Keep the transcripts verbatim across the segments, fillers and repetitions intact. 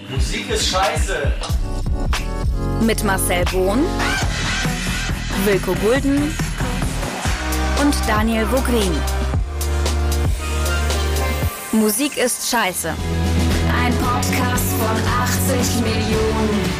Musik ist scheiße. Mit Marcel Bohn, Wilko Gulden und Daniel Vogrin. Musik ist scheiße. Ein Podcast von achtzig Millionen.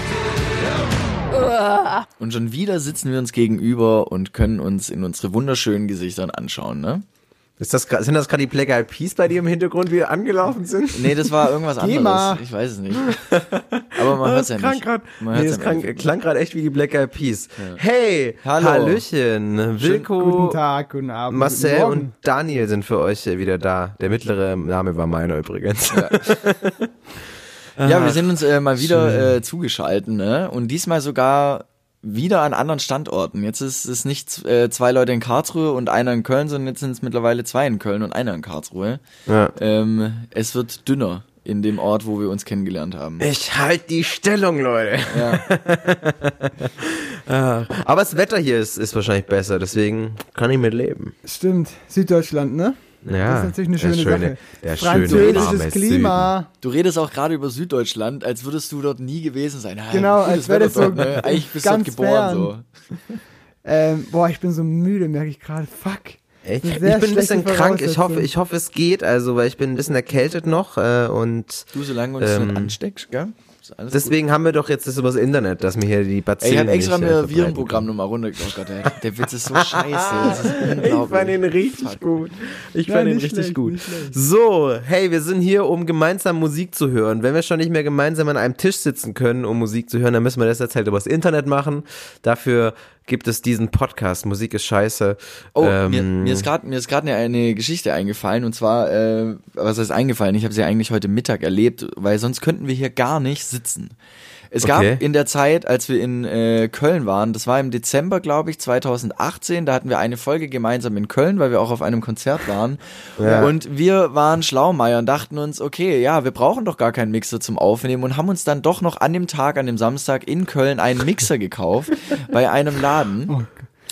Und schon wieder sitzen wir uns gegenüber und können uns in unsere wunderschönen Gesichtern anschauen, ne? Ist das, sind das gerade die Black Eyed Peas bei dir im Hintergrund, wie wir angelaufen sind? Nee, das war irgendwas anderes. Ich weiß es nicht. Aber man hört es ja nicht. Grad, man nee, hört's das ja klang, klang gerade echt wie die Black Eyed Peas. Ja. Hey, hallo. Hallöchen, Wilko, guten Tag, guten Abend, Marcel guten und Daniel sind für euch wieder da. Der mittlere Name war meiner übrigens. Ja, ja, wir sind uns äh, mal wieder äh, zugeschalten, ne? Und diesmal sogar wieder an anderen Standorten. Jetzt ist es nicht äh, zwei Leute in Karlsruhe und einer in Köln, sondern jetzt sind es mittlerweile zwei in Köln und einer in Karlsruhe. Ja. Ähm, es wird dünner in dem Ort, wo wir uns kennengelernt haben. Ich halte die Stellung, Leute. Ja. Aber das Wetter hier ist, ist wahrscheinlich besser, deswegen kann ich mit leben. Stimmt, Süddeutschland, ne? Ja, das ist natürlich eine schöne, der schöne Sache. Der Französisches schöne Klima. Du redest auch gerade über Süddeutschland, als würdest du dort nie gewesen sein. Ah, genau, als wäre das so ne? Eigentlich bist du dort geboren. Fern. So. Ähm, boah, ich bin so müde, merke ich gerade. Fuck. Echt? Ich bin ein bisschen krank. Ich hoffe, ich hoffe, es geht. Also, weil ich bin ein bisschen erkältet noch äh, und du, solange uns ähm, nicht ansteckst, gell? Deswegen gut. Haben wir doch jetzt das übers Internet, dass mir hier die Bazillen. Ey, ich habe extra nicht, mir äh, Virenprogramm nochmal runtergezogen. Oh Gott, ey. Der Witz ist so scheiße. Das ist unglaublich. Ich fand ihn richtig Fuck. gut. Ich ja, fand ihn richtig schlecht, gut. So, hey, wir sind hier, um gemeinsam Musik zu hören. Wenn wir schon nicht mehr gemeinsam an einem Tisch sitzen können, um Musik zu hören, dann müssen wir das jetzt halt übers Internet machen. Dafür gibt es diesen Podcast, Musik ist scheiße. Oh, ähm, mir, mir ist gerade mir ist gerade eine, eine Geschichte eingefallen und zwar, äh, was heißt eingefallen? Ich habe sie eigentlich heute Mittag erlebt, weil sonst könnten wir hier gar nicht sitzen. Es gab okay. in der Zeit, als wir in äh, Köln waren, das war im Dezember, glaube ich, zwanzig achtzehn, da hatten wir eine Folge gemeinsam in Köln, weil wir auch auf einem Konzert waren. Ja. Und wir waren Schlaumeier und dachten uns, okay, ja, wir brauchen doch gar keinen Mixer zum Aufnehmen und haben uns dann doch noch an dem Tag, an dem Samstag in Köln einen Mixer gekauft bei einem Laden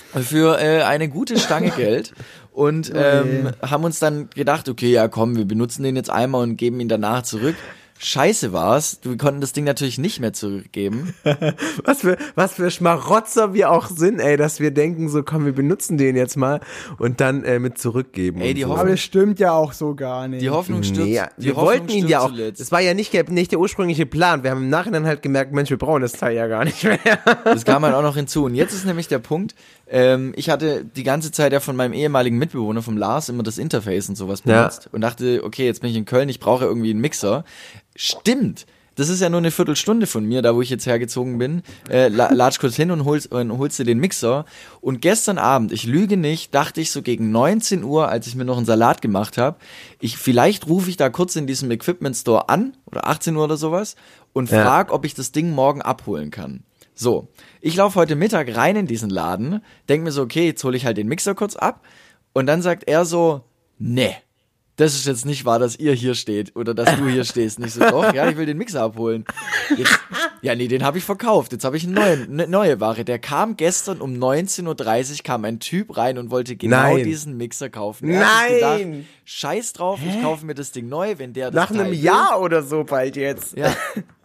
für äh, eine gute Stange Geld. Und ähm, haben uns dann gedacht, okay, ja komm, wir benutzen den jetzt einmal und geben ihn danach zurück. Scheiße war's. Wir konnten das Ding natürlich nicht mehr zurückgeben. was für, was für Schmarotzer wir auch sind, ey, dass wir denken so, komm, wir benutzen den jetzt mal und dann äh, mit zurückgeben. Ey, die so. Hoffnung, aber das stimmt ja auch so gar nicht. Die Hoffnung stürzt. Nee, die wir Hoffnung wollten ihn ja auch. Zuletzt. Das war ja nicht, nicht der ursprüngliche Plan. Wir haben im Nachhinein halt gemerkt, Mensch, wir brauchen das Teil ja gar nicht mehr. Das kam halt auch noch hinzu. Und jetzt ist nämlich der Punkt, ähm, ich hatte die ganze Zeit ja von meinem ehemaligen Mitbewohner, vom Lars, immer das Interface und sowas benutzt. Ja. Und dachte, okay, jetzt bin ich in Köln, ich brauche irgendwie einen Mixer. Stimmt. Das ist ja nur eine Viertelstunde von mir, da wo ich jetzt hergezogen bin. Äh, latsch kurz hin und holst, und holst dir den Mixer. Und gestern Abend, ich lüge nicht, dachte ich so gegen neunzehn Uhr, als ich mir noch einen Salat gemacht habe, ich vielleicht rufe ich da kurz in diesem Equipment Store an, oder achtzehn Uhr oder sowas, und ja. frage, ob ich das Ding morgen abholen kann. So, ich laufe heute Mittag rein in diesen Laden, denk mir so, okay, jetzt hole ich halt den Mixer kurz ab. Und dann sagt er so, nee. Das ist jetzt nicht wahr, dass ihr hier steht oder dass du hier stehst. Nicht so, doch, ja, ich will den Mixer abholen. Jetzt, ja, nee, den habe ich verkauft. Jetzt habe ich eine neue, eine neue Ware. Der kam gestern um neunzehn Uhr dreißig, kam ein Typ rein und wollte genau Nein. diesen Mixer kaufen. Er Nein! hat sich gedacht, scheiß drauf, Hä? Ich kaufe mir das Ding neu, wenn der das Nach einem will. Jahr oder so bald jetzt. Ja.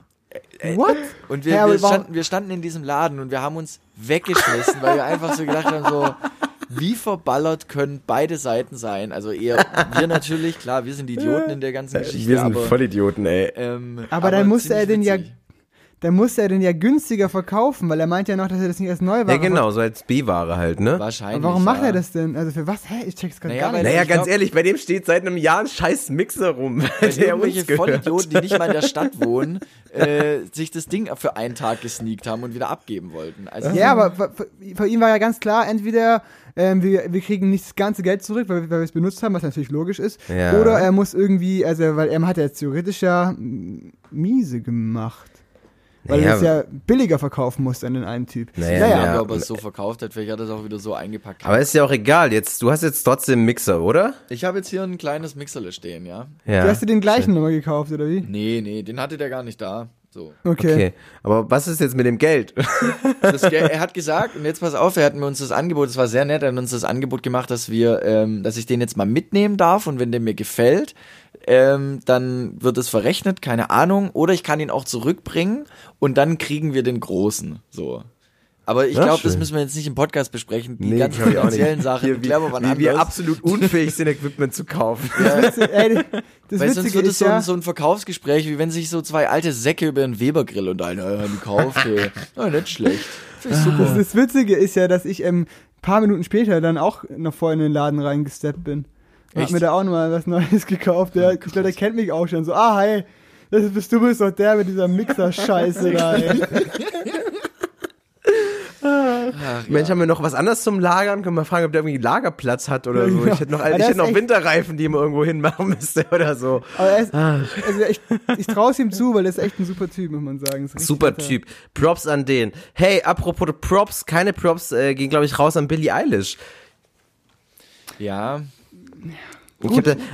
What? Und wir, wir, standen, wir standen in diesem Laden und wir haben uns weggeschmissen, weil wir einfach so gedacht haben, so... Wie verballert können beide Seiten sein? Also eher wir natürlich, klar, wir sind die Idioten in der ganzen Geschichte. Wir sind aber, Vollidioten, ey. Ähm, aber, aber dann musste er den ja, dann musste er den ja günstiger verkaufen, weil er meint ja noch, dass er das nicht als Neuware. Ja genau, so als B-Ware halt, ne? Wahrscheinlich. Aber warum ja. macht er das denn? Also für was? Hä? Ich check's gerade naja, gar nicht. Naja, ganz glaub, ehrlich, bei dem steht seit einem Jahr ein scheiß Mixer rum. Weil der irgendwelche uns Vollidioten, die nicht mal in der Stadt wohnen, äh, sich das Ding für einen Tag gesneakt haben und wieder abgeben wollten. Also ja, aber für, für, für ihn war ja ganz klar, entweder ähm, wir, wir kriegen nicht das ganze Geld zurück, weil, weil wir es benutzt haben, was natürlich logisch ist, ja. oder er muss irgendwie, also weil er hat ja theoretisch ja miese gemacht. Weil naja, er es ja billiger verkaufen musste an den einen Typ. Naja, naja. naja. Aber ob er es so verkauft hat, vielleicht hat er es auch wieder so eingepackt. Aber ist ja auch egal, jetzt, du hast jetzt trotzdem einen Mixer, oder? Ich habe jetzt hier ein kleines Mixerle stehen, ja. ja. Du hast dir den gleichen nochmal gekauft, oder wie? Nee, nee, den hatte der gar nicht da. So. Okay. okay. Aber was ist jetzt mit dem Geld? Das Geld? Er hat gesagt, und jetzt pass auf, er hat mir uns das Angebot, das war sehr nett, er hat uns das Angebot gemacht, dass wir, ähm, dass ich den jetzt mal mitnehmen darf und wenn der mir gefällt, ähm, dann wird es verrechnet, keine Ahnung, oder ich kann ihn auch zurückbringen und dann kriegen wir den großen, so. Aber ich glaube, das müssen wir jetzt nicht im Podcast besprechen. Die nee, ganzen finanziellen Sachen, hier, wie, wie wir absolut unfähig sind, Equipment zu kaufen. Ja. Das, ey, das Weil sonst wird es so, ja so ein Verkaufsgespräch, wie wenn sich so zwei alte Säcke über einen Webergrill unterhalten. Ja, gekauft, ey. Oh, nicht schlecht. Super. Das, das Witzige ist ja, dass ich ähm, ein paar Minuten später dann auch noch vorher in den Laden reingesteppt bin. Und hab mir da auch nochmal was Neues gekauft. Der, ich glaube, der kennt mich auch schon. So, ah, hey, das bist du bist doch der mit dieser Mixer-Scheiße da, ey. Ach, Mensch, ja. Haben wir noch was anderes zum Lagern? Können wir fragen, ob der irgendwie Lagerplatz hat oder so. Ja. Ich hätte noch, ich hätte noch Winterreifen, die man irgendwo hinmachen müsste oder so. Aber er ist, also ich, ich traue es ihm zu, weil er ist echt ein super Typ, muss man sagen. Super netter Typ. Props an den. Hey, apropos Props, keine Props, äh, gehen, glaube ich, raus an Billie Eilish. Ja. Ich hab da,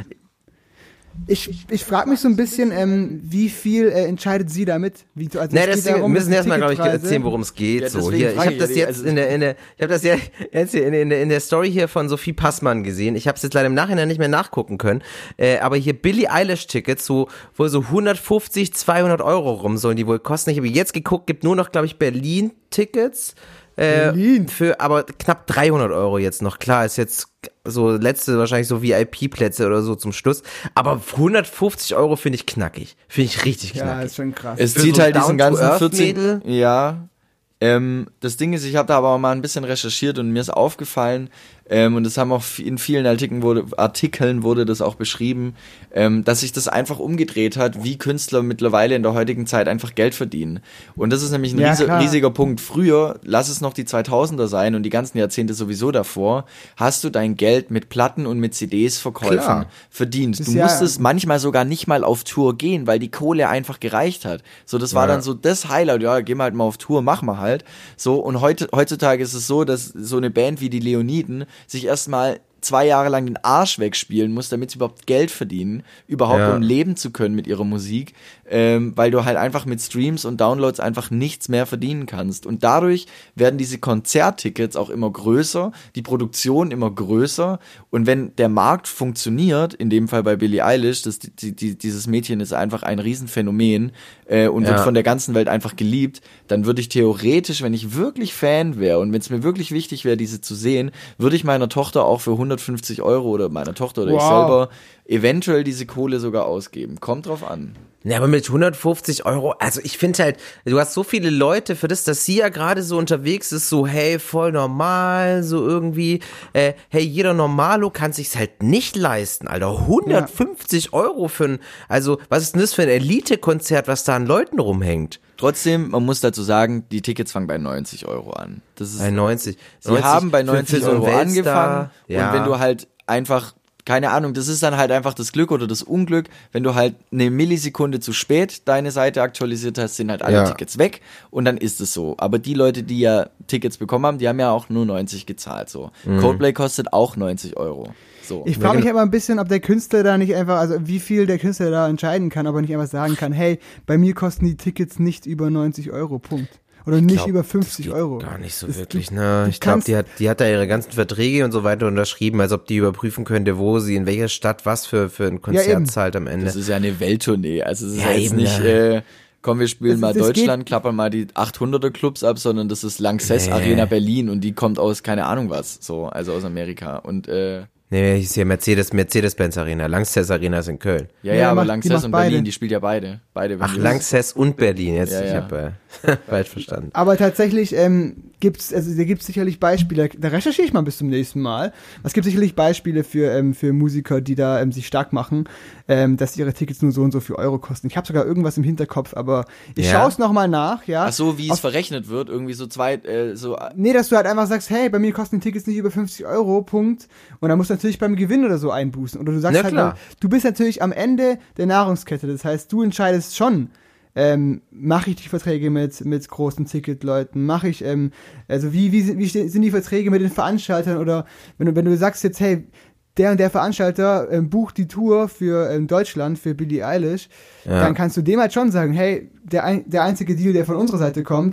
Ich, ich frage mich so ein bisschen, ähm, wie viel äh, entscheidet sie damit? Wie, also nee, deswegen darum, müssen erstmal, glaube ich, erzählen, worum es geht. Ja, so, hier, ich habe das jetzt in der, in der, ich habe das ja jetzt hier in, in, in der Story hier von Sophie Passmann gesehen. Ich habe es jetzt leider im Nachhinein nicht mehr nachgucken können. Äh, aber hier Billie Eilish Tickets, so wohl so hundertfünfzig, zweihundert Euro rum sollen die wohl kosten. Ich habe jetzt geguckt, gibt nur noch, glaube ich, Berlin Tickets. Äh, Berlin. Für aber knapp dreihundert Euro jetzt noch. Klar, ist jetzt so letzte wahrscheinlich so V I P-Plätze oder so zum Schluss. Aber hundertfünfzig Euro finde ich knackig. Finde ich richtig knackig. Ja, ist schon krass. Es für zieht so halt diesen ganzen vierzehn Mädel. Ja. Ähm, das Ding ist, ich habe da aber mal ein bisschen recherchiert und mir ist aufgefallen, ähm, und das haben auch in vielen Artikeln wurde, Artikeln wurde das auch beschrieben, ähm, dass sich das einfach umgedreht hat, wie Künstler mittlerweile in der heutigen Zeit einfach Geld verdienen. Und das ist nämlich ein ja, riese, riesiger Punkt. Früher, lass es noch die zweitausender sein und die ganzen Jahrzehnte sowieso davor, hast du dein Geld mit Platten und mit C Ds Verkäufen Klar. verdient. Du ja, musstest manchmal sogar nicht mal auf Tour gehen, weil die Kohle einfach gereicht hat. So, das war ja. dann so das Highlight, ja, geh mal halt mal auf Tour, mach mal halt. So, und heute, heutzutage ist es so, dass so eine Band wie die Leoniden sich erstmal zwei Jahre lang den Arsch wegspielen muss, damit sie überhaupt Geld verdienen, überhaupt ja. um leben zu können mit ihrer Musik, ähm, weil du halt einfach mit Streams und Downloads einfach nichts mehr verdienen kannst. Und dadurch werden diese Konzerttickets auch immer größer, die Produktion immer größer, und wenn der Markt funktioniert, in dem Fall bei Billie Eilish, das, die, die, dieses Mädchen ist einfach ein Riesenphänomen äh, und ja. wird von der ganzen Welt einfach geliebt, dann würde ich theoretisch, wenn ich wirklich Fan wäre und wenn es mir wirklich wichtig wäre, diese zu sehen, würde ich meiner Tochter auch für hundertfünfzig Euro oder meiner Tochter oder wow. ich selber eventuell diese Kohle sogar ausgeben. Kommt drauf an. Ja, aber mit hundertfünfzig Euro, also ich finde halt, du hast so viele Leute für das, dass sie ja gerade so unterwegs ist, so hey, voll normal, so irgendwie, äh, hey, jeder Normalo kann sich's halt nicht leisten, Alter, hundertfünfzig ja. Euro für ein, also was ist denn das für ein Elite-Konzert, was da an Leuten rumhängt? Trotzdem, man muss dazu sagen, die Tickets fangen bei neunzig Euro an. Das ist bei neunzig. Sie neunzig haben bei neunzig für, für Euro so angefangen ja. und wenn du halt einfach, keine Ahnung, das ist dann halt einfach das Glück oder das Unglück, wenn du halt eine Millisekunde zu spät deine Seite aktualisiert hast, sind halt alle ja. Tickets weg und dann ist es so. Aber die Leute, die ja Tickets bekommen haben, die haben ja auch nur neunzig gezahlt, so. Mhm. Coldplay kostet auch neunzig Euro. So. Ich frage mich immer ein bisschen, ob der Künstler da nicht einfach, also wie viel der Künstler da entscheiden kann, ob er nicht einfach sagen kann, hey, bei mir kosten die Tickets nicht über neunzig Euro, Punkt. Oder nicht glaub, über fünfzig Euro. Gar nicht so das, wirklich, ne? Ich glaube, die hat, die hat da ihre ganzen Verträge und so weiter unterschrieben, als ob die überprüfen könnte, wo sie in welcher Stadt was für, für ein Konzert ja, zahlt am Ende. Das ist ja eine Welttournee. Also es ist ja, ja jetzt nicht, äh, komm, wir spielen das, mal das Deutschland, klappern mal die achthunderter Clubs ab, sondern das ist Lanxess nee. Arena Berlin und die kommt aus, keine Ahnung was, so, also aus Amerika. Und, äh, Nee, ich sehe Mercedes, Mercedes-Benz Arena. Lanxess Arena ist in Köln. Ja, ja, ja aber Lanxess und beide. Berlin, die spielt ja beide. beide Ach, Lanxess und Berlin. Jetzt, ja, ich ja. habe äh, falsch verstanden. Aber tatsächlich ähm, gibt's, also da gibt's sicherlich Beispiele. Da recherchiere ich mal bis zum nächsten Mal. Es gibt sicherlich Beispiele für ähm, für Musiker, die da ähm, sich stark machen, ähm, dass ihre Tickets nur so und so viel Euro kosten. Ich habe sogar irgendwas im Hinterkopf, aber ich ja. schaue es nochmal nach. Ja. Ach so, wie es verrechnet wird, irgendwie so zwei, äh, so. Nee, dass du halt einfach sagst, hey, bei mir kosten die Tickets nicht über fünfzig Euro, Punkt. Und dann musst du natürlich beim Gewinn oder so einbußen. Oder du sagst Na, halt, du bist natürlich am Ende der Nahrungskette. Das heißt, du entscheidest schon, ähm, mache ich die Verträge mit, mit großen Ticketleuten, mache ich, ähm, also wie, wie, wie sind die Verträge mit den Veranstaltern, oder wenn du, wenn du sagst jetzt, hey, der und der Veranstalter ähm, bucht die Tour für ähm, Deutschland, für Billie Eilish, ja. dann kannst du dem halt schon sagen, hey, der, ein, der einzige Deal, der von unserer Seite kommt,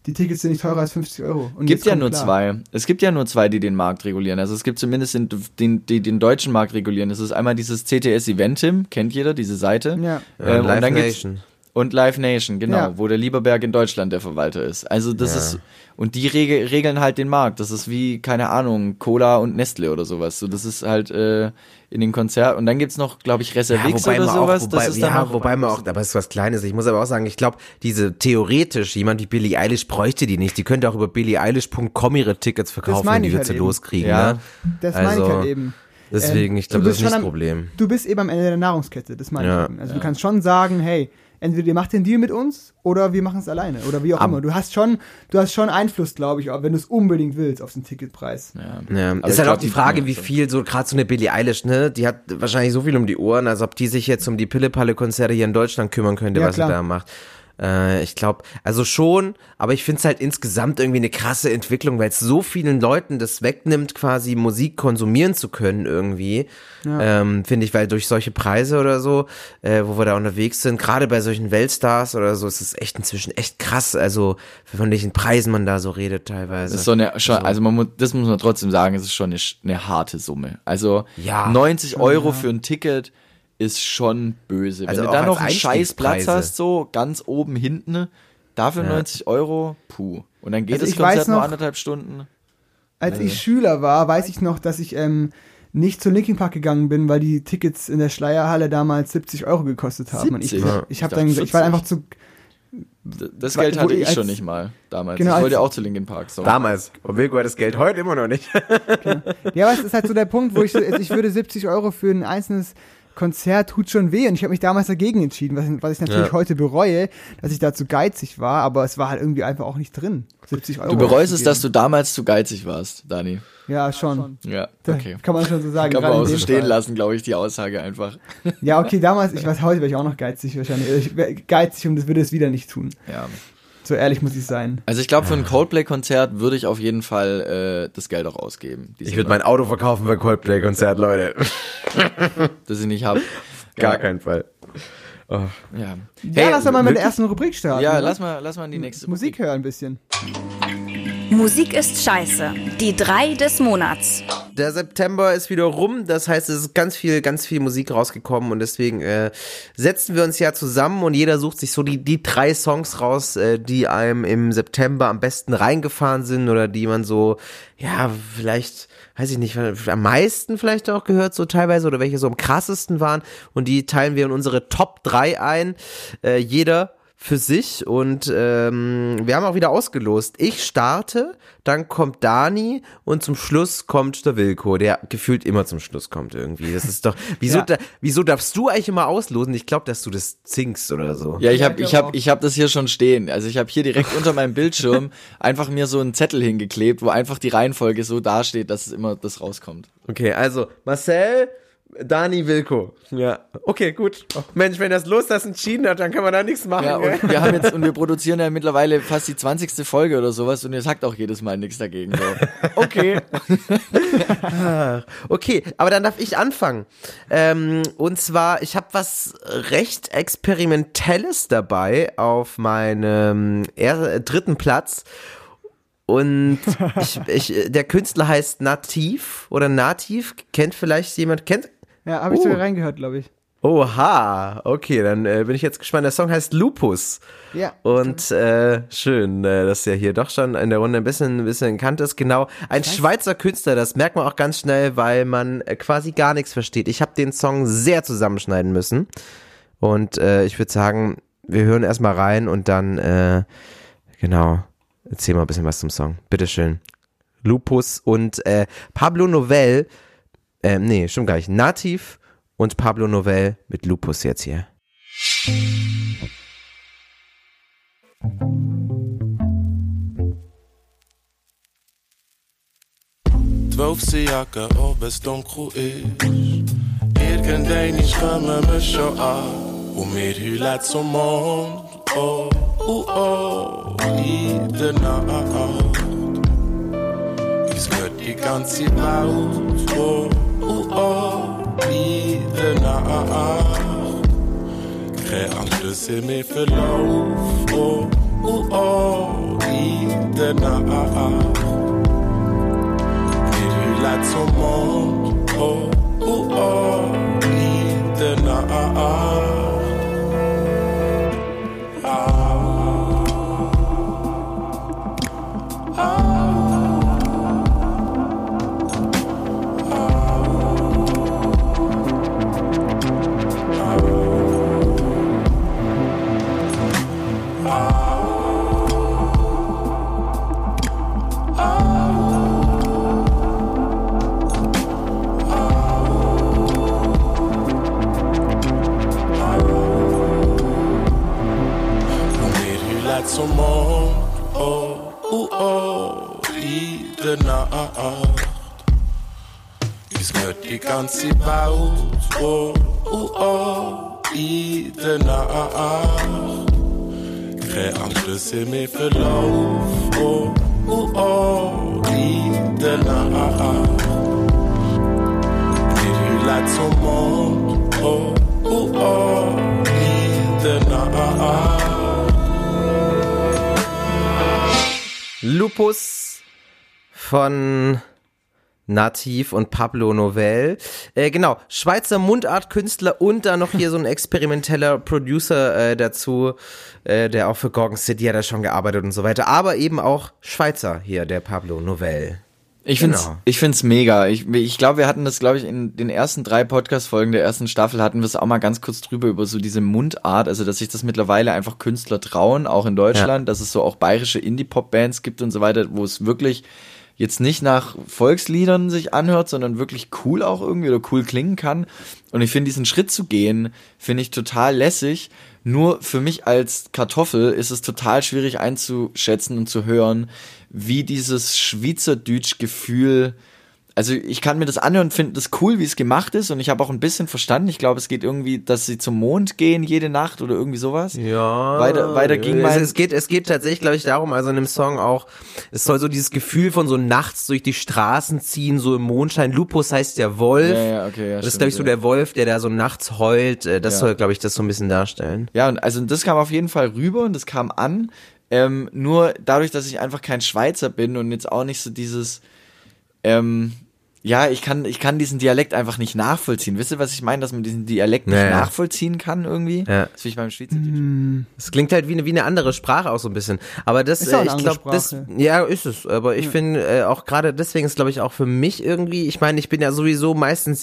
die Tickets sind nicht teurer als fünfzig Euro. Und gibt jetzt ja kommt nur klar. zwei. Es gibt ja nur zwei, die den Markt regulieren. Also es gibt zumindest den, den, die den deutschen Markt regulieren. Das ist einmal dieses C T S Eventim, kennt jeder, diese Seite. Ja. Ja, Ähm, Live und dann gibt's, Nation. und Live Nation, genau, Ja. wo der Lieberberg in Deutschland der Verwalter ist. Also das Ja. ist, und die reg- regeln halt den Markt. Das ist wie, keine Ahnung, Cola und Nestle oder sowas. So, das ist halt äh, in den Konzerten. Und dann gibt's noch, glaube ich, Reservix wobei oder man sowas. Auch, wobei, das ist ja, dann noch, wobei man auch, aber es ist was Kleines. Ich muss aber auch sagen, ich glaube, diese theoretisch, jemand wie Billie Eilish bräuchte die nicht. Die könnte auch über billie eilish punkt com ihre Tickets verkaufen, meine wenn die ich wird halt sie eben. loskriegen. Ja. Ne? Das Also, meine ich halt eben. Deswegen, Ähm, ich glaube, du das ist bist nicht das schon am- Problem. Du bist eben am Ende der Nahrungskette, das meine Ja. ich eben. Also du kannst schon sagen, hey, entweder ihr macht den Deal mit uns oder wir machen es alleine oder wie auch Ab- immer. Du hast schon, du hast schon Einfluss, glaube ich, auch wenn du es unbedingt willst auf den Ticketpreis. ja. Ja, Aber ist ich halt glaub, auch die die Frage, tun wie das viel so, gerade so eine Billie Eilish, ne, die hat wahrscheinlich so viel um die Ohren, als ob die sich jetzt um die Pille-Palle-Konzerte hier in Deutschland kümmern könnte, Ja, was klar. sie da macht. Äh, ich glaube, also schon, aber ich finde es halt insgesamt irgendwie eine krasse Entwicklung, weil es so vielen Leuten das wegnimmt, quasi Musik konsumieren zu können irgendwie, Ja. ähm, finde ich, weil durch solche Preise oder so, äh, wo wir da unterwegs sind, gerade bei solchen Weltstars oder so, ist es echt inzwischen echt krass, also von welchen Preisen man da so redet teilweise. Das ist so eine, schon, also man muss, das muss man trotzdem sagen, es ist schon eine, eine harte Summe. Also Ja. neunzig Euro für ein Ticket ist schon böse. Wenn Also du auch da als noch einen scheiß Platz Einstiegspreise. hast, so ganz oben hinten, dafür Ja. neunzig Euro, puh. Und dann geht Also das ich weiß Konzert nur noch- anderthalb Stunden. Als ich Schüler war, weiß ich noch, dass ich ähm, nicht zu Linkin Park gegangen bin, weil die Tickets in der Schleierhalle damals siebzig Euro gekostet haben. Und ich, siebzig? ich, Ich hab dachte dann, ich war vierzig. einfach zu, D- Das Wa- Geld wo hatte ich ich als- schon nicht mal damals. Genau, ich wollte als- auch zu Linkin Park. So. Damals. Und Wilko hat das Geld heute immer noch nicht. ja, aber es ist halt so der Punkt, wo ich, so- also ich würde siebzig Euro für ein einzelnes Konzert tut schon weh und ich habe mich damals dagegen entschieden, was, was ich natürlich Ja. heute bereue, dass ich da zu geizig war, aber es war halt irgendwie einfach auch nicht drin, siebzig Euro. Du bereust es, auszugeben. dass du damals zu geizig warst, Dani. Ja, schon. Ja, Da okay. Kann man schon so sagen. Kann man gerade auch in so dem stehen Fall. lassen, glaube ich, die Aussage einfach. Ja, okay, damals, ich weiß, heute wäre ich auch noch geizig wahrscheinlich. Ich wär geizig und das würde es wieder nicht tun. Ja. So ehrlich muss ich sein. Also ich glaube, für ein Coldplay-Konzert würde ich auf jeden Fall äh, das Geld auch ausgeben. Die Ich Summe, würde mein Auto verkaufen für Coldplay-Konzert, Leute. das ich nicht habe. Gar Ja. keinen Fall. Oh. Ja, Ja, lass doch mal mit der wirklich? ersten Rubrik starten. ja oder? lass mal, lass mal in die nächste Musik hören ein bisschen. Musik ist scheiße. Die drei des Monats. Der September ist wieder rum, das heißt, es ist ganz viel, ganz viel Musik rausgekommen und deswegen äh, setzen wir uns ja zusammen und jeder sucht sich so die, die drei Songs raus, äh, die einem im September am besten reingefahren sind oder die man so, ja, vielleicht, weiß ich nicht, am meisten vielleicht auch gehört so teilweise oder welche so am krassesten waren und die teilen wir in unsere Top drei ein, äh, jeder für sich und ähm, wir haben auch wieder ausgelost. Ich starte, dann kommt Dani und zum Schluss kommt der Wilko, der gefühlt immer zum Schluss kommt irgendwie. Das ist doch, wieso, Ja. da, wieso darfst du eigentlich immer auslosen? Ich glaube, dass du das zingst oder so. Ja, ich Ja, habe ich ich glaub hab, auch. ich hab das hier schon stehen. Also ich habe hier direkt unter meinem Bildschirm einfach mir so einen Zettel hingeklebt, wo einfach die Reihenfolge so dasteht, dass es immer das rauskommt. Okay, also Marcel, Dani, Wilko. Ja, okay, gut. Mensch, wenn das los das entschieden hat, dann kann man da nichts machen. Ja, gell? und wir haben jetzt und wir produzieren ja mittlerweile fast die zwanzigste Folge oder sowas und ihr sagt auch jedes Mal nichts dagegen. So. Okay. Okay, aber dann darf ich anfangen. Ähm, und zwar, ich habe was recht Experimentelles dabei auf meinem er- dritten Platz. Und ich, ich, der Künstler heißt Nativ oder Nativ. Kennt vielleicht jemand? Kennt? Ja, habe ich Uh. sogar reingehört, glaube ich. Oha, okay, dann äh, bin ich jetzt gespannt. Der Song heißt Lupus. Ja. Und äh, schön, äh, dass ja hier doch schon in der Runde ein bisschen, ein bisschen bekannt ist. Genau, ein Schweizer Künstler, das merkt man auch ganz schnell, weil man äh, quasi gar nichts versteht. Ich habe den Song sehr zusammenschneiden müssen. Und äh, ich würde sagen, wir hören erstmal rein und dann, äh, genau, erzähl mal ein bisschen was zum Song. Bitteschön. Lupus und äh, Pablo Novell, äh, nee, stimmt gar nicht, Nativ und Pablo Novell mit Lupus jetzt hier. Twaalfse jakken op best donker is. Irgendein ich komme mich schon an. Und mir hület zum Mond. Oh, oh, oh, in der Nacht. Ich hört die ganze Welt. Oh, oh, oh, in der Nacht. Créant de s'aimer verlauf. Oh, oh, oh, i den natt. Mit Hylla zum Mond, oh, oh, oh, i den natt. Zum Mond, oh, oh, oh, i den natt. Ich hört die ganze Welt, oh, oh, oh, i den natt. Keine Angst, dass ich mich verlauf, oh, oh, oh, i den natt. Mit Hylla zum Mond, oh, oh, oh, i den natt. Lupus von Nativ und Pablo Novell. Äh, genau, Schweizer Mundartkünstler und dann noch hier so ein experimenteller Producer äh, dazu, äh, der auch für Gorgon City hat er schon gearbeitet und so weiter. Aber eben auch Schweizer hier, der Pablo Novell. Ich find's, genau. ich find's mega. Ich, ich glaube, wir hatten das, glaube ich, in den ersten drei Podcast-Folgen der ersten Staffel hatten wir es auch mal ganz kurz drüber über so diese Mundart, also dass sich das mittlerweile einfach Künstler trauen, auch in Deutschland, ja. Dass es so auch bayerische Indie-Pop-Bands gibt und so weiter, wo es wirklich jetzt nicht nach Volksliedern sich anhört, sondern wirklich cool auch irgendwie oder cool klingen kann. Und ich finde, diesen Schritt zu gehen, finde ich total lässig. Nur für mich als Kartoffel ist es total schwierig einzuschätzen und zu hören, wie dieses Schweizerdeutsch-Gefühl, also ich kann mir das anhören und finde das cool, wie es gemacht ist und ich habe auch ein bisschen verstanden, ich glaube, es geht irgendwie, dass sie zum Mond gehen jede Nacht oder irgendwie sowas. Ja. Weiter, weiter ging mein... Es, es geht, es geht tatsächlich, glaube ich, darum, also in dem Song auch, es soll so dieses Gefühl von so nachts durch die Straßen ziehen, so im Mondschein. Lupus heißt der Wolf. Ja, ja, okay, ja, das ist, stimmt, glaube ich, so ja. der Wolf, der da so nachts heult. Das ja. soll, glaube ich, das so ein bisschen darstellen. Ja, und also das kam auf jeden Fall rüber und das kam an. Ähm, nur dadurch, dass ich einfach kein Schweizer bin und jetzt auch nicht so dieses, ähm, ja, ich kann, ich kann diesen Dialekt einfach nicht nachvollziehen. Wisst ihr, was ich meine, dass man diesen Dialekt nicht naja. nachvollziehen kann irgendwie? Ja. Das finde ich beim Schweizerdeutsch. Es klingt halt wie eine, wie eine andere Sprache auch so ein bisschen. Aber das, ist auch eine äh, ich glaube, das, ja, ist es. Aber ich ja. finde äh, auch gerade deswegen ist, glaube ich, auch für mich irgendwie, ich meine, ich bin ja sowieso meistens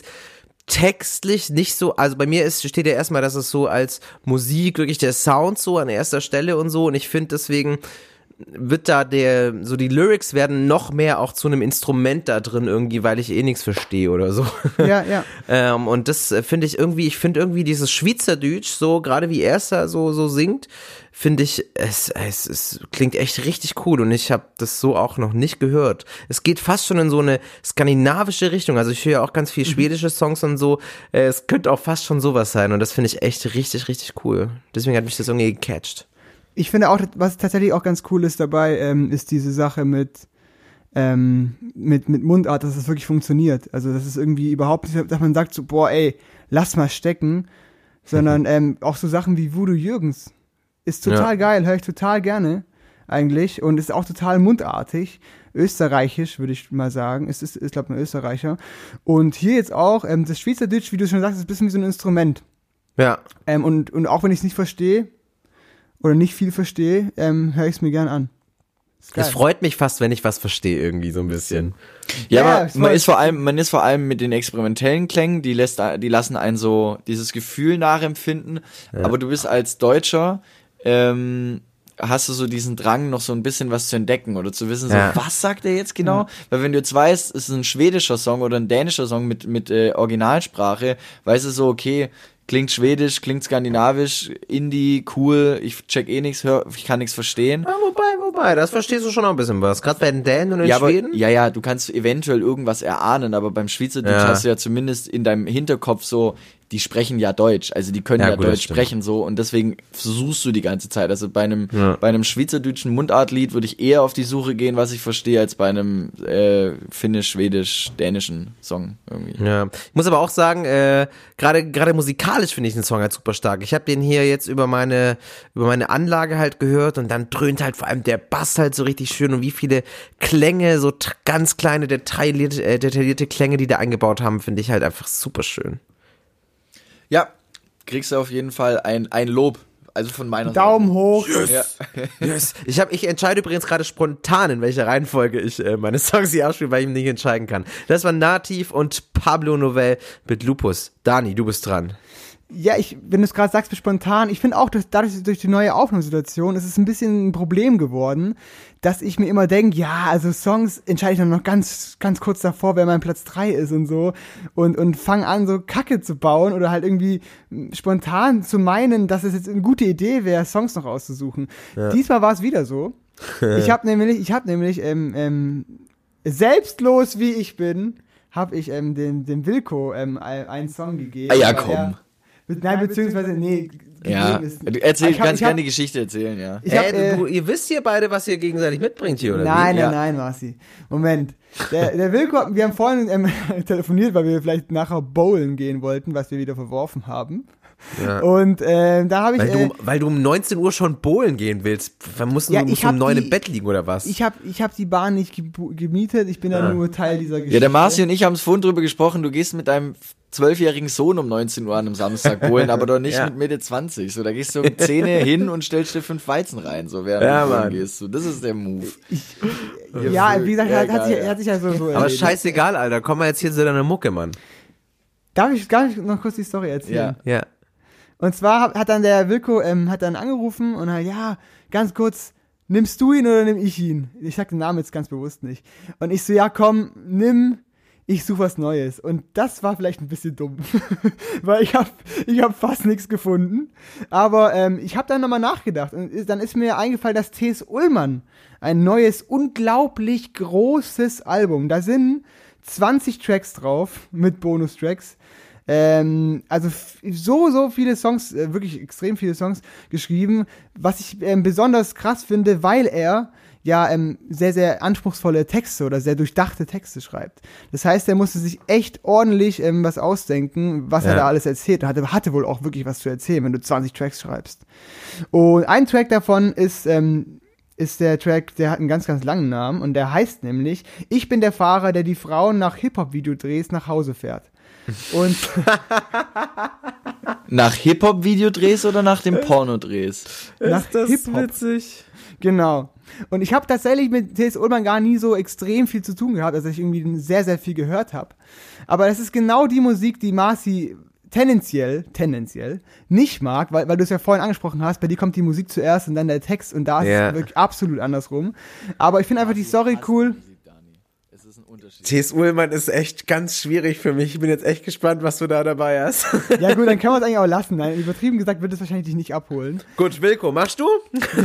textlich nicht so, also bei mir ist, steht ja erstmal, dass es so als Musik wirklich der Sound so an erster Stelle und so und ich finde deswegen wird da der, so die Lyrics werden noch mehr auch zu einem Instrument da drin irgendwie, weil ich eh nichts verstehe oder so. Ja, ja. ähm, und das äh, finde ich irgendwie, ich finde irgendwie dieses Schweizerdeutsch, so gerade wie er es da so, so singt, finde ich, es, es, es klingt echt richtig cool und ich habe das so auch noch nicht gehört. Es geht fast schon in so eine skandinavische Richtung, also ich höre ja auch ganz viel schwedische Songs und so, äh, es könnte auch fast schon sowas sein und das finde ich echt richtig, richtig cool. Deswegen hat mich das irgendwie gecatcht. Ich finde auch, was tatsächlich auch ganz cool ist dabei, ähm, ist diese Sache mit, ähm, mit, mit Mundart, dass es wirklich funktioniert. Also, dass es irgendwie überhaupt nicht, dass man sagt so, boah, ey, lass mal stecken, sondern ähm, auch so Sachen wie Voodoo Jürgens. Ist total ja. geil, höre ich total gerne eigentlich und ist auch total mundartig. Österreichisch, würde ich mal sagen. Es ist, ist glaube ich, ein Österreicher. Und hier jetzt auch, ähm, das Schweizerdeutsch, wie du schon sagst, ist ein bisschen wie so ein Instrument. Ja. Ähm, und, und auch wenn ich es nicht verstehe, oder nicht viel verstehe, ähm, höre ich es mir gern an. Es freut mich fast, wenn ich was verstehe, irgendwie so ein bisschen. Ja, ja aber man ist vor allem, man ist vor allem mit den experimentellen Klängen, die lässt, die lassen einen so dieses Gefühl nachempfinden. Ja. Aber du bist als Deutscher, ähm, hast du so diesen Drang, noch so ein bisschen was zu entdecken oder zu wissen, so, ja. was sagt er jetzt genau? Ja. Weil wenn du jetzt weißt, es ist ein schwedischer Song oder ein dänischer Song mit, mit äh, Originalsprache, weißt du so, okay, klingt schwedisch, klingt skandinavisch, Indie, cool, ich check eh nichts, hör, ich kann nichts verstehen. Ja, wobei, wobei, das verstehst du schon noch ein bisschen was. Gerade bei den Dänen und den ja, Schweden. Aber, ja, ja, du kannst eventuell irgendwas erahnen, aber beim Schweizerdeutsch ja. hast du ja zumindest in deinem Hinterkopf so die sprechen ja Deutsch, also die können ja, ja gut, Deutsch sprechen so und deswegen suchst du die ganze Zeit. Also bei einem Ja. bei einem schweizerdeutschen Mundartlied würde ich eher auf die Suche gehen, was ich verstehe, als bei einem äh, finnisch, schwedisch, dänischen Song irgendwie. Ja, ich muss aber auch sagen, äh, gerade gerade musikalisch finde ich den Song halt super stark. Ich habe den hier jetzt über meine über meine Anlage halt gehört und dann dröhnt halt vor allem der Bass halt so richtig schön und wie viele Klänge, so t- ganz kleine detaillierte, äh, detaillierte Klänge, die da eingebaut haben, finde ich halt einfach super schön. Ja, kriegst du auf jeden Fall ein, ein Lob. Also von meiner Daumen Seite. hoch. Yes. Ja. Yes. Ich habe, ich entscheide übrigens gerade spontan, in welcher Reihenfolge ich äh, meine Songs hier ausspiele, weil ich mich nicht entscheiden kann. Das waren Nativ und Pablo Novell mit Lupus. Dani, du bist dran. Ja, ich, wenn du es gerade sagst, spontan, ich finde auch, dass dadurch durch die neue Aufnahmesituation ist es ein bisschen ein Problem geworden, dass ich mir immer denke, ja, also Songs entscheide ich dann noch ganz, ganz kurz davor, wer mein Platz drei ist und so und, und fange an, so Kacke zu bauen oder halt irgendwie spontan zu meinen, dass es jetzt eine gute Idee wäre, Songs noch auszusuchen. Ja. Diesmal war es wieder so. Ich habe nämlich, ich habe nämlich, ähm, ähm, selbstlos wie ich bin, habe ich ähm, dem, dem Wilko ähm, einen Song gegeben. Ah ja, komm. Nein, beziehungsweise, nee. Ja, ist, du erzähl, ich hab, kannst ich hab, gerne die Geschichte erzählen, ja. Ich hab, äh, äh, du, ihr wisst hier beide, was ihr gegenseitig mitbringt hier, oder Nein, wie? nein, Ja. nein, Marci. Moment. Der, der Wilko, wir haben vorhin ähm, telefoniert, weil wir vielleicht nachher bowlen gehen wollten, was wir wieder verworfen haben. Ja. Und ähm, da habe ich... Weil, äh, du, weil du um neunzehn Uhr schon bowlen gehen willst. Dann musst du, Ja, musst ich du um hab neun die- im Bett liegen, oder was? Ich habe ich hab die Bahn nicht gebu- gemietet, ich bin ja nur Teil dieser Geschichte. Ja, der Marci und ich haben es vorhin drüber gesprochen, du gehst mit deinem zwölfjährigen Sohn um neunzehn Uhr an einem Samstag holen, aber doch nicht Ja. mit Mitte zwanzig. So, da gehst du um zehn hin und stellst dir fünf Weizen rein, so während Ja, du Mann. holen gehst. So, das ist der Move. Ja, wie gesagt, Ja, hat, hat, geil, sich, ja. hat sich ja so, so Aber erledigt. scheißegal, Alter. Komm mal jetzt hier zu deiner Mucke, Mann. Darf ich gar nicht noch kurz die Story erzählen? Ja. Ja. Und zwar hat, hat dann der Wilko ähm, hat dann angerufen und hat, ja, ganz kurz, nimmst du ihn oder nimm ich ihn? Ich sag den Namen jetzt ganz bewusst nicht. Und ich so, ja komm, nimm, ich suche was Neues. Und das war vielleicht ein bisschen dumm, weil ich hab, ich hab fast nichts gefunden. Aber ähm, ich habe dann nochmal nachgedacht und ist, dann ist mir eingefallen, dass T S. Ullmann ein neues, unglaublich großes Album, da sind zwanzig Tracks drauf mit Bonustracks. Ähm, also f- so, so viele Songs, äh, wirklich extrem viele Songs geschrieben, was ich ähm, besonders krass finde, weil er ja ähm, sehr, sehr anspruchsvolle Texte oder sehr durchdachte Texte schreibt. Das heißt, er musste sich echt ordentlich ähm, was ausdenken, was Ja. er da alles erzählt. Er hatte, hatte wohl auch wirklich was zu erzählen, wenn du zwanzig Tracks schreibst. Und ein Track davon ist, ähm, ist der Track, der hat einen ganz, ganz langen Namen und der heißt nämlich Ich bin der Fahrer, der die Frauen nach Hip-Hop-Videodrehs nach Hause fährt. Und Nach Hip-Hop-Videodrehs oder nach dem Pornodrehs? nach Hip-Hop. witzig? Genau. Und ich habe tatsächlich mit T S. Ullmann gar nie so extrem viel zu tun gehabt, also ich irgendwie sehr, sehr viel gehört habe. Aber das ist genau die Musik, die Marci tendenziell, tendenziell nicht mag, weil, weil du es ja vorhin angesprochen hast, bei dir kommt die Musik zuerst und dann der Text und da ist Ja. es wirklich absolut andersrum. Aber ich finde einfach die Story cool. Es ist ein Unterschied. T S. Ullmann ist echt ganz schwierig für mich. Ich bin jetzt echt gespannt, was du da dabei hast. Ja gut, dann können wir es eigentlich auch lassen. Nein, übertrieben gesagt wird es wahrscheinlich dich nicht abholen. Gut, Wilko, machst du?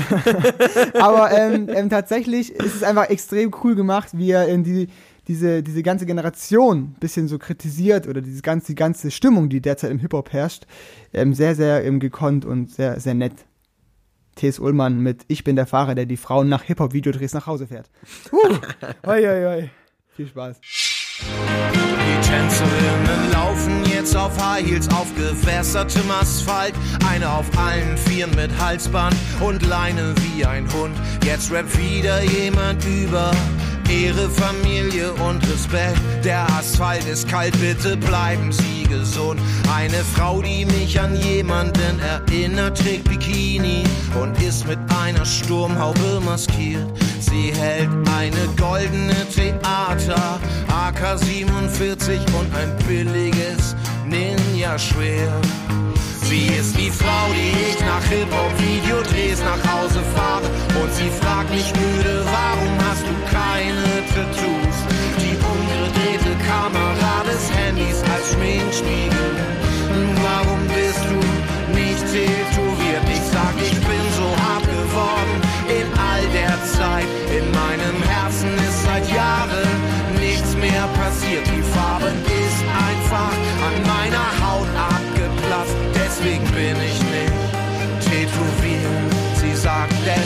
Aber ähm, ähm, tatsächlich ist es einfach extrem cool gemacht, wie er in die, diese, diese ganze Generation ein bisschen so kritisiert oder diese ganze, die ganze Stimmung, die derzeit im Hip-Hop herrscht, ähm, sehr, sehr ähm, gekonnt und sehr, sehr nett. T S. Ullmann mit Ich bin der Fahrer, der die Frauen nach Hip-Hop-Videodrehs nach Hause fährt. Huh. Hoi, hoi, hoi. Viel Spaß. Die Tänzerinnen laufen jetzt auf High Heels auf gewässertem Asphalt. Eine auf allen Vieren mit Halsband und Leine wie ein Hund. Jetzt rappt wieder jemand über Ehre, Familie und Respekt. Der Asphalt ist kalt, bitte bleiben Sie gesund. Eine Frau, die mich an jemanden erinnert, trägt Bikini und ist mit einer Sturmhaube maskiert. Sie hält eine goldene Theater, A K siebenundvierzig und ein billiges Ninja-Schwert. Sie ist die Frau, die ich nach Hip-Hop-Videodrehs nach Hause fahre. Und sie fragt mich müde, warum hast du keine Tattoos? Die umgedrehte Kamera des Handys als Schminkspiegel. Warum bist du nicht tätowiert? Ich sag, ich bin so hart geworden in all der Zeit. In meinem Herzen ist seit Jahren nichts mehr passiert. Die Farbe ist einfach an meiner Haut abgebrochen.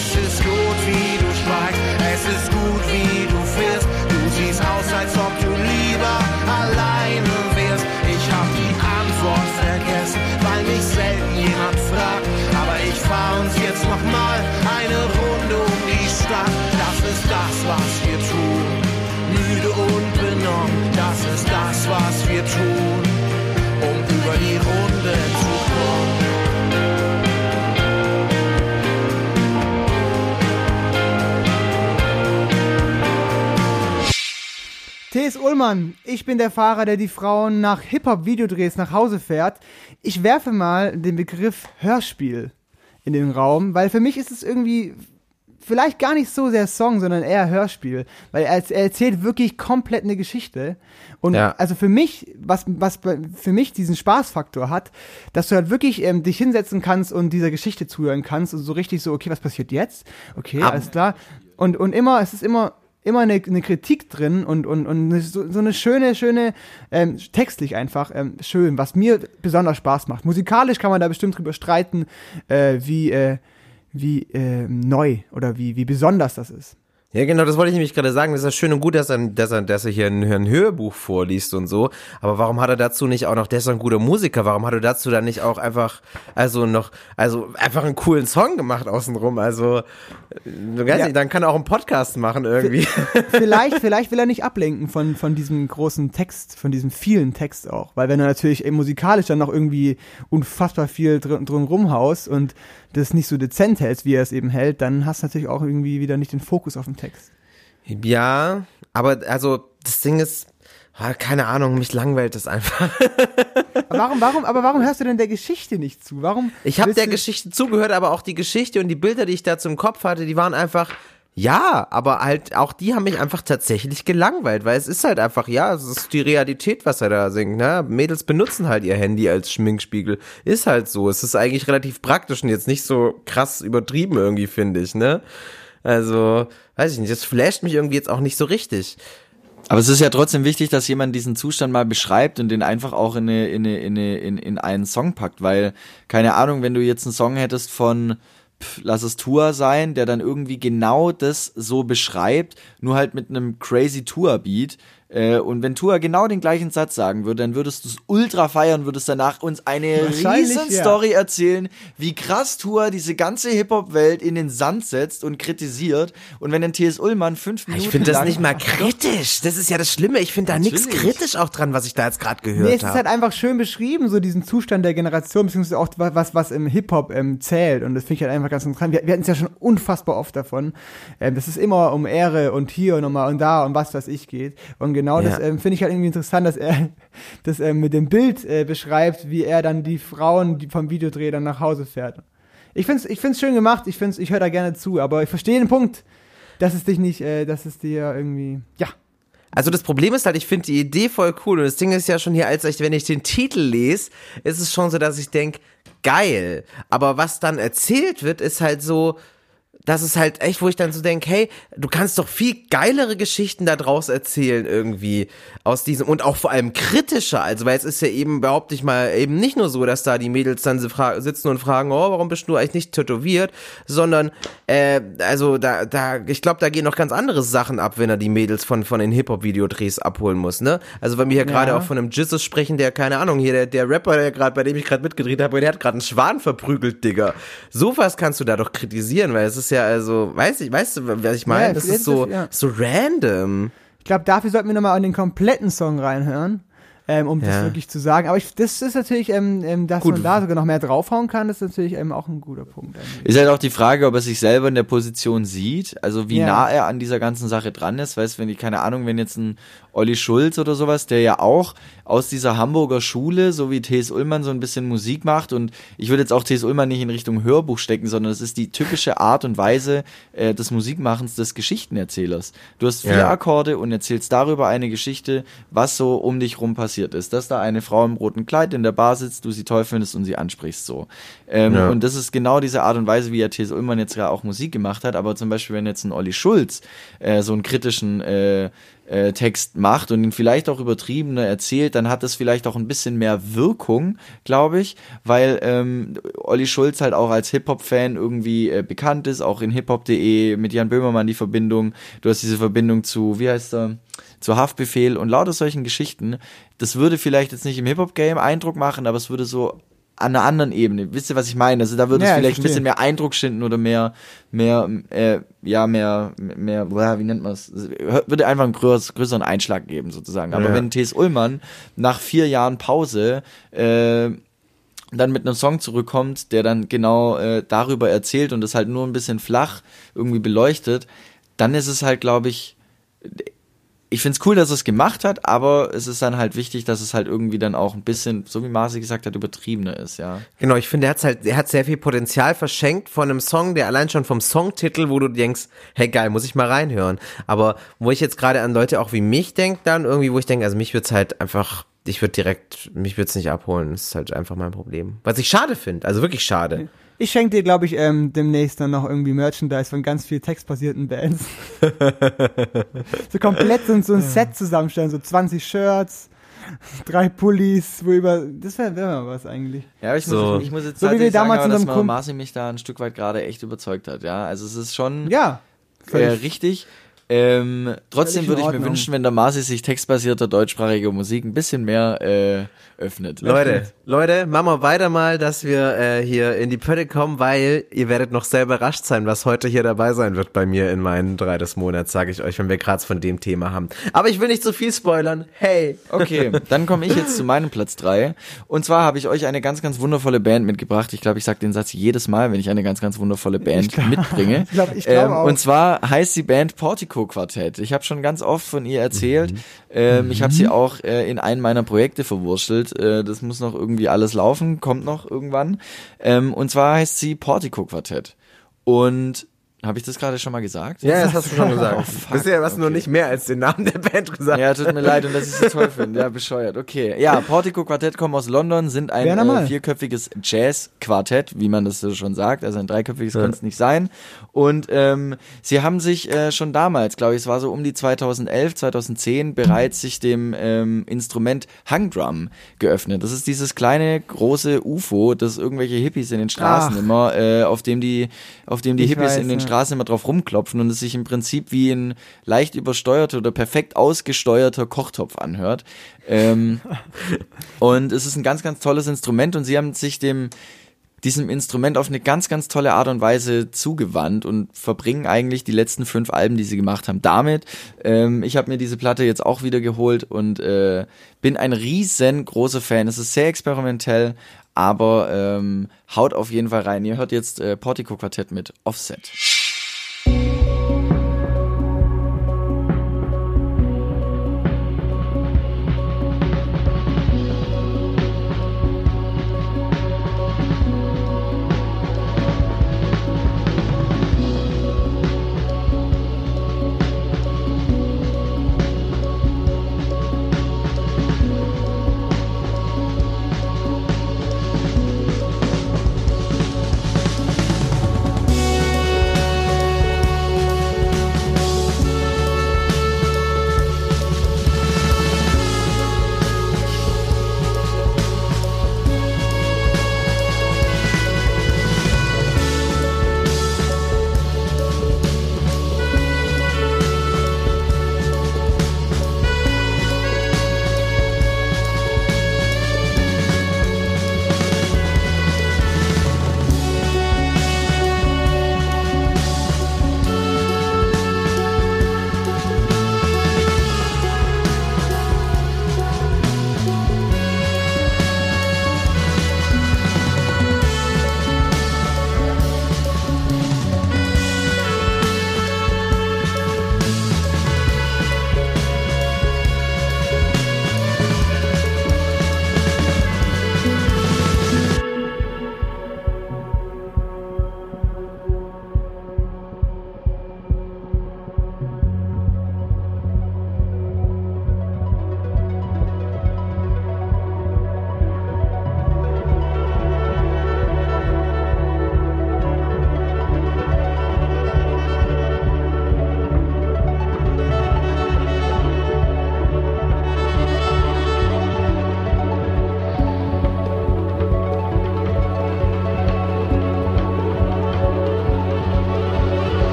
Es ist gut, wie du schweigst, es ist gut, wie du fährst. Du siehst aus, als ob du lieber alleine wärst. Ich hab die Antwort vergessen, weil mich selten jemand fragt. Aber ich fahr uns jetzt noch mal eine Runde um die Stadt. Das ist das, was wir tun, müde und benommen. Das ist das, was wir tun, um über die Runde zu kommen. T S. Ullmann, ich bin der Fahrer, der die Frauen nach Hip-Hop-Videodrehs nach Hause fährt. Ich werfe mal den Begriff Hörspiel in den Raum, weil für mich ist es irgendwie vielleicht gar nicht so sehr Song, sondern eher Hörspiel, weil er, er erzählt wirklich komplett eine Geschichte. Und ja. also für mich, was, was für mich diesen Spaßfaktor hat, dass du halt wirklich ähm, dich hinsetzen kannst und dieser Geschichte zuhören kannst und so richtig so, okay, was passiert jetzt? Okay, Ab- alles klar. Und, und immer, es ist immer immer eine, eine Kritik drin und, und, und so, so eine schöne, schöne, ähm, textlich einfach ähm, schön, was mir besonders Spaß macht. Musikalisch kann man da bestimmt drüber streiten, äh, wie, äh, wie äh, neu oder wie, wie besonders das ist. Ja, genau, das wollte ich nämlich gerade sagen. Das ist ja schön und gut, dass er, dass er, dass er hier ein, ein Hörbuch vorliest und so. Aber warum hat er dazu nicht auch noch, der ist doch ein guter Musiker, warum hat er dazu dann nicht auch einfach, also noch, also einfach einen coolen Song gemacht außenrum? Also, du weißt ja. nicht, dann kann er auch einen Podcast machen irgendwie. Vielleicht, vielleicht will er nicht ablenken von, von diesem großen Text, von diesem vielen Text auch. Weil wenn er natürlich eben musikalisch dann noch irgendwie unfassbar viel dr- drum rumhaust und das nicht so dezent hältst, wie er es eben hält, dann hast du natürlich auch irgendwie wieder nicht den Fokus auf den Text. Ja, aber also das Ding ist, keine Ahnung, mich langweilt das einfach. Aber warum, warum, aber warum hörst du denn der Geschichte nicht zu? Warum? Ich habe der Geschichte zugehört, aber auch die Geschichte und die Bilder, die ich da zum Kopf hatte, die waren einfach, ja, aber halt auch die haben mich einfach tatsächlich gelangweilt, weil es ist halt einfach, ja, es ist die Realität, was er da singt, ne? Mädels benutzen halt ihr Handy als Schminkspiegel, ist halt so. Es ist eigentlich relativ praktisch und jetzt nicht so krass übertrieben irgendwie, finde ich, ne? Also, weiß ich nicht, das flasht mich irgendwie jetzt auch nicht so richtig. Aber es ist ja trotzdem wichtig, dass jemand diesen Zustand mal beschreibt und den einfach auch in eine, in eine, in eine, in, in einen Song packt, weil, keine Ahnung, wenn du jetzt einen Song hättest von, pff, lass es Tour sein, der dann irgendwie genau das so beschreibt, nur halt mit einem crazy Tour-Beat, äh, und wenn Tour genau den gleichen Satz sagen würde, dann würdest du es ultra feiern, würdest danach uns eine riesen ja. Story erzählen, wie krass Tour diese ganze Hip-Hop-Welt in den Sand setzt und kritisiert. Und wenn dann T S. Ullmann fünf Minuten Ich finde das lang, nicht mal kritisch. Das ist ja das Schlimme. Ich finde da nichts kritisch auch dran, was ich da jetzt gerade gehört habe. Nee, es ist halt einfach schön beschrieben, so diesen Zustand der Generation, beziehungsweise auch was, was im Hip-Hop ähm, zählt. Und das finde ich halt einfach ganz interessant. Wir, wir hatten es ja schon unfassbar oft davon. Ähm, dass es immer um Ehre und hier und nochmal und da und was weiß ich geht. Und genau ja. das ähm, finde ich halt irgendwie interessant, dass er das ähm, mit dem Bild äh, beschreibt, wie er dann die Frauen die vom Videodreh dann nach Hause fährt. Ich finde es ich find's schön gemacht, ich, find's, ich höre da gerne zu, aber ich verstehe den Punkt, dass es dich nicht, äh, dass es dir irgendwie, ja. Also das Problem ist halt, ich finde die Idee voll cool und das Ding ist ja schon hier, als ich, wenn ich den Titel lese, ist es schon so, dass ich denke, geil, aber was dann erzählt wird, ist halt so, das ist halt echt, wo ich dann so denke, hey, du kannst doch viel geilere Geschichten da draus erzählen irgendwie aus diesem und auch vor allem kritischer, also weil es ist ja eben, behaupte ich mal, eben nicht nur so, dass da die Mädels dann sitzen und fragen, oh, warum bist du eigentlich nicht tätowiert, sondern äh, also da, da, ich glaube, da gehen noch ganz andere Sachen ab, wenn er die Mädels von von den Hip-Hop-Videodrehs abholen muss, ne? Also wenn wir hier ja. gerade auch von einem Jesus sprechen, der, keine Ahnung, hier der, der Rapper, der gerade, bei dem ich gerade mitgedreht habe, der hat gerade einen Schwan verprügelt, Digga. Sowas kannst du da doch kritisieren, weil es ist ja, also, weiß ich, weißt du, was ich meine? Ja, das ist so, ja. so random. Ich glaube, dafür sollten wir nochmal an den kompletten Song reinhören, ähm, um ja. das wirklich zu sagen. Aber ich, das ist natürlich, ähm, ähm, dass Gut. man da sogar noch mehr draufhauen kann, das ist natürlich ähm, auch ein guter Punkt. Eigentlich. Ist halt auch die Frage, ob er sich selber in der Position sieht, also wie ja. nah er an dieser ganzen Sache dran ist. Weißt du, wenn die, keine Ahnung, wenn jetzt ein Olli Schulz oder sowas, der ja auch aus dieser Hamburger Schule, so wie T S. Ullmann, so ein bisschen Musik macht, und ich würde jetzt auch T S. Ullmann nicht in Richtung Hörbuch stecken, sondern es ist die typische Art und Weise äh, des Musikmachens des Geschichtenerzählers. Du hast vier ja. Akkorde und erzählst darüber eine Geschichte, was so um dich rum passiert ist. Dass da eine Frau im roten Kleid in der Bar sitzt, du sie toll findest und sie ansprichst so. Ähm, ja. Und das ist genau diese Art und Weise, wie ja T S. Ullmann jetzt ja auch Musik gemacht hat, aber zum Beispiel, wenn jetzt ein Olli Schulz äh, so einen kritischen äh, äh, Text macht und ihn vielleicht auch übertriebener erzählt, dann hat das vielleicht auch ein bisschen mehr Wirkung, glaube ich, weil ähm, Olli Schulz halt auch als Hip-Hop-Fan irgendwie äh, bekannt ist, auch in hiphop punkt de, mit Jan Böhmermann die Verbindung, du hast diese Verbindung zu, wie heißt er, zu Haftbefehl und lauter solchen Geschichten. Das würde vielleicht jetzt nicht im Hip-Hop-Game Eindruck machen, aber es würde so an einer anderen Ebene, wisst ihr, was ich meine? Also da würde ja, es vielleicht ein bisschen mehr Eindruck schinden oder mehr, mehr, äh, ja, mehr, mehr, wie nennt man es? Würde einfach einen größ, größeren Einschlag geben, sozusagen. Aber ja. wenn T S. Ullmann nach vier Jahren Pause, äh, dann mit einem Song zurückkommt, der dann genau äh, darüber erzählt und das halt nur ein bisschen flach irgendwie beleuchtet, dann ist es halt, glaube ich, ich find's cool, dass er es gemacht hat, aber es ist dann halt wichtig, dass es halt irgendwie dann auch ein bisschen, so wie Marci gesagt hat, übertriebener ist, ja. Genau, ich finde, er hat's halt, er hat sehr viel Potenzial verschenkt von einem Song, der allein schon vom Songtitel, wo du denkst, hey geil, muss ich mal reinhören. Aber wo ich jetzt gerade an Leute auch wie mich denke, dann irgendwie, wo ich denke, also mich wird's halt einfach, ich würde direkt, mich wird's nicht abholen, das ist halt einfach mein Problem. Was ich schade finde, also wirklich schade. Ich schenke dir, glaube ich, ähm, demnächst dann noch irgendwie Merchandise von ganz viel textbasierten Bands. So komplett so, so ein Set zusammenstellen, so zwanzig Shirts, drei Pullis, wo über, das wäre wär mal was eigentlich. Ja, aber ich, so. muss, ich muss jetzt so tatsächlich wie wir damals sagen, aber, dass Kump- Marci mich da ein Stück weit gerade echt überzeugt hat, ja. Also es ist schon ja, äh, richtig. Ähm, trotzdem würde ich mir Ordnung. wünschen, wenn der Marci sich textbasierter deutschsprachiger Musik ein bisschen mehr äh, öffnet. Leute, Leute, machen wir weiter mal, dass wir äh, hier in die Pötte kommen, weil ihr werdet noch sehr überrascht sein, was heute hier dabei sein wird bei mir in meinen drei des Monats, sage ich euch, wenn wir gerade von dem Thema haben. Aber ich will nicht zu viel spoilern. Hey! Okay, dann komme ich jetzt zu meinem Platz drei. Und zwar habe ich euch eine ganz, ganz wundervolle Band mitgebracht. Ich glaube, ich sage den Satz jedes Mal, wenn ich eine ganz, ganz wundervolle Band glaub, mitbringe. Ich glaube ich glaub ähm, auch. Und zwar heißt die Band Portico Quartett. Ich habe schon ganz oft von ihr erzählt. Mhm. Ähm, ich habe sie auch äh, in einen meiner Projekte verwurschtelt. Äh, das muss noch irgendwie alles laufen, kommt noch irgendwann. Ähm, und zwar heißt sie Portico Quartett. Und habe ich das gerade schon mal gesagt? Ja, das hast du schon gesagt. Oh, fuck. Bisher hast du Okay. nur nicht mehr als den Namen der Band gesagt. Ja, tut mir leid und dass ich so toll finde. Ja, bescheuert. Okay. Ja, Portico Quartett kommen aus London, sind ein äh, vierköpfiges Jazz-Quartett, wie man das so schon sagt. Also ein dreiköpfiges ja. könnte es nicht sein. Und ähm, sie haben sich äh, schon damals, glaube ich, es war so um die zweitausendelf, zweitausendzehn, bereits sich dem ähm, Instrument Hangdrum geöffnet. Das ist dieses kleine, große U F O, das irgendwelche Hippies in den Straßen Ach. immer, äh, auf dem die, auf dem die Ich Hippies weiß, in den ja. Straßen immer drauf rumklopfen und es sich im Prinzip wie ein leicht übersteuerter oder perfekt ausgesteuerter Kochtopf anhört. Ähm, und es ist ein ganz, ganz tolles Instrument und sie haben sich dem diesem Instrument auf eine ganz, ganz tolle Art und Weise zugewandt und verbringen eigentlich die letzten fünf Alben, die sie gemacht haben, damit. Ähm, ich habe mir diese Platte jetzt auch wieder geholt und äh, bin ein riesengroßer Fan. Es ist sehr experimentell, aber ähm, haut auf jeden Fall rein. Ihr hört jetzt äh, Portico Quartett mit Offset.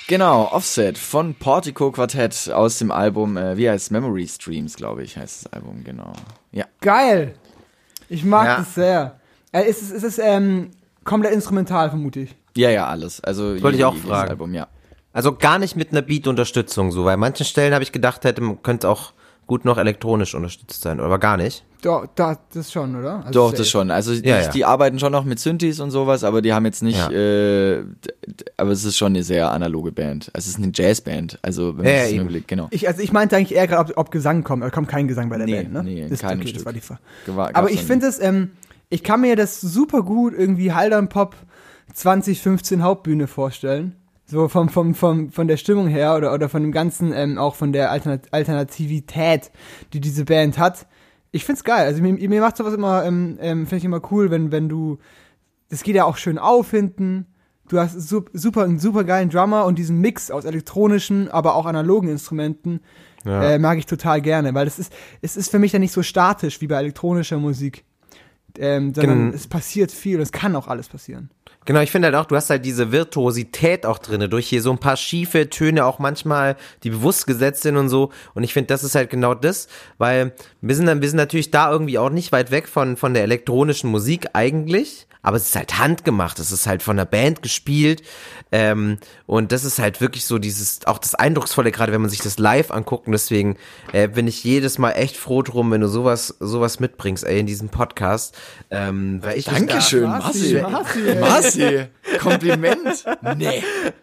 Genau, Offset von Portico Quartett aus dem Album, äh, wie heißt es? Memory Streams, glaube ich, heißt das Album, genau. Ja. Geil! Ich mag Ja. das sehr. Äh, ist es, ist es ähm, komplett instrumental, vermute ich. Ja, ja, alles. Also Wollte ich auch jedes fragen. Album, ja. Also gar nicht mit einer Beat-Unterstützung so, weil an manchen Stellen habe ich gedacht, hätte könnte auch gut noch elektronisch unterstützt sein, aber gar nicht. Doch, da, das schon, oder? Also Doch, safe. das schon. Also die, Ja, ja. die arbeiten schon noch mit Synthes und sowas, aber die haben jetzt nicht, Ja. äh, d- d- aber es ist schon eine sehr analoge Band. Also es ist eine Jazzband, also wenn man Ja, sich das eben. mal überlegt, genau. Ich, also ich meinte eigentlich eher gerade, ob, ob Gesang kommt. Da kommt kein Gesang bei der Nee, Band, ne? nee, in das, keinem okay, Stück. das war die Frage. Gewa- Aber gab's ich noch finde es, ähm, ich kann mir das super gut irgendwie Haldern Pop zwanzig fünfzehn Hauptbühne vorstellen. So vom, vom, vom, von der Stimmung her oder, oder von dem Ganzen, ähm, auch von der Alternat- Alternativität, die diese Band hat. Ich find's geil. Also mir, mir macht sowas immer, ähm, ähm, finde ich immer cool, wenn, wenn du, das geht ja auch schön auf hinten. Du hast sup, super, einen super geilen Drummer und diesen Mix aus elektronischen, aber auch analogen Instrumenten. Ja. Äh, mag ich total gerne, weil das ist, es ist für mich dann nicht so statisch wie bei elektronischer Musik. Ähm, sondern Gen- es passiert viel und es kann auch alles passieren. Genau, ich finde halt auch, du hast halt diese Virtuosität auch drinne, durch hier so ein paar schiefe Töne auch manchmal, die bewusst gesetzt sind und so. Und ich finde, das ist halt genau das, weil wir sind dann, wir sind natürlich da irgendwie auch nicht weit weg von, von der elektronischen Musik eigentlich. Aber es ist halt handgemacht, es ist halt von der Band gespielt, ähm, und das ist halt wirklich so dieses, auch das Eindrucksvolle, gerade wenn man sich das live anguckt, und deswegen äh, bin ich jedes Mal echt froh drum, wenn du sowas sowas mitbringst, ey, in diesem Podcast, ähm, weil ich Dankeschön, Marci, Marci. Marci, Marci, Kompliment. Nee.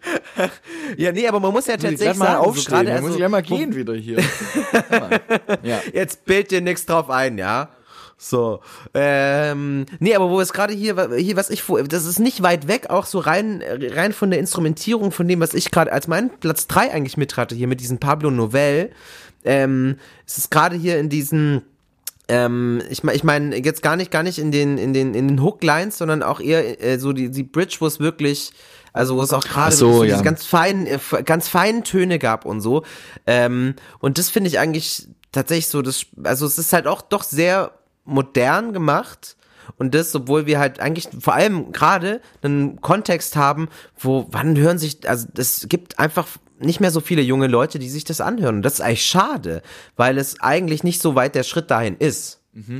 Ja, nee, aber man muss ja Muss ich tatsächlich grad mal sagen, so aufstehen, gerade, dann also, muss ich einmal gehen wieder hier. Ja. Jetzt bild dir nichts drauf ein, ja? So, ähm, nee, aber wo es gerade hier, hier, was ich vor, das ist nicht weit weg, auch so rein, rein von der Instrumentierung von dem, was ich gerade als meinen Platz drei eigentlich mit hatte, hier mit diesem Pablo Novell, ähm, es ist gerade hier in diesen, ähm, ich meine, ich meine jetzt gar nicht, gar nicht in den, in den, in den Hooklines, sondern auch eher äh, so die, die Bridge, wo es wirklich, also wo es auch gerade Ach so, so ja. diese ganz feinen, äh, ganz feinen Töne gab und so, ähm, und das finde ich eigentlich tatsächlich so, das, also es ist halt auch doch sehr modern gemacht, und das, obwohl wir halt eigentlich vor allem gerade einen Kontext haben, wo, wann hören sich, also es gibt einfach nicht mehr so viele junge Leute, die sich das anhören, und das ist eigentlich schade, weil es eigentlich nicht so weit der Schritt dahin ist.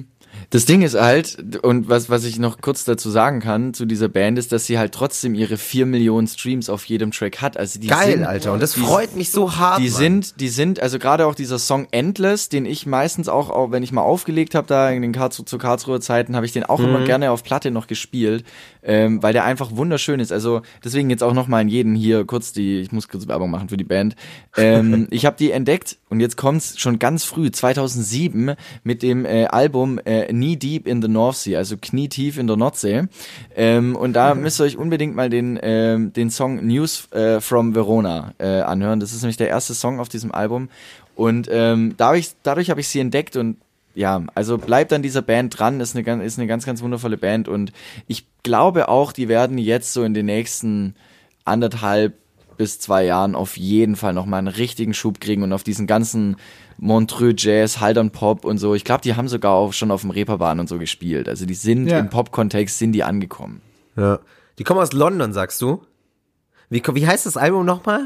Das Ding ist halt, und was, was ich noch kurz dazu sagen kann, zu dieser Band, ist, dass sie halt trotzdem ihre vier Millionen Streams auf jedem Track hat. Also die Geil, sind, Alter, und das die, freut mich so hart, Die Mann. sind, die sind, also gerade auch dieser Song Endless, den ich meistens auch, auch wenn ich mal aufgelegt habe, da in den Karlsruhe, zu Karlsruher Zeiten, habe ich den auch Mhm. immer gerne auf Platte noch gespielt, ähm, weil der einfach wunderschön ist. Also deswegen jetzt auch nochmal an jeden hier kurz die, ich muss kurz Werbung machen für die Band. Ähm, ich habe die entdeckt, und jetzt kommt's schon ganz früh, zweitausendsieben, mit dem äh, Album äh, Knee Deep in the North Sea, also knietief in der Nordsee. Ähm, und da müsst ihr euch unbedingt mal den, ähm, den Song News äh, from Verona äh, anhören. Das ist nämlich der erste Song auf diesem Album. Und ähm, dadurch, dadurch habe ich sie entdeckt, und ja, also bleibt an dieser Band dran, ist eine, ganz- ist eine ganz, ganz wundervolle Band, und ich glaube auch, die werden jetzt so in den nächsten anderthalb bis zwei Jahren auf jeden Fall nochmal einen richtigen Schub kriegen und auf diesen ganzen Montreux Jazz, Haldern Pop und so. Ich glaube, die haben sogar auch schon auf dem Reeperbahn und so gespielt. Also die sind Ja. im Pop-Kontext, sind die angekommen. Ja. Die kommen aus London, sagst du? Wie, wie heißt das Album nochmal?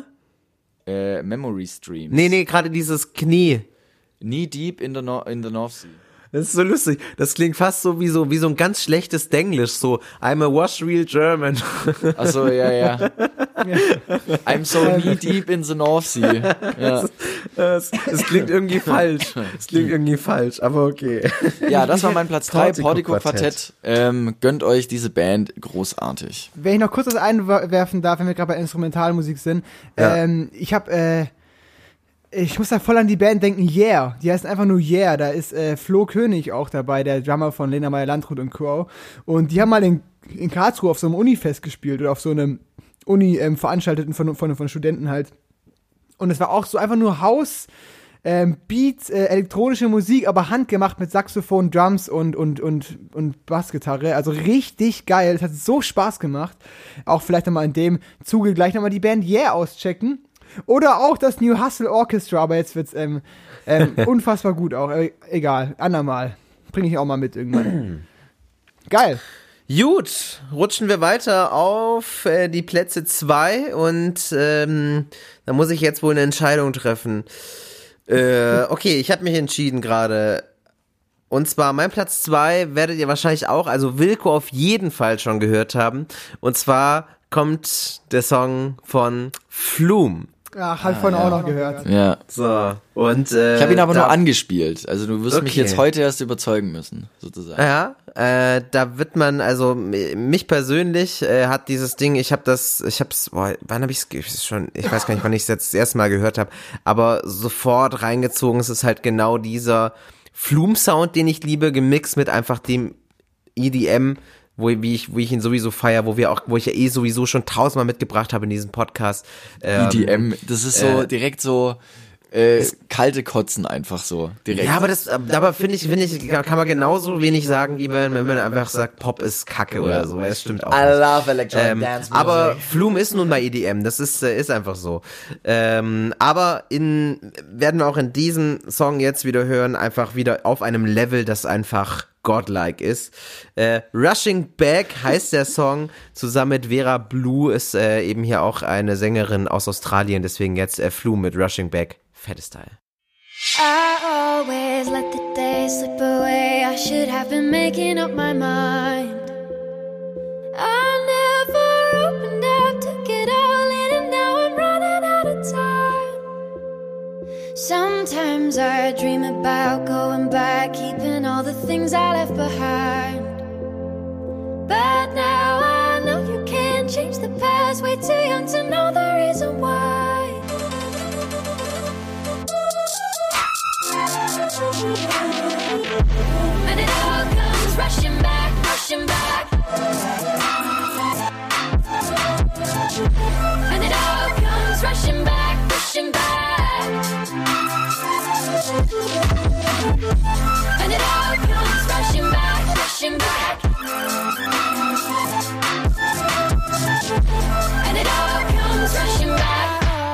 Äh, Memory Streams. Nee, nee, gerade dieses Knie. Knee Deep in the, Nor- in the North Sea. Das ist so lustig. Das klingt fast so wie so, wie so ein ganz schlechtes Denglisch, so I'm a wash real German. Achso, ja, ja. I'm so knee deep in the North Sea. Ja, Das, das klingt irgendwie falsch. Das klingt irgendwie falsch, aber okay. ja, das war mein Platz drei, Portico Portico Quartett. Quartett. Ähm, gönnt euch diese Band, großartig. Wenn ich noch kurz was einwerfen darf, wenn wir gerade bei Instrumentalmusik sind. Ja. Ähm, ich habe, äh, ich muss da voll an die Band denken, Yeah. Die heißt einfach nur Yeah. Da ist äh, Flo König auch dabei, der Drummer von Lena Meyer-Landrut und Co. Und die haben mal in, in Karlsruhe auf so einem Unifest gespielt oder auf so einem Uni ähm, veranstalteten von, von, von Studenten halt. Und es war auch so einfach nur Haus, ähm, Beats, äh, elektronische Musik, aber handgemacht mit Saxophon, Drums und, und, und, und Bassgitarre. Also richtig geil. Es hat so Spaß gemacht. Auch vielleicht nochmal in dem Zuge gleich nochmal die Band Yeah auschecken. Oder auch das New Hustle Orchestra, aber jetzt wird's ähm, ähm, unfassbar gut auch. Äh, egal, andermal. Bringe ich auch mal mit irgendwann. Geil. Gut, rutschen wir weiter auf äh, die Plätze zwei und ähm, da muss ich jetzt wohl eine Entscheidung treffen. Äh, okay, ich habe mich entschieden gerade. Und zwar mein Platz zwei werdet ihr wahrscheinlich auch, also Wilco auf jeden Fall schon gehört haben. Und zwar kommt der Song von Flume. Ach, hab ich vorhin auch noch gehört. Ja. So, und äh, Ich habe ihn aber da, nur angespielt. Also du wirst Okay. mich jetzt heute erst überzeugen müssen, sozusagen. Ja, äh, da wird man, also m- mich persönlich äh, hat dieses Ding, ich habe das, ich hab's, boah, wann habe ich es schon, ich weiß gar nicht, wann ich es jetzt das erste Mal gehört habe, aber sofort reingezogen, es ist halt genau dieser Flume-Sound, den ich liebe, gemixt mit einfach dem E D M, wo, wie ich, wo ich ihn sowieso feier, wo wir auch, wo ich ja eh sowieso schon tausendmal mitgebracht habe in diesem Podcast. Ähm, E D M, das ist so äh, direkt so äh, kalte Kotzen einfach so. Direkt. Ja, aber das, aber finde ich, finde ich, kann man genauso wenig sagen, wie wenn, wenn man einfach sagt, Pop ist Kacke oder so. Das stimmt auch I nicht. love electronic Ähm, dance music. aber Flume ist nun mal E D M, das ist äh, ist einfach so. Ähm, aber in werden wir auch in diesem Song jetzt wieder hören, einfach wieder auf einem Level, das einfach godlike ist. Äh, Rushing Back heißt der Song, zusammen mit Vera Blue ist äh, eben hier auch eine Sängerin aus Australien, deswegen jetzt äh, Flume mit Rushing Back, fette Style. I always let the day slip away. I should have been making up my mind. I never opened up, took it all in, and now I'm running out of time. Sometimes I dream about going back, keeping all the things I left behind. But now I know you can't change the past, way too young to know the reason why. And it all comes rushing back, rushing back. And it all comes rushing back, rushing back. And it all comes rushing back, rushing back. And it all comes rushing back.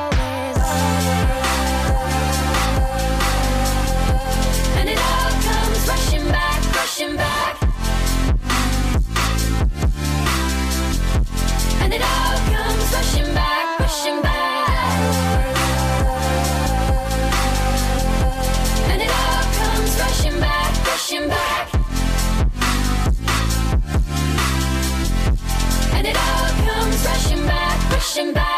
And it all comes rushing back, rushing back. And it all comes rushing back, rushing back. And it all comes rushing back, rushing back. And it all comes rushing back, rushing back.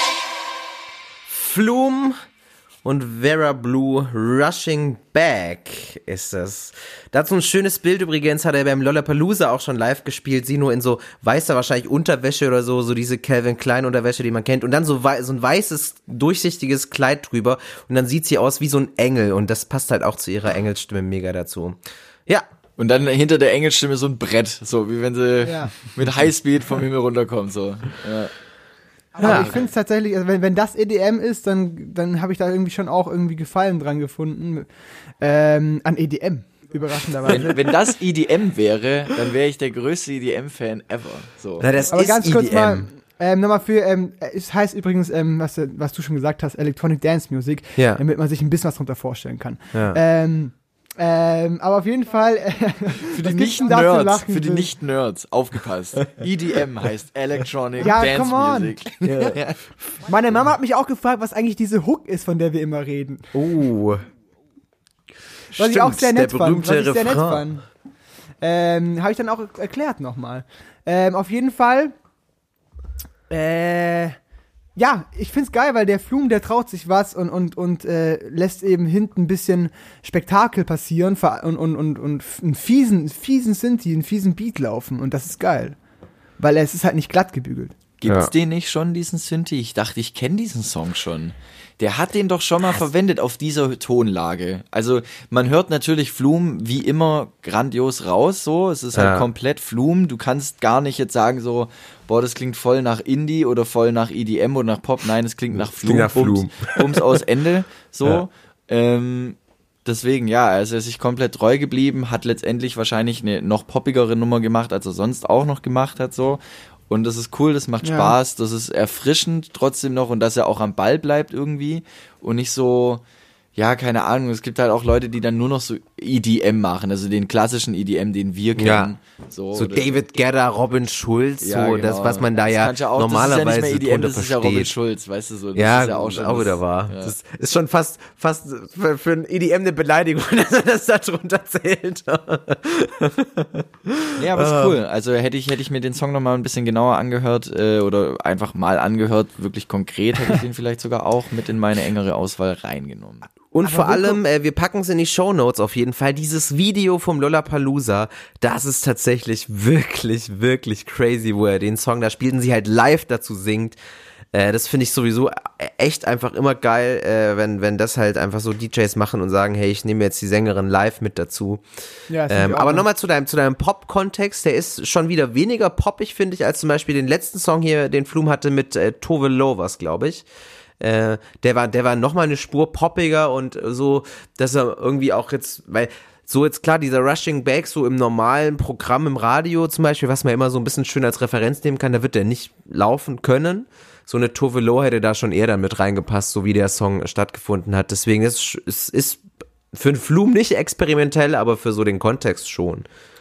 Flume und Vera Blue, Rushing Back ist es. Dazu ein schönes Bild übrigens, hat er beim Lollapalooza auch schon live gespielt, sie nur in so weißer wahrscheinlich Unterwäsche oder so, so diese Calvin Klein Unterwäsche, die man kennt, und dann so, wei- so ein weißes, durchsichtiges Kleid drüber und dann sieht sie aus wie so ein Engel und das passt halt auch zu ihrer Engelsstimme mega dazu. Ja. Und dann hinter der Engelsstimme so ein Brett, so wie wenn sie Ja. mit Highspeed vom Himmel runterkommt, so. Ja. Aber Ja. ich finde es tatsächlich, also wenn, wenn das E D M ist, dann, dann habe ich da irgendwie schon auch irgendwie Gefallen dran gefunden. Ähm, an E D M, überraschenderweise. Wenn, wenn das E D M wäre, dann wäre ich der größte E D M-Fan ever. So. Na, das Aber ist ganz E D M. kurz mal, ähm, nochmal für, ähm, es heißt übrigens, ähm, was, du- was du schon gesagt hast, Electronic Dance Music, Ja. damit man sich ein bisschen was drunter vorstellen kann. Ja. Ähm, ähm, aber auf jeden Fall, äh, Für die was gibt's denn da zu Nicht-Nerds, lachen? für die Nicht-Nerds, aufgepasst. E D M heißt Electronic Ja, Dance come on. Music. Ja. Meine Mama hat mich auch gefragt, was eigentlich diese Hook ist, von der wir immer reden. Oh. Was ich auch sehr nett der fand. Was berühmte ich sehr nett Refrain. fand. Ähm, habe ich dann auch erklärt nochmal. Ähm, auf jeden Fall, äh, ja, ich find's geil, weil der Flume, der traut sich was und, und, und äh, lässt eben hinten ein bisschen Spektakel passieren ver- und, und, und, und einen fiesen, fiesen Synthi, einen fiesen Beat laufen und das ist geil. Weil es ist halt nicht glatt gebügelt. Gibt's Ja. den nicht schon, diesen Synthi? Ich dachte, ich kenne diesen Song schon. Der hat den doch schon mal verwendet auf dieser Tonlage. Also man hört natürlich Flume wie immer grandios raus, so. Es ist halt Ja. komplett Flume. Du kannst gar nicht jetzt sagen so, boah, das klingt voll nach Indie oder voll nach E D M oder nach Pop. Nein, es klingt nach Flume. klingt nach Bums, Flume. Bums aus Ende, so. Ja. Ähm, deswegen, ja, also er ist sich komplett treu geblieben, hat letztendlich wahrscheinlich eine noch poppigere Nummer gemacht, als er sonst auch noch gemacht hat, so. Und das ist cool, das macht Ja. Spaß, das ist erfrischend trotzdem noch und dass er auch am Ball bleibt irgendwie und nicht so, ja, keine Ahnung, es gibt halt auch Leute, die dann nur noch so E D M machen, also den klassischen E D M, den wir kennen. Ja. So, so David Guetta, Robin Schulz, ja, so genau. das, was man da ja, ja auch, normalerweise das ist ja nicht mehr E D M, drunter das ist ja versteht. Robin Schulz, weißt du so. Das ja, ist ja auch schon auch das, wieder wahr. Ja. Das ist schon fast, fast für, für ein E D M eine Beleidigung, dass er das da drunter zählt. Ja, aber ist cool. Also hätte ich, hätte ich mir den Song nochmal ein bisschen genauer angehört äh, oder einfach mal angehört, wirklich konkret, hätte ich den vielleicht sogar auch mit in meine engere Auswahl reingenommen. Und Aber vor wo allem, äh, wir packen es in die Shownotes auf jeden Fall, dieses Video vom Lollapalooza, das ist tatsächlich wirklich, wirklich crazy, wo er den Song, da spielten sie halt live dazu singt. Äh, das finde ich sowieso echt einfach immer geil, äh, wenn, wenn das halt einfach so D Js machen und sagen, hey, ich nehme jetzt die Sängerin live mit dazu. Ja, ähm, aber nochmal zu deinem, zu deinem Pop-Kontext, der ist schon wieder weniger poppig, finde ich, als zum Beispiel den letzten Song hier, den Flume hatte mit äh, Tove Lo, was glaube ich. Äh, der war, der war nochmal eine Spur poppiger und so, dass er irgendwie auch jetzt, weil so jetzt klar, dieser Rushing Back so im normalen Programm im Radio zum Beispiel, was man immer so ein bisschen schön als Referenz nehmen kann, da wird der nicht laufen können. So eine Tove Lo hätte da schon eher dann mit reingepasst, so wie der Song stattgefunden hat. Deswegen ist es ist für den Flume nicht experimentell, aber für so den Kontext schon.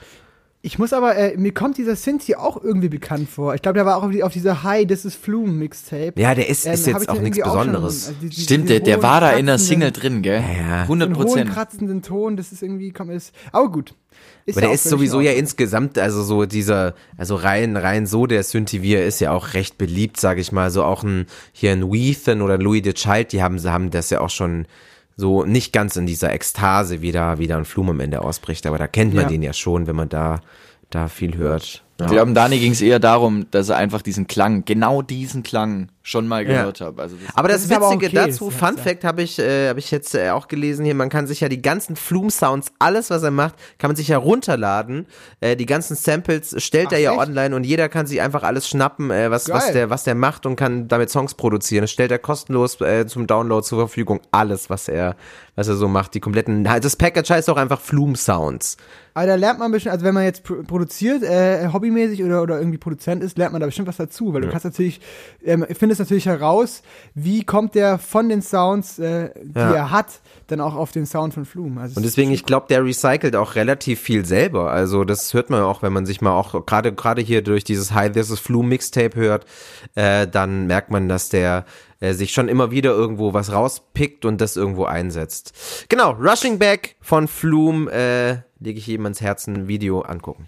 Ich muss aber, äh, mir kommt dieser Synth hier auch irgendwie bekannt vor. Ich glaube, der war auch auf, die, auf dieser Hi, This is Flume Mixtape. Ja, der ist, ist ähm, jetzt auch nichts Besonderes. Schon, also die, die, Stimmt, der, der war da in der Single drin, gell? Ja, ja. hundert Den hohen, Prozent. kratzenden Ton, das ist irgendwie, komm, ist, aber gut. Ist Aber ja der auch ist völlig sowieso in ja Ordnung. insgesamt, also so dieser, also rein, rein so der Synthi, wie er ist, ja auch recht beliebt, sage ich mal. So auch ein, hier ein Weathen oder Louis the Child, die haben, sie haben das ja auch schon so nicht ganz in dieser Ekstase, wie da, wie da ein Flume am Ende ausbricht. Aber da kennt man Ja. den ja schon, wenn man da, da viel hört. Ich glaube, Dani ging es eher darum, dass er einfach diesen Klang, genau diesen Klang schon mal gehört hat. Also das Aber das, Das ist aber Witzige okay, dazu, das ist Fun ja- Fact, habe ich, äh, hab ich jetzt äh, auch gelesen hier, man kann sich ja die ganzen Flume-Sounds, alles was er macht, kann man sich ja runterladen. Äh, die ganzen Samples stellt Ach, er ja echt? online und jeder kann sich einfach alles schnappen, äh, was, was, Geil. der, was der macht und kann damit Songs produzieren. Das stellt er kostenlos äh, zum Download zur Verfügung. Alles, was er, was er so macht. Die kompletten, das Package heißt auch einfach Flume-Sounds. Aber da lernt man bestimmt, also wenn man jetzt pro- produziert, äh, hobbymäßig oder, oder irgendwie Produzent ist, lernt man da bestimmt was dazu, weil du kannst natürlich, ähm, findest natürlich heraus, wie kommt der von den Sounds, äh, die Ja. er hat, dann auch auf den Sound von Flume. Also Und deswegen, ich glaube, der recycelt auch relativ viel selber. Also das hört man auch, wenn man sich mal auch gerade gerade hier durch dieses Hi, This is Flume Mixtape hört, äh, dann merkt man, dass der äh, sich schon immer wieder irgendwo was rauspickt und das irgendwo einsetzt. Genau, Rushing Back von Flume, äh, lege ich jedem ans Herzen, Video angucken.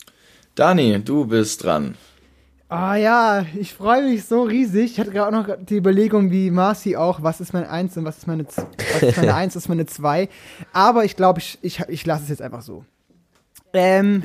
Dani, du bist dran. Ah ja, ich freue mich so riesig. Ich hatte gerade auch noch die Überlegung, wie Marcy auch, was ist mein Eins und was ist meine, Z- was ist meine Eins, was ist meine Zwei. Aber ich glaube, ich, ich, ich lasse es jetzt einfach so. Ähm,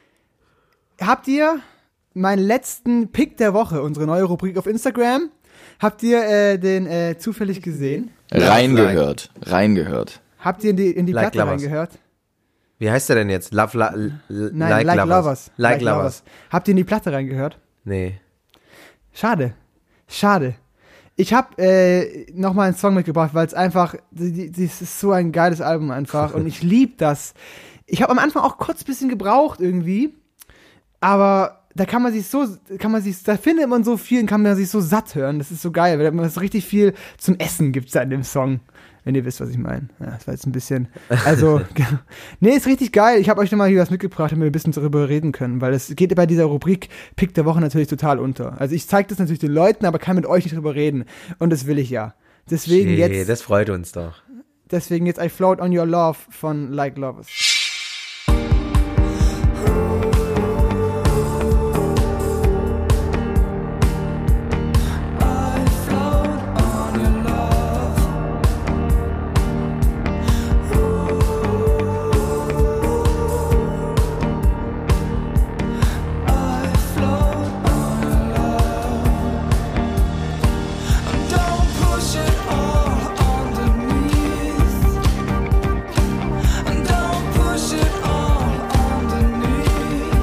habt ihr meinen letzten Pick der Woche, unsere neue Rubrik auf Instagram, habt ihr äh, den äh, zufällig gesehen? Reingehört, reingehört. Habt ihr in die, in die Like Platte Lovers. reingehört? Wie heißt der denn jetzt? Love, la, l, Nein, Like, Lovers. Like, Lovers. Habt ihr in die Platte reingehört? Nee. Schade. Schade. Ich habe äh, nochmal einen Song mitgebracht, weil es einfach, das ist so ein geiles Album einfach und ich liebe das. Ich habe am Anfang auch kurz ein bisschen gebraucht irgendwie, aber da kann man sich so, kann man sich, da findet man so viel und kann man sich so satt hören. Das ist so geil, weil man so richtig viel zum Essen gibt's da in dem Song. Wenn ihr wisst, was ich meine. Ja, das war jetzt ein bisschen, also, nee, ist richtig geil. Ich habe euch nochmal hier was mitgebracht, damit wir ein bisschen darüber reden können, weil es geht bei dieser Rubrik Pick der Woche natürlich total unter. Also ich zeige das natürlich den Leuten, aber kann mit euch nicht drüber reden. Und das will ich ja. Deswegen Nee, jetzt, das freut uns doch. deswegen jetzt I Float on Your Love von Like Lovers. Don't push it all underneath. Don't push it all underneath.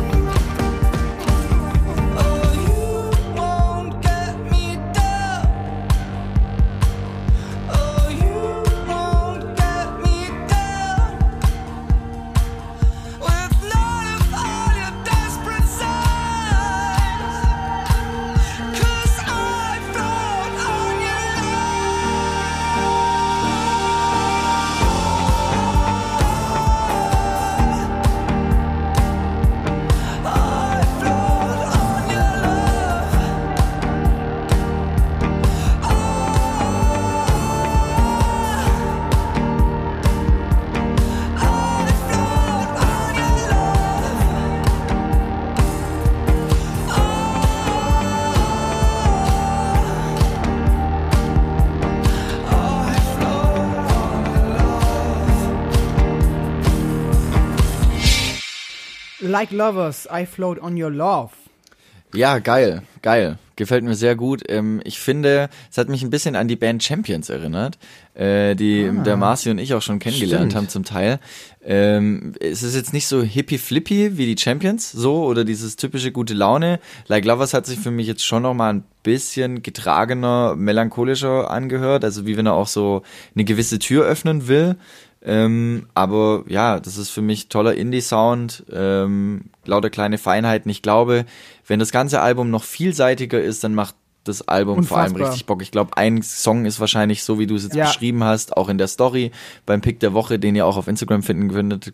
Like Lovers, I Float on Your Love. Ja, geil, geil. Gefällt mir sehr gut. Ähm, ich finde, es hat mich ein bisschen an die Band Champions erinnert, äh, die ah, der Marci und ich auch schon kennengelernt stimmt. haben zum Teil. Ähm, es ist jetzt nicht so hippie-flippy wie die Champions, so, oder dieses typische gute Laune. Like Lovers hat sich für mich jetzt schon noch mal ein bisschen getragener, melancholischer angehört, also wie wenn er auch so eine gewisse Tür öffnen will. Ähm, aber ja, das ist für mich toller Indie-Sound, ähm, lauter kleine Feinheiten. Ich glaube, wenn das ganze Album noch vielseitiger ist, dann macht das Album Unfassbar. vor allem richtig Bock. Ich glaube, ein Song ist wahrscheinlich so, wie du es jetzt ja. beschrieben hast, auch in der Story beim Pick der Woche, den ihr auch auf Instagram finden könnt.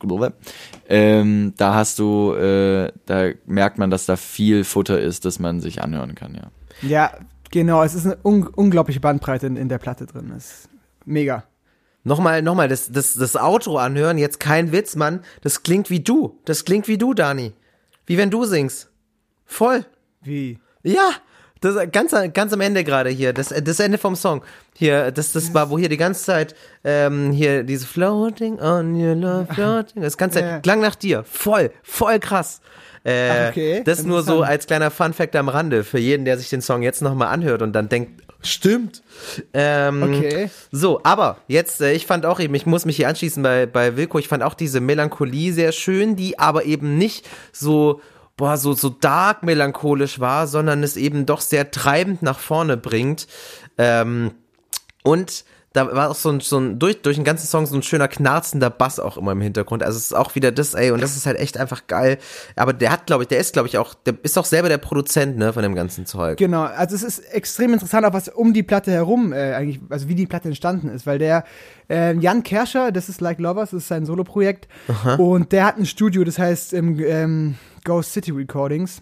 Ähm, da hast du, äh, da merkt man, dass da viel Futter ist, das man sich anhören kann, ja. Ja, genau. Es ist eine un- unglaubliche Bandbreite in, in der Platte drin. Das ist mega. Nochmal, nochmal, das, das, das Outro anhören, jetzt kein Witz, Mann, das klingt wie du, das klingt wie du, Dani. Wie wenn du singst. Voll. Wie? Ja, das ganz, ganz am Ende gerade hier, das, das Ende vom Song. Hier, das, das war, wo hier die ganze Zeit, ähm, hier, diese Floating on your love, floating, das ganze Zeit, klang nach dir. Voll, voll krass. Äh, okay, das nur so als kleiner Funfact am Rande für jeden, der sich den Song jetzt nochmal anhört und dann denkt, stimmt. Ähm, okay. So, aber jetzt, äh, ich fand auch eben, ich muss mich hier anschließen bei, bei Wilko, ich fand auch diese Melancholie sehr schön, die aber eben nicht so, boah, so, so dark melancholisch war, sondern es eben doch sehr treibend nach vorne bringt. Ähm, und da war auch so ein, so ein durch, durch den ganzen Song so ein schöner knarzender Bass auch immer im Hintergrund. Also es ist auch wieder das, ey, und das ist halt echt einfach geil. Aber der hat, glaube ich, der ist, glaube ich, auch, der ist auch selber der Produzent, ne, von dem ganzen Zeug. Genau, also es ist extrem interessant, auch was um die Platte herum, äh, eigentlich, also wie die Platte entstanden ist, weil der äh, Jan Kerscher, das ist Like Lovers, das ist sein Soloprojekt, Aha. und der hat ein Studio, das heißt ähm, ähm, Ghost City Recordings,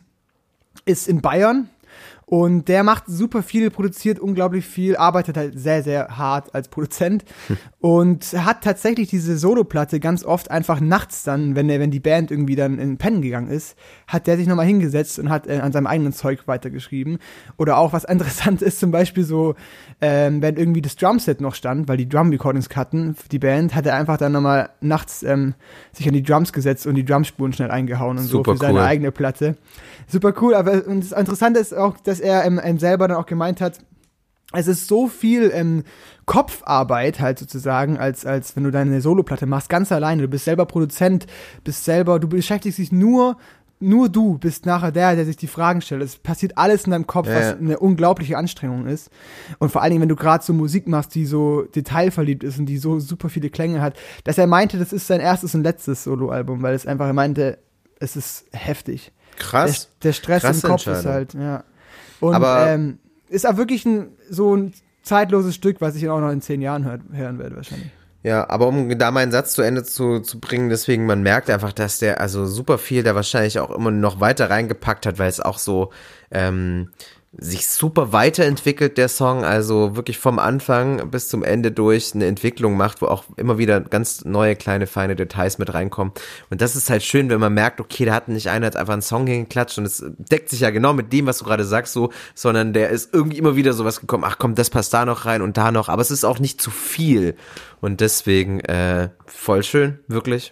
ist in Bayern. Und der macht super viel, produziert unglaublich viel, arbeitet halt sehr, sehr hart als Produzent hm. und hat tatsächlich diese Soloplatte ganz oft einfach nachts dann, wenn der, wenn die Band irgendwie dann in Pennen gegangen ist, hat der sich nochmal hingesetzt und hat äh, an seinem eigenen Zeug weitergeschrieben. Oder auch was interessant ist, zum Beispiel so, ähm, wenn irgendwie das Drumset noch stand, weil die Drum-Recordings hatten, die Band, hat er einfach dann nochmal nachts ähm, sich an die Drums gesetzt und die Drumspuren schnell eingehauen und super so für seine cool. eigene Platte. Super cool, aber und das Interessante ist auch, dass er ähm, ähm, selber dann auch gemeint hat, es ist so viel ähm, Kopfarbeit halt sozusagen, als, als wenn du deine Soloplatte machst, ganz alleine, du bist selber Produzent, bist selber, du beschäftigst dich nur, nur du bist nachher der, der sich die Fragen stellt. Es passiert alles in deinem Kopf, ja. was eine unglaubliche Anstrengung ist. Und vor allen Dingen, wenn du gerade so Musik machst, die so detailverliebt ist und die so super viele Klänge hat, dass er meinte, das ist sein erstes und letztes Soloalbum, weil es einfach, er meinte, es ist heftig. Krass. Der, der Stress Krass im Kopf ist halt, ja. Und aber ähm, ist auch wirklich ein, so ein zeitloses Stück, was ich auch noch in zehn Jahren hör, hören werde wahrscheinlich. Ja, aber um da meinen Satz zu Ende zu, zu bringen, deswegen, man merkt einfach, dass der also super viel da wahrscheinlich auch immer noch weiter reingepackt hat, weil es auch so ähm, sich super weiterentwickelt, der Song, also wirklich vom Anfang bis zum Ende durch eine Entwicklung macht, wo auch immer wieder ganz neue, kleine, feine Details mit reinkommen. Und das ist halt schön, wenn man merkt, okay, da hat nicht einer jetzt einfach einen Song hingeklatscht und es deckt sich ja genau mit dem, was du gerade sagst, so, sondern der ist irgendwie immer wieder sowas gekommen, ach komm, das passt da noch rein und da noch, aber es ist auch nicht zu viel. Und deswegen, äh, voll schön, wirklich.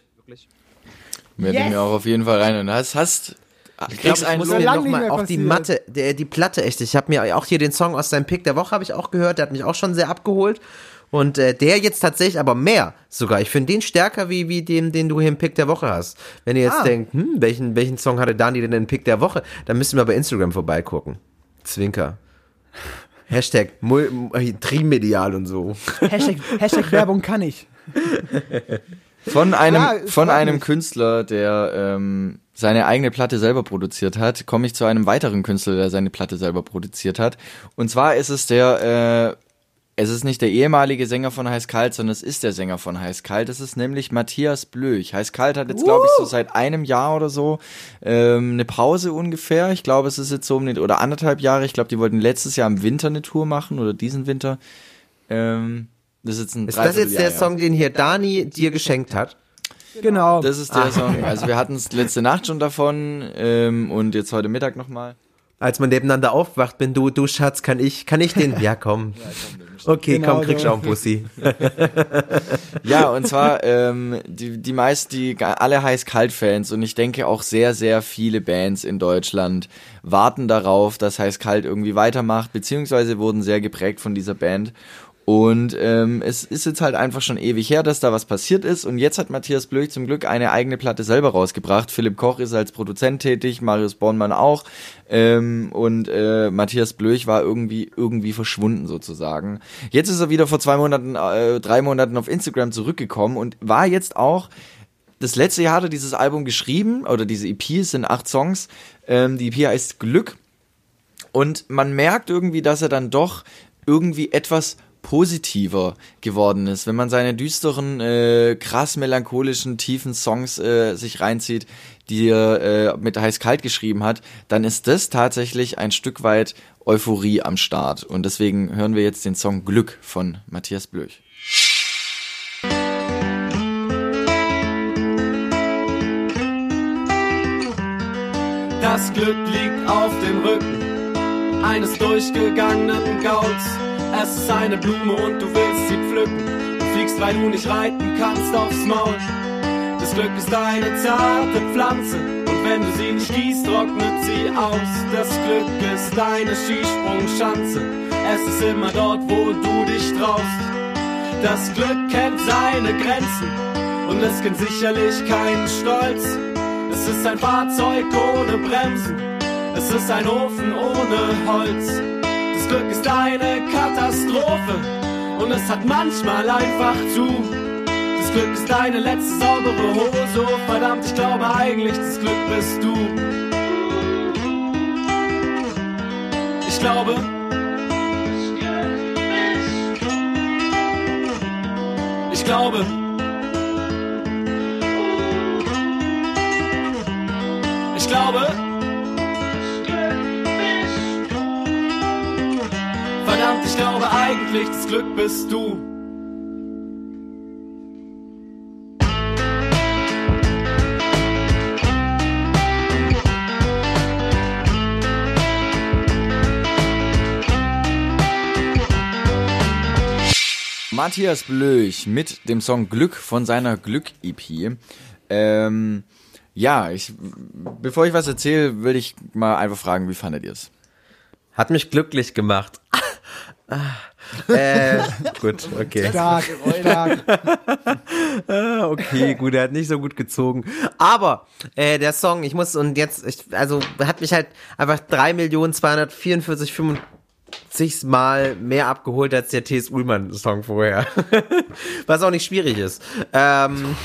Werde yes. ich mir auch auf jeden Fall rein. Und hast, hast Ich glaube, ich muss mir nochmal auch die Matte, der, die Platte echt, ich habe mir auch hier den Song aus seinem Pick der Woche habe ich auch gehört, der hat mich auch schon sehr abgeholt und äh, der jetzt tatsächlich aber mehr sogar, ich finde den stärker wie wie den, den du hier im Pick der Woche hast. Wenn ihr jetzt ah. denkt, hm, welchen, welchen Song hatte Dani denn im Pick der Woche, dann müssen wir bei Instagram vorbeigucken. Zwinker. Hashtag trimedial und so. Hashtag, Hashtag Werbung kann ich. Von einem, ja, von einem Künstler, der ähm, seine eigene Platte selber produziert hat, komme ich zu einem weiteren Künstler, der seine Platte selber produziert hat. Und zwar ist es der, äh, es ist nicht der ehemalige Sänger von Heiß Kalt, sondern es ist der Sänger von Heiß Kalt. Es ist nämlich Matthias Blöch. Heiß Kalt hat jetzt, glaube ich, so seit einem Jahr oder so ähm, eine Pause ungefähr. Ich glaube, es ist jetzt so um den, oder anderthalb Jahre. Ich glaube, die wollten letztes Jahr im Winter eine Tour machen oder diesen Winter. Ähm, Das ist, jetzt ein ist das jetzt der Song, den hier Dani dir geschenkt hat? Genau. Das ist der ah. Song. Also wir hatten es letzte Nacht schon davon ähm, und jetzt heute Mittag nochmal. Als man nebeneinander aufwacht, bin du, du Schatz, kann ich, kann ich den? Ja, komm. Ja, komm, Okay, Genau komm, kriegst so. auch einen Pussy. Ja, und zwar ähm, die, die meist, die alle Heiß-Kalt-Fans und ich denke auch sehr, sehr viele Bands in Deutschland warten darauf, dass Heiß-Kalt irgendwie weitermacht, beziehungsweise wurden sehr geprägt von dieser Band. Und ähm, es ist jetzt halt einfach schon ewig her, dass da was passiert ist und jetzt hat Matthias Blöch zum Glück eine eigene Platte selber rausgebracht. Philipp Koch ist als Produzent tätig, Marius Bornmann auch ähm, und äh, Matthias Blöch war irgendwie irgendwie verschwunden sozusagen. Jetzt ist er wieder vor zwei Monaten, äh, drei Monaten auf Instagram zurückgekommen und war jetzt auch, das letzte Jahr hat er dieses Album geschrieben oder diese E P, es sind acht Songs, ähm, die E P heißt Glück und man merkt irgendwie, dass er dann doch irgendwie etwas positiver geworden ist. Wenn man seine düsteren, äh, krass melancholischen, tiefen Songs äh, sich reinzieht, die er äh, mit Heiß-Kalt geschrieben hat, dann ist das tatsächlich ein Stück weit Euphorie am Start. Und deswegen hören wir jetzt den Song Glück von Matthias Blöch. Das Glück liegt auf dem Rücken eines durchgegangenen Gauls. Es ist eine Blume und du willst sie pflücken. Du fliegst, weil du nicht reiten kannst aufs Maul. Das Glück ist eine zarte Pflanze und wenn du sie nicht gießt, trocknet sie aus. Das Glück ist deine Skisprungschanze. Es ist immer dort, wo du dich traust. Das Glück kennt seine Grenzen und es kennt sicherlich keinen Stolz. Es ist ein Fahrzeug ohne Bremsen. Es ist ein Ofen ohne Holz. Das Glück ist eine Katastrophe und es hat manchmal einfach zu. Das Glück ist deine letzte saubere Hose. Oh, verdammt, ich glaube eigentlich, das Glück bist du. Ich glaube, ich glaube, ich glaube, verdammt, ich glaube eigentlich, das Glück bist du. Matthias Blöch mit dem Song Glück von seiner Glück-E P. Ähm, ja, ich, bevor ich was erzähle, will ich mal einfach fragen, wie fandet ihr es? Hat mich glücklich gemacht. äh, gut, okay. Stark, stark. Ah, okay, gut, er hat nicht so gut gezogen. Aber äh, der Song, ich muss und jetzt, ich, also hat mich halt einfach drei Millionen zweihundertvierundvierzigtausendfünfundfünfzig Mal mehr abgeholt als der T S. Ullmann-Song vorher. Was auch nicht schwierig ist. Ähm,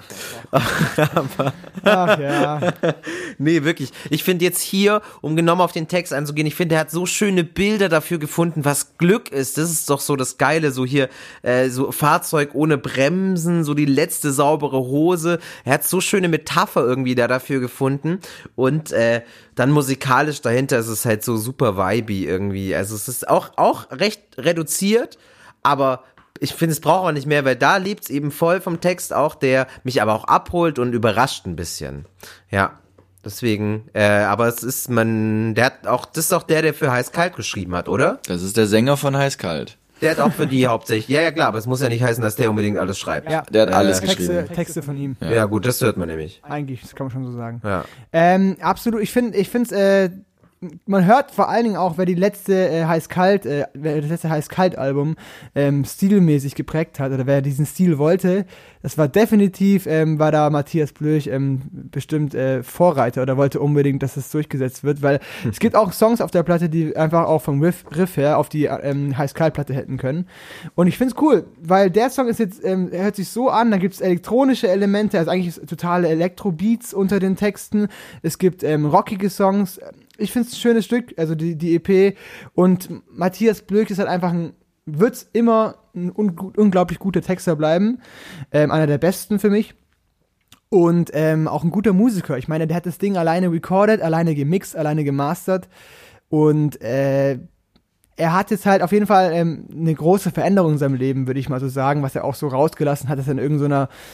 aber Ach ja. nee, wirklich. Ich finde jetzt hier, um genommen auf den Text einzugehen, ich finde, er hat so schöne Bilder dafür gefunden, was Glück ist. Das ist doch so das Geile, so hier, äh, so Fahrzeug ohne Bremsen, so die letzte saubere Hose. Er hat so schöne Metapher irgendwie da dafür gefunden und äh, dann musikalisch dahinter ist es halt so super vibey irgendwie. Also es ist auch, auch recht reduziert, aber ich finde, es braucht auch nicht mehr, weil da lebt es eben voll vom Text auch, der mich aber auch abholt und überrascht ein bisschen. Ja, deswegen, äh, aber es ist, man, der hat auch, das ist auch der, der für Heiß-Kalt geschrieben hat, oder? Das ist der Sänger von Heiß-Kalt. Der hat auch für die hauptsächlich, ja, ja klar, aber es muss ja nicht heißen, dass der unbedingt alles schreibt. Ja. Der hat alles Äh, geschrieben. Texte, Texte von ihm. Ja. ja gut, das hört man nämlich. Eigentlich, das kann man schon so sagen. Ja. Ähm, absolut, ich finde, ich finde es, äh, man hört vor allen Dingen auch, wer die letzte äh, Heiß-Kalt, äh, wer das letzte Heiß-Kalt-Album ähm, stilmäßig geprägt hat oder wer diesen Stil wollte, das war definitiv, ähm, war da Matthias Blöch ähm, bestimmt äh, Vorreiter oder wollte unbedingt, dass es durchgesetzt wird, weil hm. es gibt auch Songs auf der Platte, die einfach auch vom Riff, Riff her auf die ähm, Heiß-Kalt-Platte hätten können. Und ich find's cool, weil der Song ist jetzt, ähm, er hört sich so an, da gibt's elektronische Elemente, also eigentlich ist totale Elektro-Beats unter den Texten, es gibt ähm, rockige Songs. Ich finde es ein schönes Stück, also die, die E P. Und Matthias Blöch ist halt einfach ein, wird's immer ein un- unglaublich guter Texter bleiben. Ähm, einer der besten für mich. Und ähm, auch ein guter Musiker. Ich meine, der hat das Ding alleine recorded, alleine gemixt, alleine gemastert. Und äh, er hat jetzt halt auf jeden Fall ähm, eine große Veränderung in seinem Leben, würde ich mal so sagen, was er auch so rausgelassen hat, dass er in irgendeiner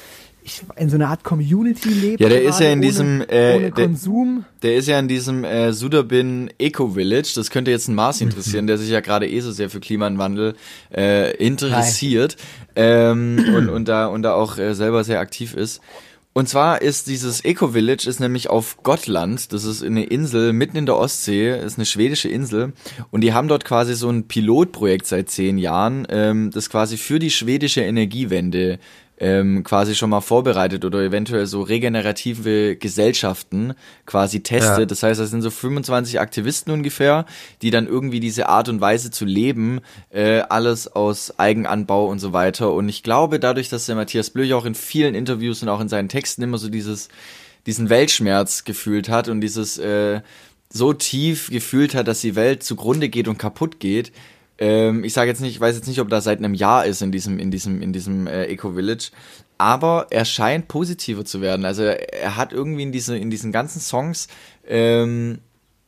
ich, in so einer Art Community lebt. Ja, der ist ja in ohne, diesem äh, ohne der, Konsum. Der ist ja in diesem äh, Sudabin Eco Village. Das könnte jetzt ein Mars interessieren, der sich ja gerade eh so sehr für Klimawandel äh, interessiert ähm, und, und da und da auch äh, selber sehr aktiv ist. Und zwar ist dieses Eco Village ist nämlich auf Gotland. Das ist eine Insel mitten in der Ostsee. Ist eine schwedische Insel und die haben dort quasi so ein Pilotprojekt seit zehn Jahren, ähm, das quasi für die schwedische Energiewende ähm, quasi schon mal vorbereitet oder eventuell so regenerative Gesellschaften quasi testet. Ja. Das heißt, das sind so fünfundzwanzig Aktivisten ungefähr, die dann irgendwie diese Art und Weise zu leben, äh, alles aus Eigenanbau und so weiter. Und ich glaube, dadurch, dass der Matthias Blöch auch in vielen Interviews und auch in seinen Texten immer so dieses diesen Weltschmerz gefühlt hat und dieses äh, so tief gefühlt hat, dass die Welt zugrunde geht und kaputt geht. Ähm, ich sage jetzt nicht, ich weiß jetzt nicht, ob er seit einem Jahr ist in diesem, in diesem, in diesem äh, Eco Village, aber er scheint positiver zu werden. Also er, er hat irgendwie in diese, in diesen ganzen Songs ähm,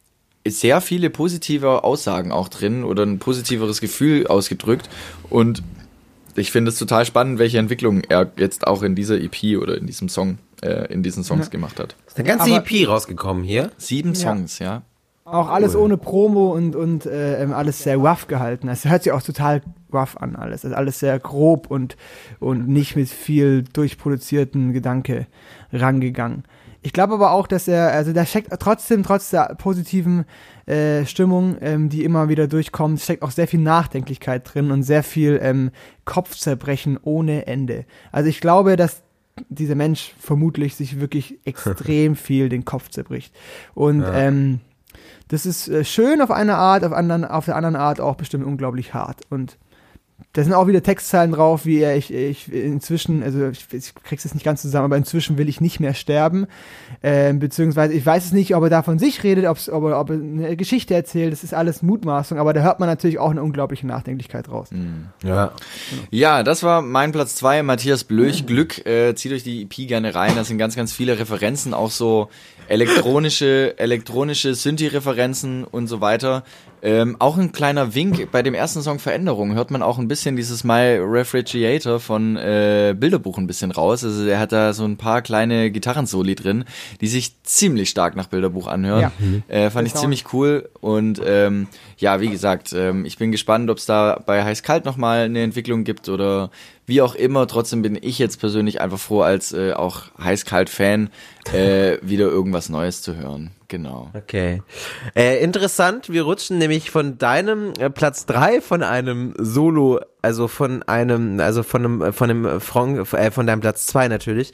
sehr viele positive Aussagen auch drin oder ein positiveres Gefühl ausgedrückt und ich finde es total spannend, welche Entwicklung er jetzt auch in dieser E P oder in diesem Song, äh, in diesen Songs ja. gemacht hat. Ist eine ganze aber E P rausgekommen hier? Sieben Songs, ja. ja. Auch alles cool. Ohne Promo und, und äh, alles sehr rough gehalten. Es hört sich auch total rough an alles. Also alles sehr grob und, und nicht mit viel durchproduzierten Gedanke rangegangen. Ich glaube aber auch, dass er, also da steckt trotzdem, trotz der positiven äh, Stimmung, ähm, die immer wieder durchkommt, steckt auch sehr viel Nachdenklichkeit drin und sehr viel ähm, Kopfzerbrechen ohne Ende. Also ich glaube, dass dieser Mensch vermutlich sich wirklich extrem viel den Kopf zerbricht. Und ja. ähm, das ist äh, schön auf eine Art, auf, anderen, auf der anderen Art auch bestimmt unglaublich hart. Und da sind auch wieder Textzeilen drauf, wie er, ich, ich inzwischen, also ich, ich krieg's jetzt nicht ganz zusammen, aber inzwischen will ich nicht mehr sterben. Ähm, beziehungsweise, ich weiß es nicht, ob er da von sich redet, ob's, ob, er, ob er eine Geschichte erzählt, das ist alles Mutmaßung, aber da hört man natürlich auch eine unglaubliche Nachdenklichkeit raus. Ja, ja, das war mein Platz zwei, Matthias Blöch, Glück, äh, zieht euch die E P gerne rein, da sind ganz, ganz viele Referenzen, auch so elektronische, elektronische Synthi-Referenzen und so weiter. Ähm, auch ein kleiner Wink, bei dem ersten Song Veränderung hört man auch ein bisschen dieses My Refrigerator von äh, Bilderbuch ein bisschen raus. Also er hat da so ein paar kleine Gitarrensoli drin, die sich ziemlich stark nach Bilderbuch anhören. Ja. Mhm. Äh, fand das ich ziemlich cool und ähm, ja, wie gesagt, ähm, ich bin gespannt, ob es da bei Heiß Kalt nochmal eine Entwicklung gibt oder wie auch immer. Trotzdem bin ich jetzt persönlich einfach froh, als äh, auch Heiß-Kalt-Fan äh, wieder irgendwas Neues zu hören. Genau. Okay. Äh, interessant, wir rutschen nämlich von deinem äh, Platz drei von einem Solo, also von einem, also von einem, von einem Front, äh, von deinem Platz zwei natürlich,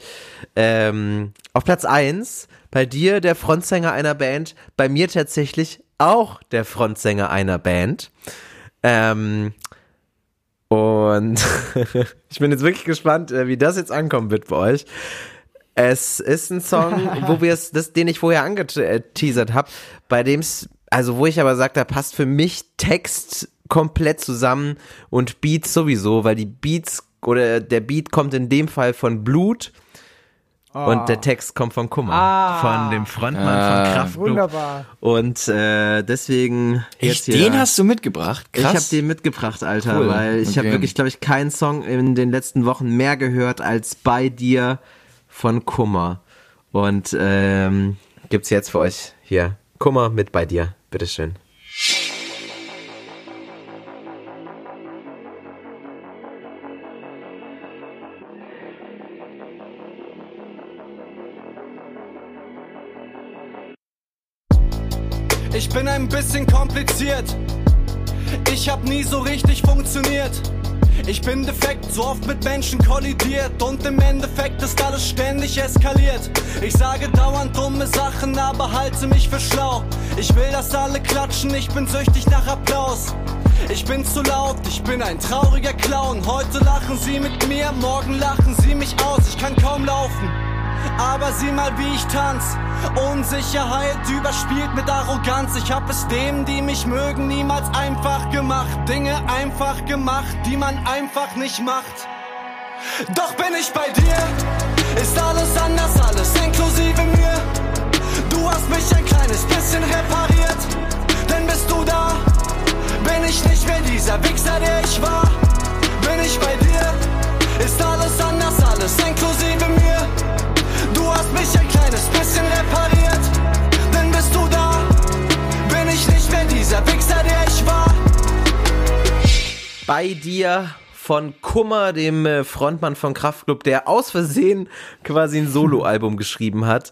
ähm, auf Platz eins. Bei dir der Frontsänger einer Band, bei mir tatsächlich auch der Frontsänger einer Band. Ähm, und ich bin jetzt wirklich gespannt, wie das jetzt ankommen wird bei euch. Es ist ein Song, wo wir es, das, den ich vorher angeteasert habe, bei dem es, also wo ich aber sage, da passt für mich Text komplett zusammen und Beats sowieso, weil die Beats oder der Beat kommt in dem Fall von Blut. Oh. Und der Text kommt von Kummer, ah. von dem Frontmann ah. von Kraftklub. Wunderbar. Und äh, deswegen jetzt Echt, den hast du mitgebracht? Krass. Ich habe den mitgebracht, Alter, cool. weil ich okay. habe wirklich, glaube ich, keinen Song in den letzten Wochen mehr gehört als Bei dir von Kummer. Und ähm, gibt's jetzt für euch hier Kummer mit Bei dir. Bitteschön. Ich bin ein bisschen kompliziert. Ich hab nie so richtig funktioniert. Ich bin defekt, so oft mit Menschen kollidiert. Und im Endeffekt ist alles ständig eskaliert. Ich sage dauernd dumme Sachen, aber halte mich für schlau. Ich will, dass alle klatschen, ich bin süchtig nach Applaus. Ich bin zu laut, ich bin ein trauriger Clown. Heute lachen sie mit mir, morgen lachen sie mich aus. Ich kann kaum laufen, aber sieh mal, wie ich tanz. Unsicherheit überspielt mit Arroganz. Ich hab es denen, die mich mögen, niemals einfach gemacht. Dinge einfach gemacht, die man einfach nicht macht. Doch bin ich bei dir, ist alles anders, alles inklusive mir. Du hast mich ein kleines bisschen repariert, denn bist du da, bin ich nicht mehr dieser Wichser, der ich war. Bin ich bei dir, ist alles anders, alles inklusive mir. Bei dir von Kummer, dem Frontmann von Kraftklub, der aus Versehen quasi ein Soloalbum geschrieben hat.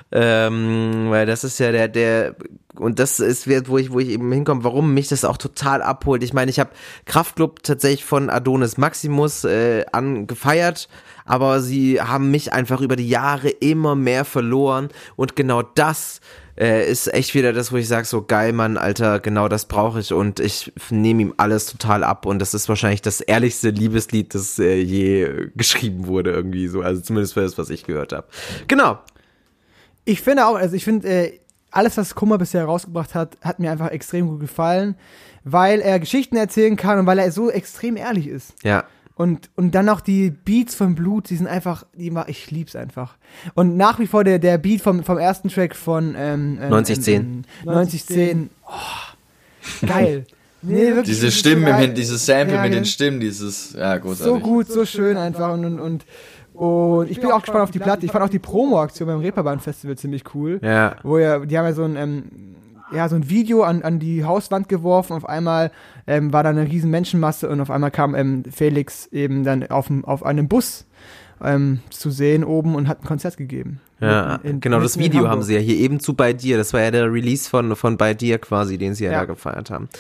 Ähm, weil das ist ja der, der, und das ist, wo ich, wo ich eben hinkomme, warum mich das auch total abholt. Ich meine, ich habe Kraftklub tatsächlich von Adonis Maximus äh, angefeiert, aber sie haben mich einfach über die Jahre immer mehr verloren und genau das äh, ist echt wieder das, wo ich sage, so geil, Mann, Alter, genau das brauche ich und ich nehme ihm alles total ab und das ist wahrscheinlich das ehrlichste Liebeslied, das äh, je geschrieben wurde irgendwie so, also zumindest für das, was ich gehört habe. Genau. Ich finde auch, also ich finde, äh, alles, was Kummer bisher rausgebracht hat, hat mir einfach extrem gut gefallen, weil er Geschichten erzählen kann und weil er so extrem ehrlich ist. Ja. Und, und dann noch die Beats von Blut, die sind einfach, die, ich lieb's einfach. Und nach wie vor der, der Beat vom, vom ersten Track von ähm, ähm, neunzig zehn. neunzig zehn, oh, geil. Nee, wirklich, diese Stimmen, so im, dieses Sample ja, mit den Stimmen, dieses, ja, großartig. So gut, so schön einfach und, und, und Und ich bin auch gespannt auf die Platte. Ich fand auch die Promo-Aktion beim Reeperbahn-Festival ziemlich cool. Ja. Wo ja, die haben ja so ein, ähm, ja, so ein Video an, an die Hauswand geworfen. Auf einmal ähm, war da eine riesen Menschenmasse und auf einmal kam ähm, Felix eben dann auf, auf einem Bus ähm, zu sehen oben und hat ein Konzert gegeben. Ja, in, in, genau, das Video haben sie ja hier eben zu Bei Dir. Das war ja der Release von, von Bei Dir quasi, den sie ja, ja. da gefeiert haben.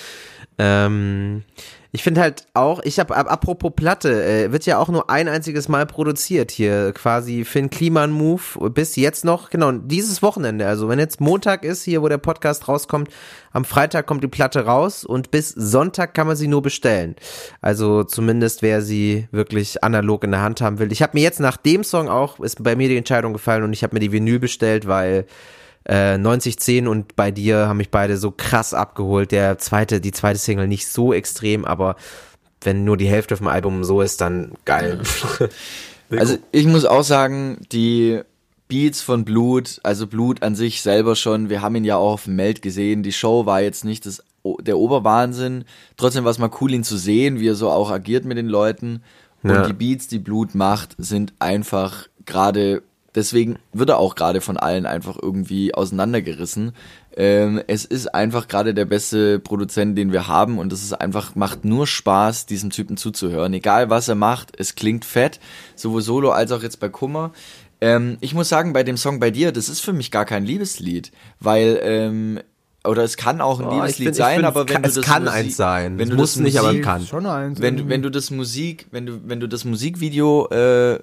Ähm, ich finde halt auch, ich habe, apropos Platte, äh, wird ja auch nur ein einziges Mal produziert hier, quasi Finn Kliman Move, bis jetzt noch, genau, dieses Wochenende, also wenn jetzt Montag ist, hier wo der Podcast rauskommt, am Freitag kommt die Platte raus und bis Sonntag kann man sie nur bestellen, also zumindest wer sie wirklich analog in der Hand haben will. Ich habe mir jetzt nach dem Song auch, ist bei mir die Entscheidung gefallen und ich habe mir die Vinyl bestellt, weil Äh, neunzig zehn und Bei Dir haben mich beide so krass abgeholt. Der zweite, die zweite Single nicht so extrem, aber wenn nur die Hälfte vom Album so ist, dann geil. Also ich muss auch sagen, die Beats von Blut, also Blut an sich selber schon, wir haben ihn ja auch auf dem Meld gesehen, die Show war jetzt nicht das, der Oberwahnsinn, trotzdem war es mal cool, ihn zu sehen, wie er so auch agiert mit den Leuten und ja. Die Beats, die Blut macht, sind einfach gerade. Deswegen wird er auch gerade von allen einfach irgendwie auseinandergerissen. Ähm, es ist einfach gerade der beste Produzent, den wir haben und es ist einfach, macht nur Spaß, diesem Typen zuzuhören. Egal was er macht, es klingt fett, sowohl solo als auch jetzt bei Kummer. Ähm, ich muss sagen, bei dem Song Bei Dir, das ist für mich gar kein Liebeslied, weil, ähm, oder es kann auch ein oh, Liebeslied find, sein, find, aber wenn kann, du das es kann Musik, eins sein, wenn es du muss das nicht, Musik, aber kann. Schon eins. Wenn du, wenn du das Musik, wenn du, wenn du das Musikvideo äh,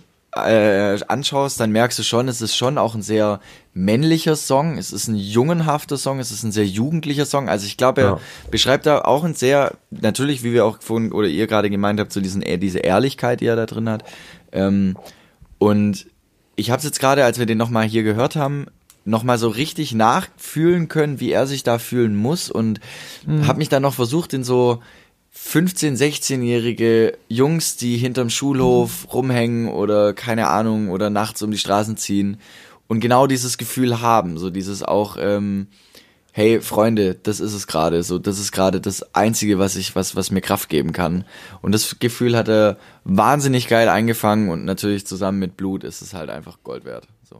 Äh, anschaust, dann merkst du schon, es ist schon auch ein sehr männlicher Song, es ist ein jungenhafter Song, es ist ein sehr jugendlicher Song, also ich glaube, er ja. beschreibt da auch ein sehr, natürlich, wie wir auch vorhin, oder ihr gerade gemeint habt, so diesen, diese Ehrlichkeit, die er da drin hat, ähm, und ich habe es jetzt gerade, als wir den nochmal hier gehört haben, nochmal so richtig nachfühlen können, wie er sich da fühlen muss und mhm. habe mich dann noch versucht, in so fünfzehn-, sechzehnjährige Jungs, die hinterm Schulhof rumhängen oder keine Ahnung oder nachts um die Straßen ziehen und genau dieses Gefühl haben, so dieses auch, ähm, hey Freunde, das ist es gerade, so das ist gerade das Einzige, was ich, was, was mir Kraft geben kann. Und das Gefühl hat er wahnsinnig geil eingefangen und natürlich zusammen mit Blut ist es halt einfach Gold wert. So.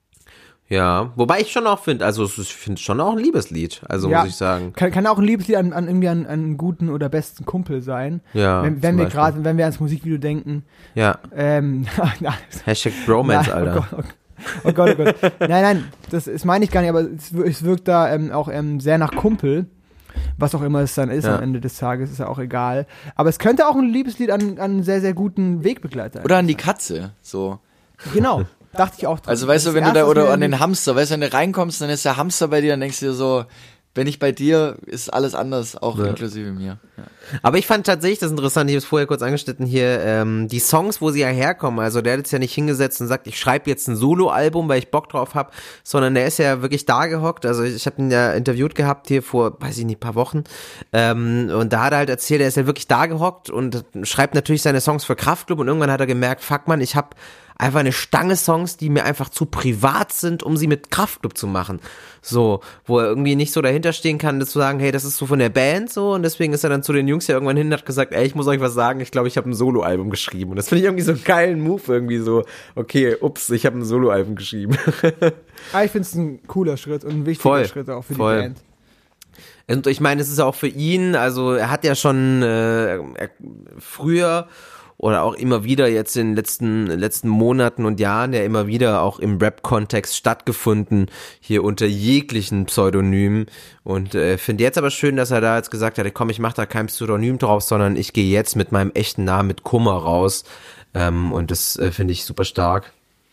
Ja, wobei ich schon auch finde, also ich finde schon auch ein Liebeslied, also ja, muss ich sagen. Kann, kann auch ein Liebeslied an, an irgendwie an, an einen guten oder besten Kumpel sein. Ja. Wenn, wenn wir gerade, wenn wir ans Musikvideo denken. Ja. Ähm, Hashtag Bromance, na, Alter. Oh Gott, oh Gott, oh Gott. Nein, nein, das, das meine ich gar nicht, aber es, es wirkt da ähm, auch ähm, sehr nach Kumpel. Was auch immer es dann ist, ja. Am Ende des Tages, ist ja auch egal. Aber es könnte auch ein Liebeslied an, an einen sehr, sehr guten Wegbegleiter oder an die Katze, so. Genau. Dachte ich auch dran. Also weißt du, wenn du da, oder an den Hamster, weißt du, wenn du reinkommst, dann ist der Hamster bei dir, dann denkst du dir so, wenn ich bei dir, ist alles anders, auch ja. inklusive mir. Ja. Aber ich fand tatsächlich das interessant, ich habe es vorher kurz angeschnitten hier, ähm, die Songs, wo sie ja herkommen, also der hat jetzt ja nicht hingesetzt und sagt, ich schreibe jetzt ein Solo-Album, weil ich Bock drauf habe, sondern der ist ja wirklich da gehockt, also ich, ich habe ihn ja interviewt gehabt hier vor, weiß ich nicht, paar Wochen, ähm, und da hat er halt erzählt, er ist ja wirklich da gehockt und schreibt natürlich seine Songs für Kraftklub und irgendwann hat er gemerkt, fuck man, ich habe einfach eine Stange Songs, die mir einfach zu privat sind, um sie mit Kraftklub zu machen. So, wo er irgendwie nicht so dahinter stehen kann, das zu sagen, hey, das ist so von der Band so und deswegen ist er dann zu den Jungs ja irgendwann hin und hat gesagt, ey, ich muss euch was sagen, ich glaube, ich habe ein Soloalbum geschrieben. Und das finde ich irgendwie so einen geilen Move, irgendwie so, okay, ups, ich habe ein Soloalbum geschrieben. Ah, ich finde es ein cooler Schritt und ein wichtiger voll, Schritt auch für voll. die Band. Und ich meine, es ist auch für ihn, also er hat ja schon äh, er, früher oder auch immer wieder jetzt in den letzten, letzten Monaten und Jahren ja immer wieder auch im Rap-Kontext stattgefunden, hier unter jeglichen Pseudonymen. Und äh, finde jetzt aber schön, dass er da jetzt gesagt hat, komm, ich mach da kein Pseudonym drauf, sondern ich gehe jetzt mit meinem echten Namen, mit Kummer raus. Ähm, und das äh, finde ich super stark.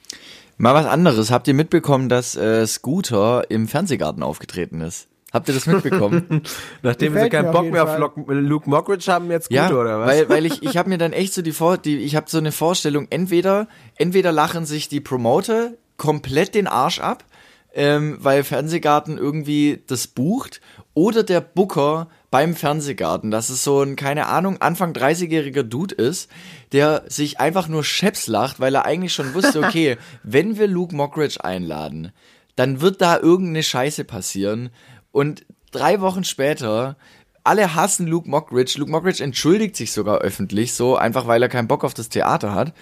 Mal was anderes. Habt ihr mitbekommen, dass äh, Scooter im Fernsehgarten aufgetreten ist? Habt ihr das mitbekommen? Nachdem sie keinen Bock mehr auf Luke Mockridge haben, jetzt gut, ja, oder was? weil, weil ich, ich habe mir dann echt so die, Vor- die ich habe so eine Vorstellung, entweder, entweder lachen sich die Promoter komplett den Arsch ab, ähm, weil Fernsehgarten irgendwie das bucht, oder der Booker beim Fernsehgarten, dass es so ein, keine Ahnung, Anfang dreißigjähriger Dude ist, der sich einfach nur scheps lacht, weil er eigentlich schon wusste, okay, wenn wir Luke Mockridge einladen, dann wird da irgendeine Scheiße passieren. Und drei Wochen später, alle hassen Luke Mockridge. Luke Mockridge entschuldigt sich sogar öffentlich, so einfach, weil er keinen Bock auf das Theater hat.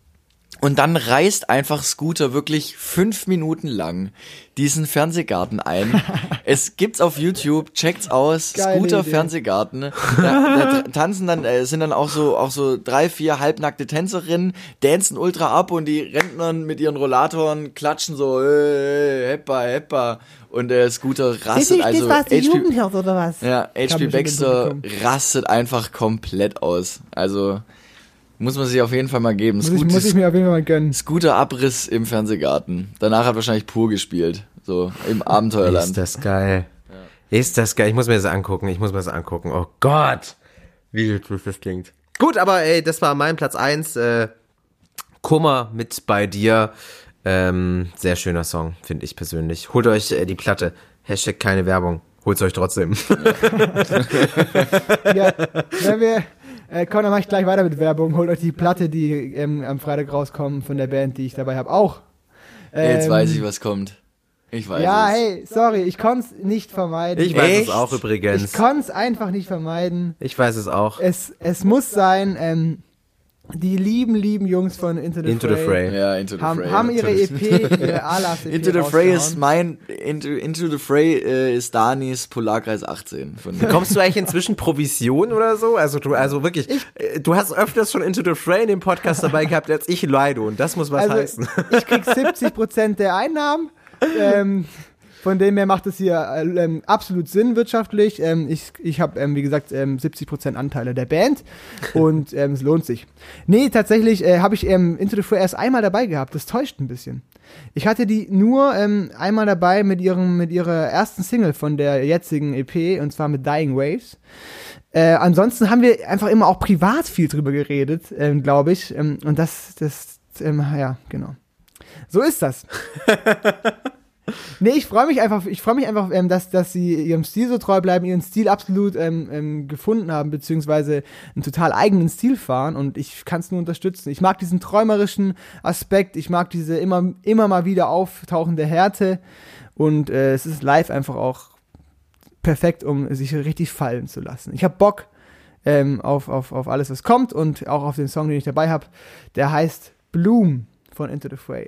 Und dann reißt einfach Scooter wirklich fünf Minuten lang diesen Fernsehgarten ein. Es gibt's auf YouTube, checkt's aus, Geile Scooter Idee. Fernsehgarten. Da, da tanzen dann, äh, sind dann auch so, auch so drei, vier halbnackte Tänzerinnen, dancen ultra ab und die Rentnern mit ihren Rollatoren klatschen so, äh, heppa, heppa. Und der Scooter rastet, also H P, Jugendhört, oder was? ja, H P Baxter rastet einfach komplett aus. Also muss man sich auf jeden Fall mal geben. Muss ich, muss ich mir auf jeden Fall mal gönnen. Scooter-Abriss im Fernsehgarten. Danach hat wahrscheinlich Pur gespielt. So, im Abenteuerland. Ist das geil. Ja. Ist das geil. Ich muss mir das angucken. Ich muss mir das angucken. Oh Gott. Wie lustig das klingt. Gut, aber ey, das war mein Platz eins. Äh, Kummer mit bei dir. Ähm, sehr schöner Song, finde ich persönlich. Holt euch äh, die Platte. Hashtag keine Werbung. Holt's euch trotzdem. Ja, wenn wir, äh, komm, dann mach ich gleich weiter mit Werbung. Holt euch die Platte, die ähm, am Freitag rauskommt von der Band, die ich dabei habe, auch. Ähm, Jetzt weiß ich, was kommt. Ich weiß Ja, es. hey, sorry, ich konnte es nicht vermeiden. Ich weiß Echt? es auch übrigens. Ich konnte es einfach nicht vermeiden. Ich weiß es auch. Es, es muss sein, ähm, die lieben, lieben Jungs von Into the Into the Fray, Fray. Ja, Into the haben, Fray. haben ihre E P, ihre A-Last-E P Into the Fray ist rausgehauen. mein, Into, Into the Fray äh, ist Danis Polarkreis achtzehn. Von Bekommst du eigentlich inzwischen Provision oder so? Also du, also wirklich, äh, du hast öfters schon Into the Fray in dem Podcast dabei gehabt als ich Lido und das muss was Also, heißen. ich krieg siebzig Prozent der Einnahmen. Ähm, von dem her macht es hier ähm, absolut Sinn wirtschaftlich. Ähm, ich ich habe, ähm, wie gesagt, ähm, siebzig Prozent Anteile der Band und ähm, es lohnt sich. Nee, tatsächlich äh, habe ich ähm, Into the Fray erst einmal dabei gehabt. Das täuscht ein bisschen. Ich hatte die nur ähm, einmal dabei mit, ihrem, mit ihrer ersten Single von der jetzigen E P, und zwar mit Dying Waves. Äh, ansonsten haben wir einfach immer auch privat viel drüber geredet, ähm, glaube ich. Ähm, und das, das, ähm, ja, genau. So ist das. Nee, ich freue mich einfach, ich freue mich einfach, ähm, dass, dass sie ihrem Stil so treu bleiben, ihren Stil absolut ähm, ähm, gefunden haben, beziehungsweise einen total eigenen Stil fahren, und ich kann es nur unterstützen. Ich mag diesen träumerischen Aspekt, ich mag diese immer, immer mal wieder auftauchende Härte, und äh, es ist live einfach auch perfekt, um sich richtig fallen zu lassen. Ich habe Bock ähm, auf, auf, auf alles, was kommt, und auch auf den Song, den ich dabei habe. Der heißt Bloom von Into the Fray.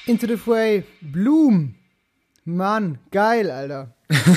Into the Fray, Bloom. Mann, geil, Alter.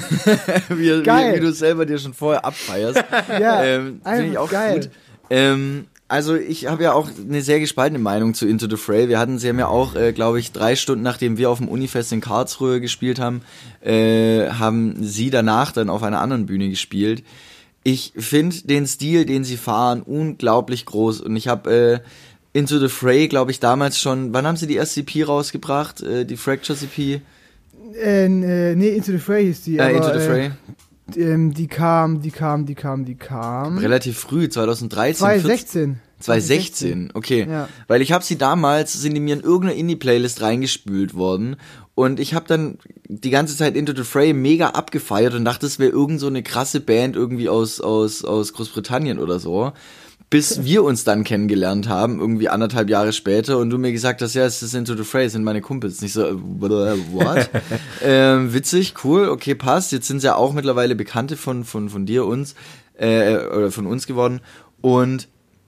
wie, geil. Wie, wie du selber dir schon vorher abfeierst. ja, ähm, finde ich auch geil. gut. Ähm, also ich habe ja auch eine sehr gespaltene Meinung zu Into the Fray. Wir hatten sie haben ja auch, äh, glaube ich, drei Stunden nachdem wir auf dem Unifest in Karlsruhe gespielt haben, äh, haben sie danach dann auf einer anderen Bühne gespielt. Ich finde den Stil, den sie fahren, unglaublich groß. Und ich habe äh, Into the Fray, glaube ich, damals schon, wann haben sie die erste E P rausgebracht? Äh, die Fractures E P? Äh, äh, nee, Into the Fray hieß die. Äh, aber, Into the Fray. Äh, die, ähm, die kam, die kam, die kam, die kam. Relativ früh, zwanzig dreizehn. zwanzig sechzehn. zwanzig sechzehn, okay. Ja. Weil ich habe sie damals, sind die mir in irgendeine Indie-Playlist reingespült worden und ich habe dann die ganze Zeit Into the Fray mega abgefeiert und dachte, es wäre irgend so eine krasse Band irgendwie aus, aus, aus Großbritannien oder so. Bis wir uns dann kennengelernt haben, irgendwie anderthalb Jahre später und du mir gesagt hast, ja, es ist Into the Fray, es sind meine Kumpels. Nicht so, what? ähm, witzig, cool, okay, passt. Jetzt sind sie ja auch mittlerweile Bekannte von, von, von dir, uns, äh, oder von uns geworden. Und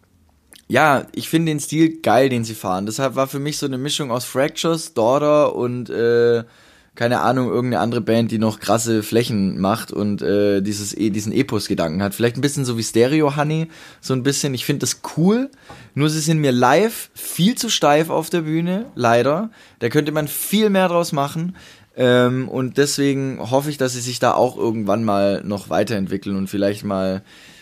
ja, ich finde den Stil geil, den sie fahren. Deshalb war für mich so eine Mischung aus Fractures, Daughter und äh, keine Ahnung, irgendeine andere Band, die noch krasse Flächen macht und äh, dieses diesen Epos-Gedanken hat. Vielleicht ein bisschen so wie Stereo Honey, so ein bisschen. Ich finde das cool, nur sie sind mir live viel zu steif auf der Bühne, leider. Da könnte man viel mehr draus machen. Ähm, und deswegen hoffe ich, dass sie sich da auch irgendwann mal noch weiterentwickeln und vielleicht mal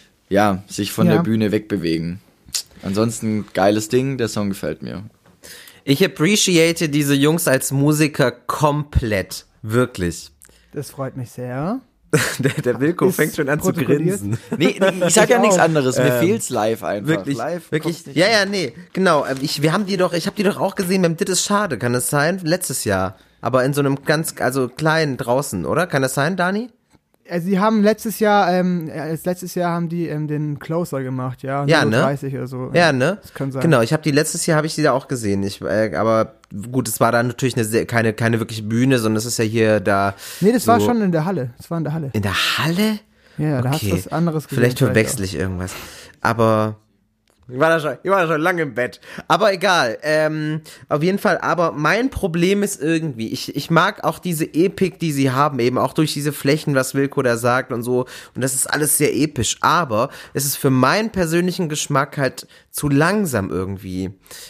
ja sich von ja. der Bühne wegbewegen. Ansonsten geiles Ding, der Song gefällt mir. Ich appreciate diese Jungs als Musiker komplett. Wirklich. Das freut mich sehr. der, der Wilko Ist fängt schon an zu grinsen. Nee, ich sag ja nichts anderes. Mir Ähm, fehlt's live einfach. Wirklich, live wirklich. kommt's nicht Ja, hin. ja, nee, genau. Ich, wir haben die doch, ich habe die doch auch gesehen beim Dit ist schade, kann das sein? Letztes Jahr. Aber in so einem ganz, also kleinen draußen, oder? Kann das sein, Dani? Also die haben letztes Jahr, ähm, als letztes Jahr haben die ähm, den Closer gemacht, ja, Ja, ne? dreißig oder so. Ja, ne? Das kann sein. Genau, ich habe die letztes Jahr habe ich die da auch gesehen. Ich, äh, aber gut, es war da natürlich eine sehr, keine keine wirkliche Bühne, sondern es ist ja hier da. Nee, das so war schon in der Halle. Das war in der Halle. in der Halle. Ja, da hast du Okay. was anderes gesehen. Vielleicht verwechsel ich irgendwas. Aber ich war da schon, ich war da schon lange im Bett. Aber egal. Ähm, auf jeden Fall. Aber mein Problem ist irgendwie, ich, ich mag auch diese Epik, die sie haben, eben auch durch diese Flächen, was Wilko da sagt und so. Und das ist alles sehr episch. Aber es ist für meinen persönlichen Geschmack halt zu langsam irgendwie.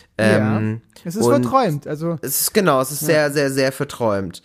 Ähm, Ja. Es ist und verträumt, also. Es ist genau, es ist ja. sehr, sehr, sehr verträumt.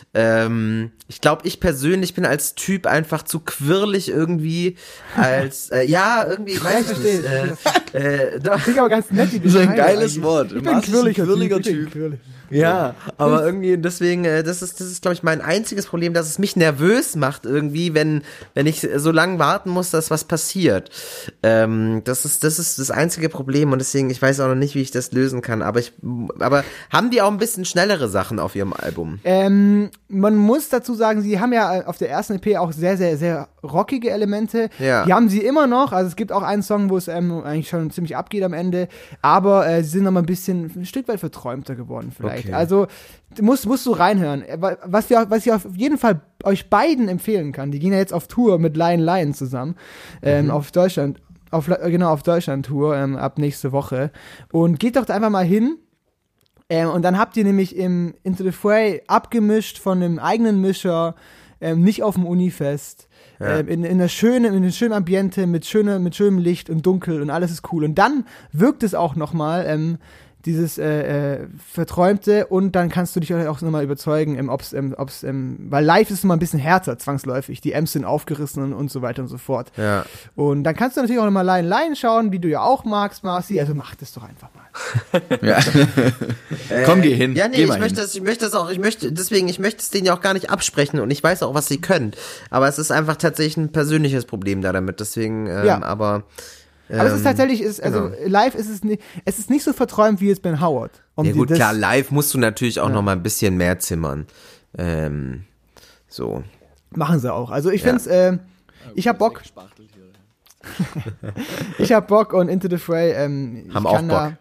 Ähm, ich glaube, ich persönlich bin als Typ einfach zu quirlig irgendwie, als äh, ja, irgendwie, ich weiß ich nicht. verstehe. Äh, äh, doch. Klingt aber ganz nett, die Das ist ein Beschreibung geiles eigentlich. Wort. Ich bin ein Mars ist ein quirliger, quirliger Typ. Ich bin Typ. quirlig. Ja, aber irgendwie deswegen, äh, das ist, das ist, glaube ich, mein einziges Problem, dass es mich nervös macht irgendwie, wenn, wenn ich so lange warten muss, dass was passiert. Ähm, das ist, das ist das einzige Problem und deswegen, ich weiß auch noch nicht, wie ich das lösen kann. Aber ich, aber haben die auch ein bisschen schnellere Sachen auf ihrem Album? Ähm, man muss dazu sagen, sie haben ja auf der ersten E P auch sehr, sehr, sehr rockige Elemente. Ja. Die haben sie immer noch. Also es gibt auch einen Song, wo es ähm, eigentlich schon ziemlich abgeht am Ende. Aber äh, sie sind noch mal ein bisschen, ein Stück weit verträumter geworden vielleicht. Okay. Also musst, musst du reinhören. Was, wir, was ich auf jeden Fall euch beiden empfehlen kann, die gehen ja jetzt auf Tour mit Lion Lion zusammen ähm, Mhm. auf Deutschland. Auf, genau, auf Deutschland-Tour ähm, ab nächste Woche. Und geht doch da einfach mal hin. Ähm, und dann habt ihr nämlich im Into the Fray abgemischt von einem eigenen Mischer, ähm, nicht auf dem Unifest, Ja. ähm, in, in einer schönen, in einem schönen Ambiente, mit, schöne, mit schönem Licht und dunkel und alles ist cool. Und dann wirkt es auch nochmal, ähm, dieses äh, äh, Verträumte und dann kannst du dich auch nochmal überzeugen, ähm, ob's, ähm, ob's, ähm, weil live ist es immer ein bisschen härter, zwangsläufig. Die Amps sind aufgerissen und, und so weiter und so fort. Ja. Und dann kannst du natürlich auch nochmal Lion Lion schauen, wie du ja auch magst, Marci. Also mach das doch einfach mal. Ja. Komm, geh hin. Ja, nee, geh ich mal möchte hin. das, ich möchte das auch, ich möchte, deswegen, ich möchte es denen ja auch gar nicht absprechen und ich weiß auch, was sie können. Aber es ist einfach tatsächlich ein persönliches Problem da damit, deswegen, ähm, Ja. aber. Ähm, Aber es ist tatsächlich, ist, also genau. live ist es nicht, es ist nicht so verträumt wie jetzt Ben Howard. Um Ja die- gut, das, klar, live musst du natürlich auch Ja. noch mal ein bisschen mehr zimmern. Ähm, so. Machen sie auch. Also ich Ja. find's, äh, ich hab Bock. Ich hab Bock und Into the Fray, ähm, ich Haben auch kann da,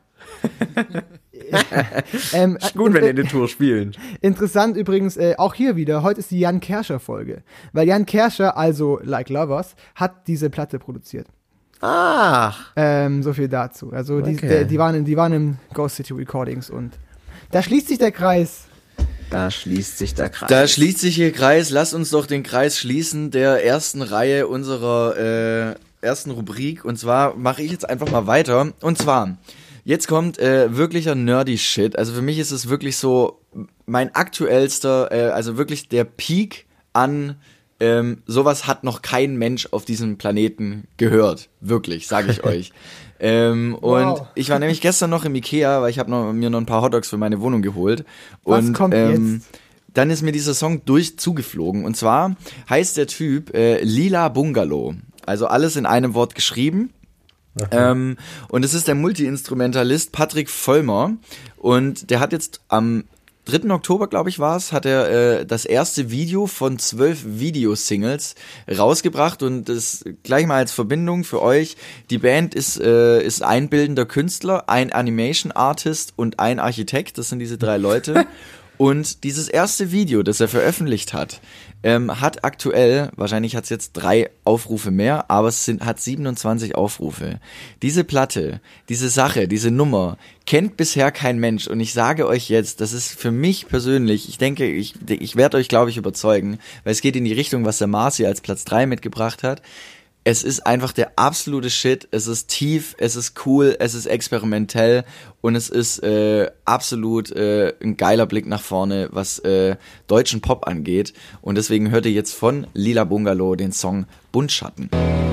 ähm, Gut, wenn äh, die eine Tour spielen. Interessant übrigens, äh, auch hier wieder, heute ist die Jan Kerscher-Folge. Weil Jan Kerscher, also Like Lovers, hat diese Platte produziert. Ach. Ähm, so viel dazu. Also die, Okay. der, die, waren in, die waren im Ghost City Recordings und Da schließt sich der Kreis. Da schließt sich der Kreis. Da schließt sich der Kreis. Lass uns doch den Kreis schließen der ersten Reihe unserer äh, ersten Rubrik. Und zwar mache ich jetzt einfach mal weiter. Und zwar, jetzt kommt äh, wirklicher nerdy Shit. Also für mich ist es wirklich so mein aktuellster, äh, also wirklich der Peak an ähm, sowas hat noch kein Mensch auf diesem Planeten gehört. Wirklich, sage ich euch. Ähm, Wow. Und ich war nämlich gestern noch im Ikea, weil ich habe noch, mir noch ein paar Hotdogs für meine Wohnung geholt. Was und, kommt ähm, jetzt? Dann ist mir dieser Song durch zugeflogen. Und zwar heißt der Typ äh, Lila Bungalow. Also alles in einem Wort geschrieben. Ähm, und es ist der Multi-Instrumentalist Patrick Vollmer. Und der hat jetzt am dritten Oktober, glaube ich, war es, hat er äh, das erste Video von zwölf Videosingles rausgebracht und das gleich mal als Verbindung für euch. Die Band ist, äh, ist ein bildender Künstler, ein Animation Artist und ein Architekt. Das sind diese drei Leute. Und dieses erste Video, das er veröffentlicht hat, ähm, hat aktuell, wahrscheinlich hat es jetzt drei Aufrufe mehr, aber es sind, hat siebenundzwanzig Aufrufe. Diese Platte, diese Sache, diese Nummer kennt bisher kein Mensch. Und ich sage euch jetzt, das ist für mich persönlich, ich denke, ich, ich werde euch, glaube ich, überzeugen, weil es geht in die Richtung, was der Marci als Platz drei mitgebracht hat. Es ist einfach der absolute Shit, es ist tief, es ist cool, es ist experimentell und es ist äh, absolut äh, ein geiler Blick nach vorne, was äh, deutschen Pop angeht. Und deswegen hört ihr jetzt von Lila Bungalow den Song Buntschatten.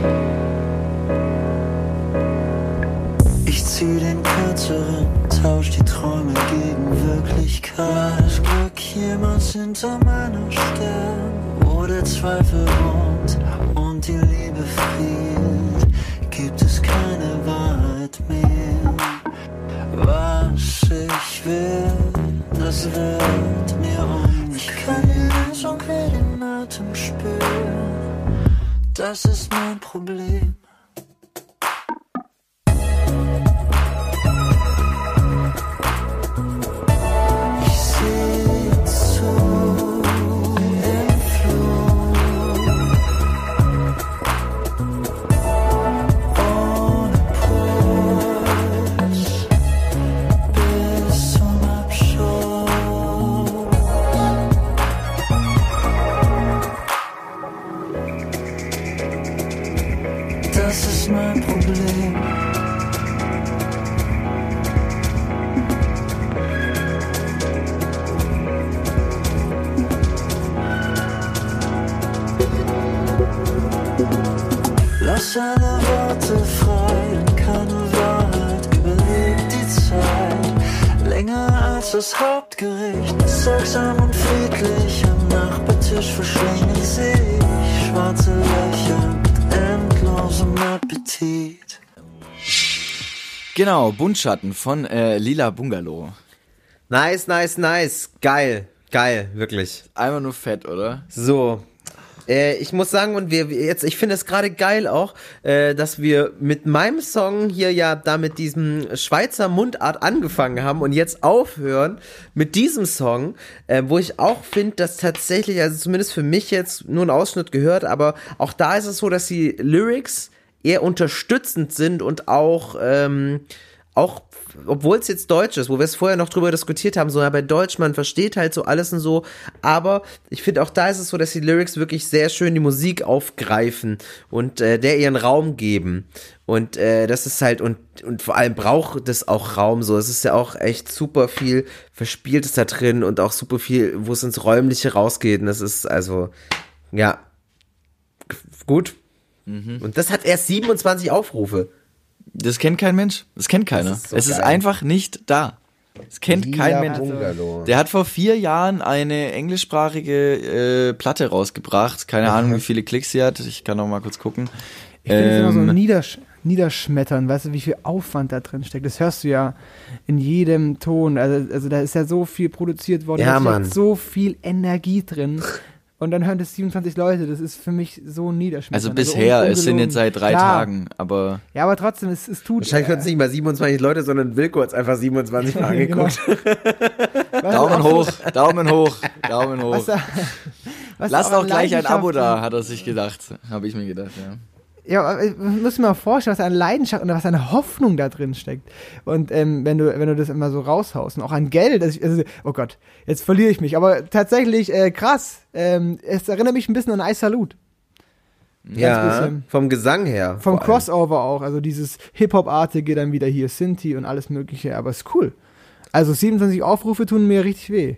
Ich zieh den kürzeren, tausch die Träume gegen Wirklichkeit. Das Glück jemals hinter meiner Stirn, wo der Zweifel wohnt und die Liebe friert, gibt es keine Wahrheit mehr. Was ich will, das wird mir unbequem. Ich kann den Song quer den Atem spüren, das ist mein Problem. Das ist mein Problem. Lass alle Worte frei, denn keine Wahrheit überlebt die Zeit. Länger als das Hauptgericht, sorgsam und friedlich am Nachbartisch verschlingen sich schwarze Löcher mit endlosem Appetit. Genau, Buntschatten von äh, Lila Bungalow. Nice, nice, nice. Geil, geil, wirklich. Einfach nur fett, oder? So. Äh, ich muss sagen, und wir jetzt, ich finde es gerade geil auch, äh, dass wir mit meinem Song hier ja da mit diesem Schweizer Mundart angefangen haben und jetzt aufhören mit diesem Song, äh, wo ich auch finde, dass tatsächlich, also zumindest für mich jetzt nur ein Ausschnitt gehört, aber auch da ist es so, dass die Lyrics eher unterstützend sind und auch, ähm, auch obwohl es jetzt Deutsch ist, wo wir es vorher noch drüber diskutiert haben, so ja, bei Deutsch, man versteht halt so alles und so, aber ich finde auch da ist es so, dass die Lyrics wirklich sehr schön die Musik aufgreifen und äh, der ihren Raum geben und äh, das ist halt, und und vor allem braucht das auch Raum, so, es ist ja auch echt super viel Verspieltes da drin und auch super viel, wo es ins Räumliche rausgeht und das ist also, ja, gut. Mhm. Und das hat erst siebenundzwanzig Aufrufe. Das kennt kein Mensch. Das kennt keiner. Das ist so es geil. ist einfach nicht da. Es kennt Lila kein Mensch. Bungalow. Der hat vor vier Jahren eine englischsprachige äh, Platte rausgebracht. Keine Mhm. Ahnung, wie viele Klicks sie hat. Ich kann noch mal kurz gucken. Ich finde es immer so Ähm, niedersch niederschmettern, weißt du, wie viel Aufwand da drin steckt. Das hörst du ja in jedem Ton. Also, also da ist ja so viel produziert worden, Ja, da Mann. steckt so viel Energie drin. Und dann hören das siebenundzwanzig Leute, das ist für mich so niederschmetternd. also bisher, un- es sind jetzt seit drei Klar. Tagen, aber Ja, aber trotzdem, es, es tut... Wahrscheinlich hören es nicht mal siebenundzwanzig Leute, sondern Wilko hat es einfach siebenundzwanzig Mal Genau. angeguckt. Was Daumen auch- hoch, Daumen hoch, Daumen hoch. Was, da- was Lasst aber auch gleich ein Abo Leidenschaft- da, hat er sich gedacht. Habe ich mir gedacht, ja. Ja, muss mir mal vorstellen, was eine Leidenschaft und was eine Hoffnung da drin steckt. Und ähm, wenn du wenn du das immer so raushaust und auch an Geld, also, ich, also oh Gott, jetzt verliere ich mich, aber tatsächlich äh, krass. Ähm, es erinnert mich ein bisschen an I Salute. Ja, vom Gesang her. Vom Crossover auch, also dieses Hip-Hop-artige, dann wieder hier Sinti und alles mögliche, aber ist cool. Also siebenundzwanzig Aufrufe tun mir richtig weh.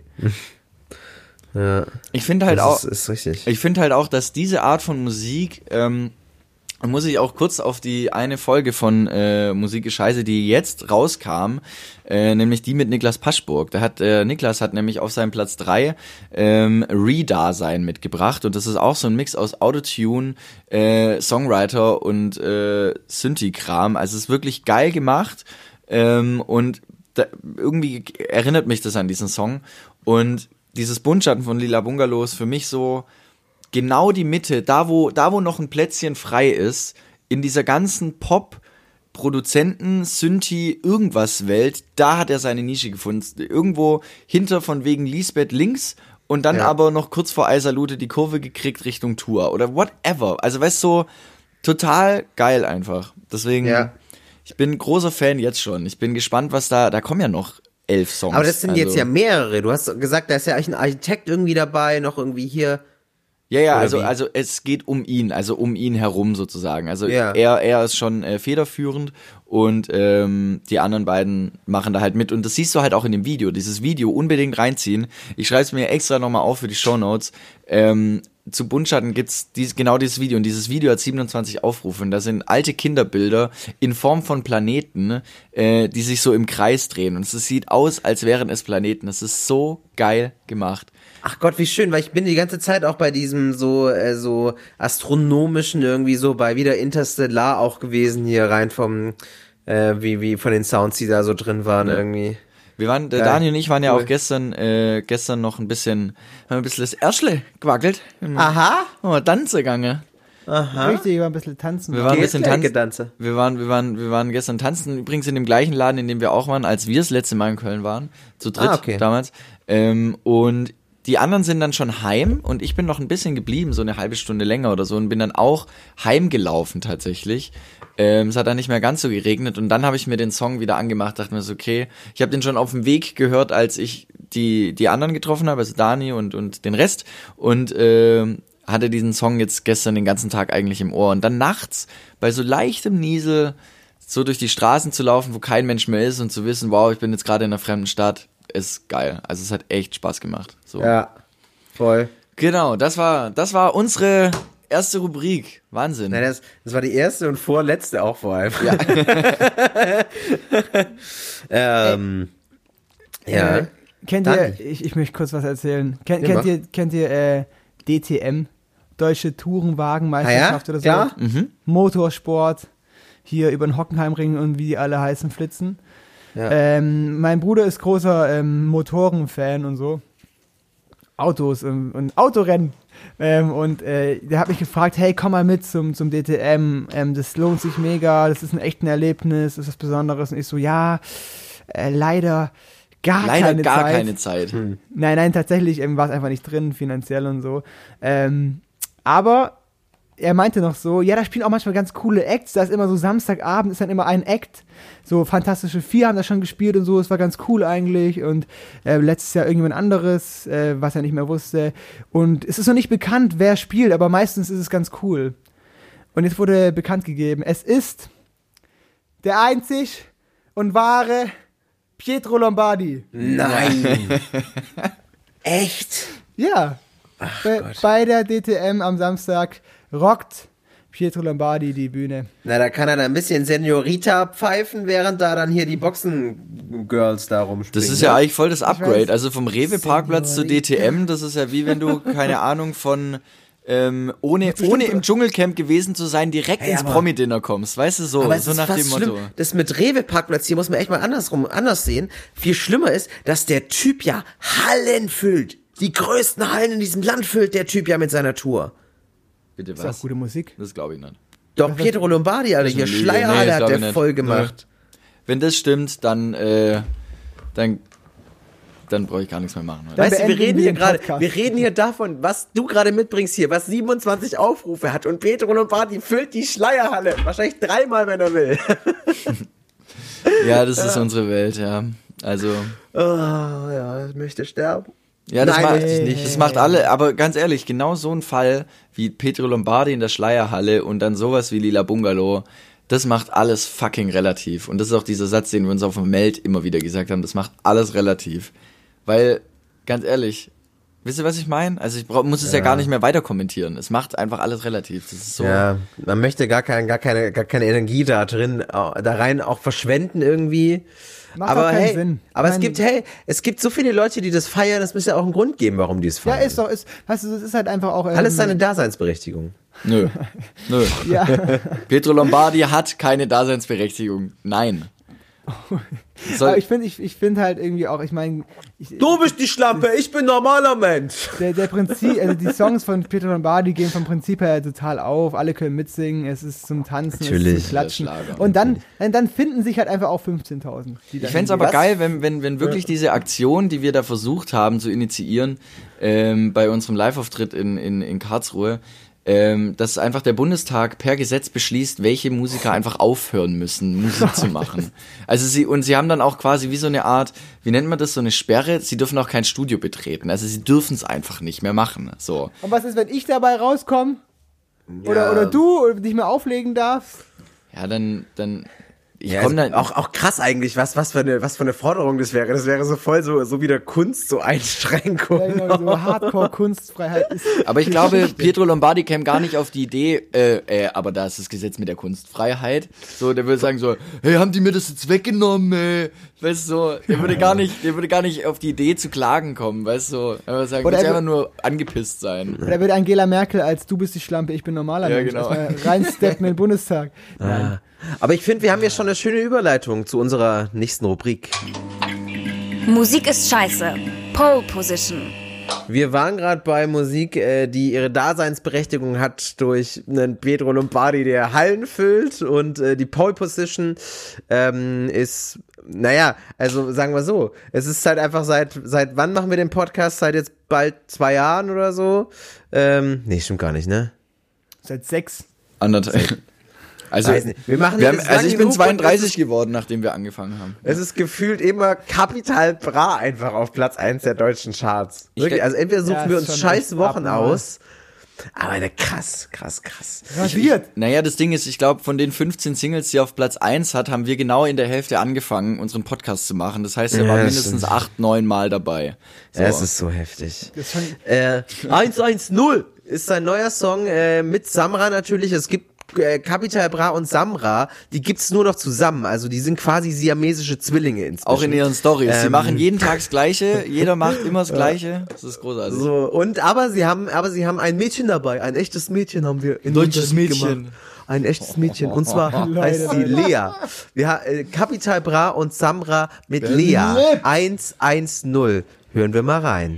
Ja. Ich finde halt das auch, ist, ist richtig. Ich finde halt auch, dass diese Art von Musik, ähm, muss ich auch kurz auf die eine Folge von äh, Musik ist Scheiße, die jetzt rauskam, äh, nämlich die mit Niklas Paschburg. Da hat äh, Niklas hat nämlich auf seinem Platz drei ähm, Re-Dasein mitgebracht und das ist auch so ein Mix aus Autotune, äh, Songwriter und äh, Synthi-Kram. Also es ist wirklich geil gemacht ähm, und da, irgendwie erinnert mich das an diesen Song und dieses Buntschatten von Lila Bungalow ist für mich so genau die Mitte, da wo, da wo noch ein Plätzchen frei ist, in dieser ganzen Pop, Produzenten, Synthi, irgendwas Welt, da hat er seine Nische gefunden. Irgendwo hinter von wegen Lisbeth links und dann ja. aber noch kurz vor I Salute die Kurve gekriegt Richtung Tour oder whatever. Also weißt du, so total geil einfach. Deswegen, ja. ich bin großer Fan jetzt schon. Ich bin gespannt, was da, da kommen ja noch elf Songs. Aber das sind also, jetzt ja mehrere. Du hast gesagt, da ist ja eigentlich ein Architekt irgendwie dabei, noch irgendwie hier. Ja, ja, also, also es geht um ihn, also um ihn herum sozusagen. Also ja. er, er ist schon äh, federführend und ähm, die anderen beiden machen da halt mit. Und das siehst du halt auch in dem Video. Dieses Video unbedingt reinziehen. Ich schreibe es mir extra nochmal auf für die Shownotes. Ähm, zu Buntschatten gibt's dies, genau dieses Video. Und dieses Video hat siebenundzwanzig Aufrufe. Und da sind alte Kinderbilder in Form von Planeten, äh, die sich so im Kreis drehen. Und es sieht aus, als wären es Planeten. Das ist so geil gemacht. Ach Gott, wie schön, weil ich bin die ganze Zeit auch bei diesem so äh, so astronomischen irgendwie so bei wieder Interstellar auch gewesen hier rein vom äh, wie wie von den Sounds, die da so drin waren ja. irgendwie. Wir waren, der Daniel und ich waren ja cool. auch gestern äh, gestern noch ein bisschen haben ein bisschen das Erschle gewackelt. Aha. Oh, tanzen gegangen. Aha. Richtig, wir waren ein bisschen tanzen. Wir waren ein bisschen tanzen. Wir waren, wir waren, wir waren gestern tanzen. Übrigens in dem gleichen Laden, in dem wir auch waren, als wir das letzte Mal in Köln waren, zu dritt ah, okay. damals. Ähm, und die anderen sind dann schon heim und ich bin noch ein bisschen geblieben, so eine halbe Stunde länger oder so und bin dann auch heimgelaufen tatsächlich. Ähm, es hat dann nicht mehr ganz so geregnet und dann habe ich mir den Song wieder angemacht, dachte mir so, okay, ich habe den schon auf dem Weg gehört, als ich die die anderen getroffen habe, also Dani und und den Rest und äh, hatte diesen Song jetzt gestern den ganzen Tag eigentlich im Ohr und dann nachts bei so leichtem Niesel so durch die Straßen zu laufen, wo kein Mensch mehr ist und zu wissen, wow, ich bin jetzt gerade in einer fremden Stadt, ist geil. Also es hat echt Spaß gemacht. So. Ja, voll. Genau, das war, das war unsere erste Rubrik. Wahnsinn. Nein, das, das war die erste und vorletzte auch vor allem. Ja. ähm, ja. Äh, kennt ihr, ich, ich möchte kurz was erzählen. Kennt, ja, kennt ihr, kennt ihr äh, D T M? Deutsche Tourenwagenmeisterschaft ah, ja? oder so? Ja. Mhm. Motorsport. Hier über den Hockenheimring und wie die alle heißen flitzen. Ja. Ähm, mein Bruder ist großer ähm, Motoren-Fan und so. Autos und, und Autorennen. Ähm, und äh, der hat mich gefragt, hey, komm mal mit zum, zum D T M. Ähm, das lohnt sich mega, das ist ein echtes Erlebnis, das ist was Besonderes. Und ich so, ja, äh, leider gar leider keine gar Zeit. Leider gar keine Zeit. Hm. Nein, nein, tatsächlich ähm, war es einfach nicht drin, finanziell und so. Ähm, aber er meinte noch so, ja, da spielen auch manchmal ganz coole Acts, da ist immer so Samstagabend, ist dann immer ein Act, so Fantastische Vier haben da schon gespielt und so, es war ganz cool eigentlich und äh, letztes Jahr irgendjemand anderes, äh, was er nicht mehr wusste und es ist noch nicht bekannt, wer spielt, aber meistens ist es ganz cool. Und jetzt wurde bekannt gegeben, es ist der einzig und wahre Pietro Lombardi. Nein! Echt? Ja. Ach bei, Gott. bei der D T M am Samstag rockt Pietro Lombardi die Bühne. Na, da kann er da ein bisschen Senorita pfeifen, während da dann hier die Boxen-Girls da rumspringen. Das ist ja eigentlich voll das Upgrade. Also vom Rewe-Parkplatz zu D T M, das ist ja wie wenn du, keine Ahnung, von ähm, ohne, ohne im Dschungelcamp gewesen zu sein, direkt hey, ins Promi-Dinner kommst. Weißt du, so, aber so ist nach dem Motto. Schlimm. Das mit Rewe-Parkplatz hier muss man echt mal andersrum, anders sehen. Viel schlimmer ist, dass der Typ ja Hallen füllt. Die größten Hallen in diesem Land füllt der Typ ja mit seiner Tour. Bitte was? Das ist auch gute Musik. Das glaube ich nicht. Doch, Pietro Lombardi, Alter, hier Schleierhalle nee, hat der voll gemacht. Nee. Wenn das stimmt, dann, äh, dann dann brauche ich gar nichts mehr machen. Oder? Weißt du, wir reden wir hier den gerade, Podcast. wir reden hier davon, was du gerade mitbringst hier, was siebenundzwanzig Aufrufe hat und Petro Lombardi füllt die Schleierhalle. Wahrscheinlich dreimal, wenn er will. Ja, das ist unsere Welt, ja. Also. Oh, ja, ich möchte sterben. Ja, das, Nein, macht, möchte ich nicht. das macht alle, aber ganz ehrlich, genau so ein Fall wie Petro Lombardi in der Schleierhalle und dann sowas wie Lila Bungalow, das macht alles fucking relativ. Und das ist auch dieser Satz, den wir uns auf dem Meld immer wieder gesagt haben, das macht alles relativ. Weil, ganz ehrlich, wisst ihr, was ich meine? Also ich brauch, muss es ja. ja gar nicht mehr weiter kommentieren. Es macht einfach alles relativ. Das ist so. Ja, man möchte gar, kein, gar, keine, gar keine Energie da drin, da rein auch verschwenden irgendwie. Macht aber auch keinen hey, Sinn. aber Nein. es gibt, hey, es gibt so viele Leute, die das feiern, das muss ja auch einen Grund geben, warum die es feiern. Ja, ist doch, ist, weißt du, es ist halt einfach auch. Ähm, Alles seine Daseinsberechtigung. Nö. Nö. Ja. Petro Lombardi hat keine Daseinsberechtigung. Nein. Soll Aber ich finde ich, ich find halt irgendwie auch, ich meine. Du bist die Schlampe, ich bin normaler Mensch. Der, der Prinzip, also die Songs von Petro Lombardi gehen vom Prinzip her total auf, alle können mitsingen, es ist zum Tanzen, Natürlich. es ist zum Klatschen. Schlager, und dann, dann, dann finden sich halt einfach auch fünfzehntausend. Ich fände es aber Was? geil, wenn, wenn, wenn wirklich diese Aktion, die wir da versucht haben zu initiieren, ähm, bei unserem Live-Auftritt in, in, in Karlsruhe, ähm, dass einfach der Bundestag per Gesetz beschließt, welche Musiker einfach aufhören müssen, Musik zu machen. Also sie, und sie haben dann auch quasi wie so eine Art, wie nennt man das, so eine Sperre, sie dürfen auch kein Studio betreten. Also sie dürfen es einfach nicht mehr machen. So. Und was ist, wenn ich dabei rauskomme? Oder, oder du, oder dich mal auflegen darfst? Ja, dann, dann, ich Ja, komme also dann, auch, auch krass eigentlich, was, was, für eine, was für eine Forderung das wäre. Das wäre so voll so, so wieder Kunst, so Einschränkung. Ja, genau, so Hardcore-Kunstfreiheit ist. aber ich glaube, Pietro Lombardi käme gar nicht auf die Idee, äh, äh, aber da ist das Gesetz mit der Kunstfreiheit. So, der würde sagen so, hey, haben die mir das jetzt weggenommen, ey? Weißt du, so, der würde gar nicht, der würde gar nicht auf die Idee zu klagen kommen, weißt du, so. Er würde sagen, Oder würde er einfach nur angepisst sein. Da wird Angela Merkel als du bist die Schlampe, ich bin normaler Ja, Mensch. genau. Erstmal reinsteppen in den Bundestag. Ah. Aber ich finde, wir haben hier schon eine schöne Überleitung zu unserer nächsten Rubrik. Musik ist scheiße. Pole Position. Wir waren gerade bei Musik, äh, die ihre Daseinsberechtigung hat durch einen Pietro Lombardi, der Hallen füllt, und äh, die Pole Position ähm, ist, naja, also sagen wir so, es ist halt einfach seit, seit wann machen wir den Podcast? Seit jetzt bald zwei Jahren oder so? Ähm, nee, stimmt gar nicht, ne? Seit sechs. Anderthalb. Also, Weiß nicht. Wir machen wir haben, das also lang ich bin genug und zweiunddreißig es ist- geworden, nachdem wir angefangen haben. Es ist gefühlt immer Capital Bra einfach auf Platz eins der deutschen Charts. Wirklich, also entweder suchen Ja, wir ist uns schon scheiß echt Wochen abnormal. aus, aber eine krass, krass, krass. Rasiert. Naja, das Ding ist, ich glaube, von den fünfzehn Singles, die er auf Platz eins hat, haben wir genau in der Hälfte angefangen, unseren Podcast zu machen. Das heißt, er Ja, war das mindestens stimmt. acht, neun Mal dabei. So. Ja, es ist so heftig. Das ist schon, Äh, eins eins null ist sein neuer Song äh, mit Samra natürlich. Es gibt äh, Capital Bra und Samra, die gibt's nur noch zusammen. Also die sind quasi siamesische Zwillinge inzwischen. Auch in ihren Stories. Sie Ähm. machen jeden Tag das Gleiche, jeder macht immer das Gleiche. Das ist großartig. So, und aber sie haben, aber sie haben ein Mädchen dabei, ein echtes Mädchen haben wir in Deutsches unser Lied Mädchen. gemacht. Ein echtes Mädchen. Und zwar Leute, heißt sie Leute. Lea. Wir haben äh, Capital Bra und Samra mit Lea. eins eins null. Hören wir mal rein.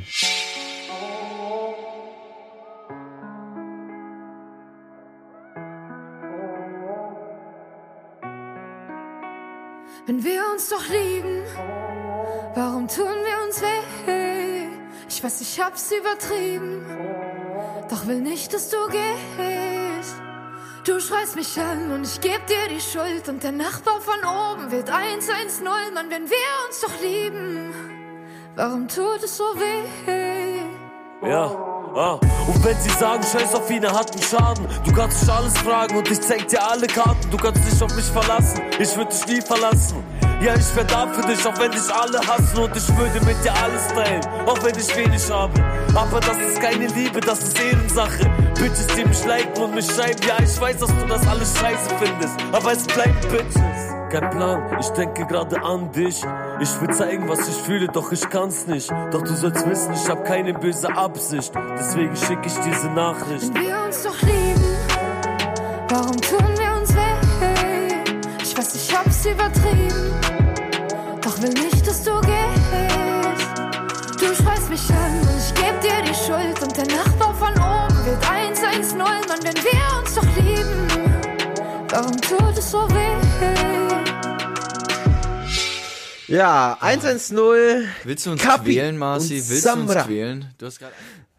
Wenn wir uns doch lieben, warum tun wir uns weh? Ich weiß, ich hab's übertrieben, doch will nicht, dass du gehst. Du schreist mich an und ich geb dir die Schuld und der Nachbar von oben wird eins eins null. Mann, wenn wir uns doch lieben, warum tut es so weh? Ja, ah. Und wenn sie sagen, scheiß auf ihn, er hat einen Schaden. Du kannst mich alles fragen und ich zeig dir alle Karten. Du kannst dich auf mich verlassen, ich würde dich nie verlassen. Ja, ich wär da für dich, auch wenn dich alle hassen. Und ich würde mit dir alles teilen, auch wenn ich wenig habe. Aber das ist keine Liebe, das ist Ehrensache. Bitches, die mich liken und mich schreiben. Ja, ich weiß, dass du das alles scheiße findest, aber es bleiben Bitches. Kein Plan, ich denke gerade an dich. Ich will zeigen, was ich fühle, doch ich kann's nicht. Doch du sollst wissen, ich hab keine böse Absicht. Deswegen schick ich diese Nachricht. Wenn wir uns doch lieben, warum tun wir uns weh? Ich weiß, ich hab's übertrieben, doch will nicht, dass du gehst. Du schreist mich an und ich geb dir die Schuld und der Nachbar von oben wird eins eins null. Mann, wenn wir uns doch lieben, warum tut es so weh? Ja, eins eins null. Willst du uns Kapi quälen, Marci? und Willst du uns Samra. quälen? Du hast gerade...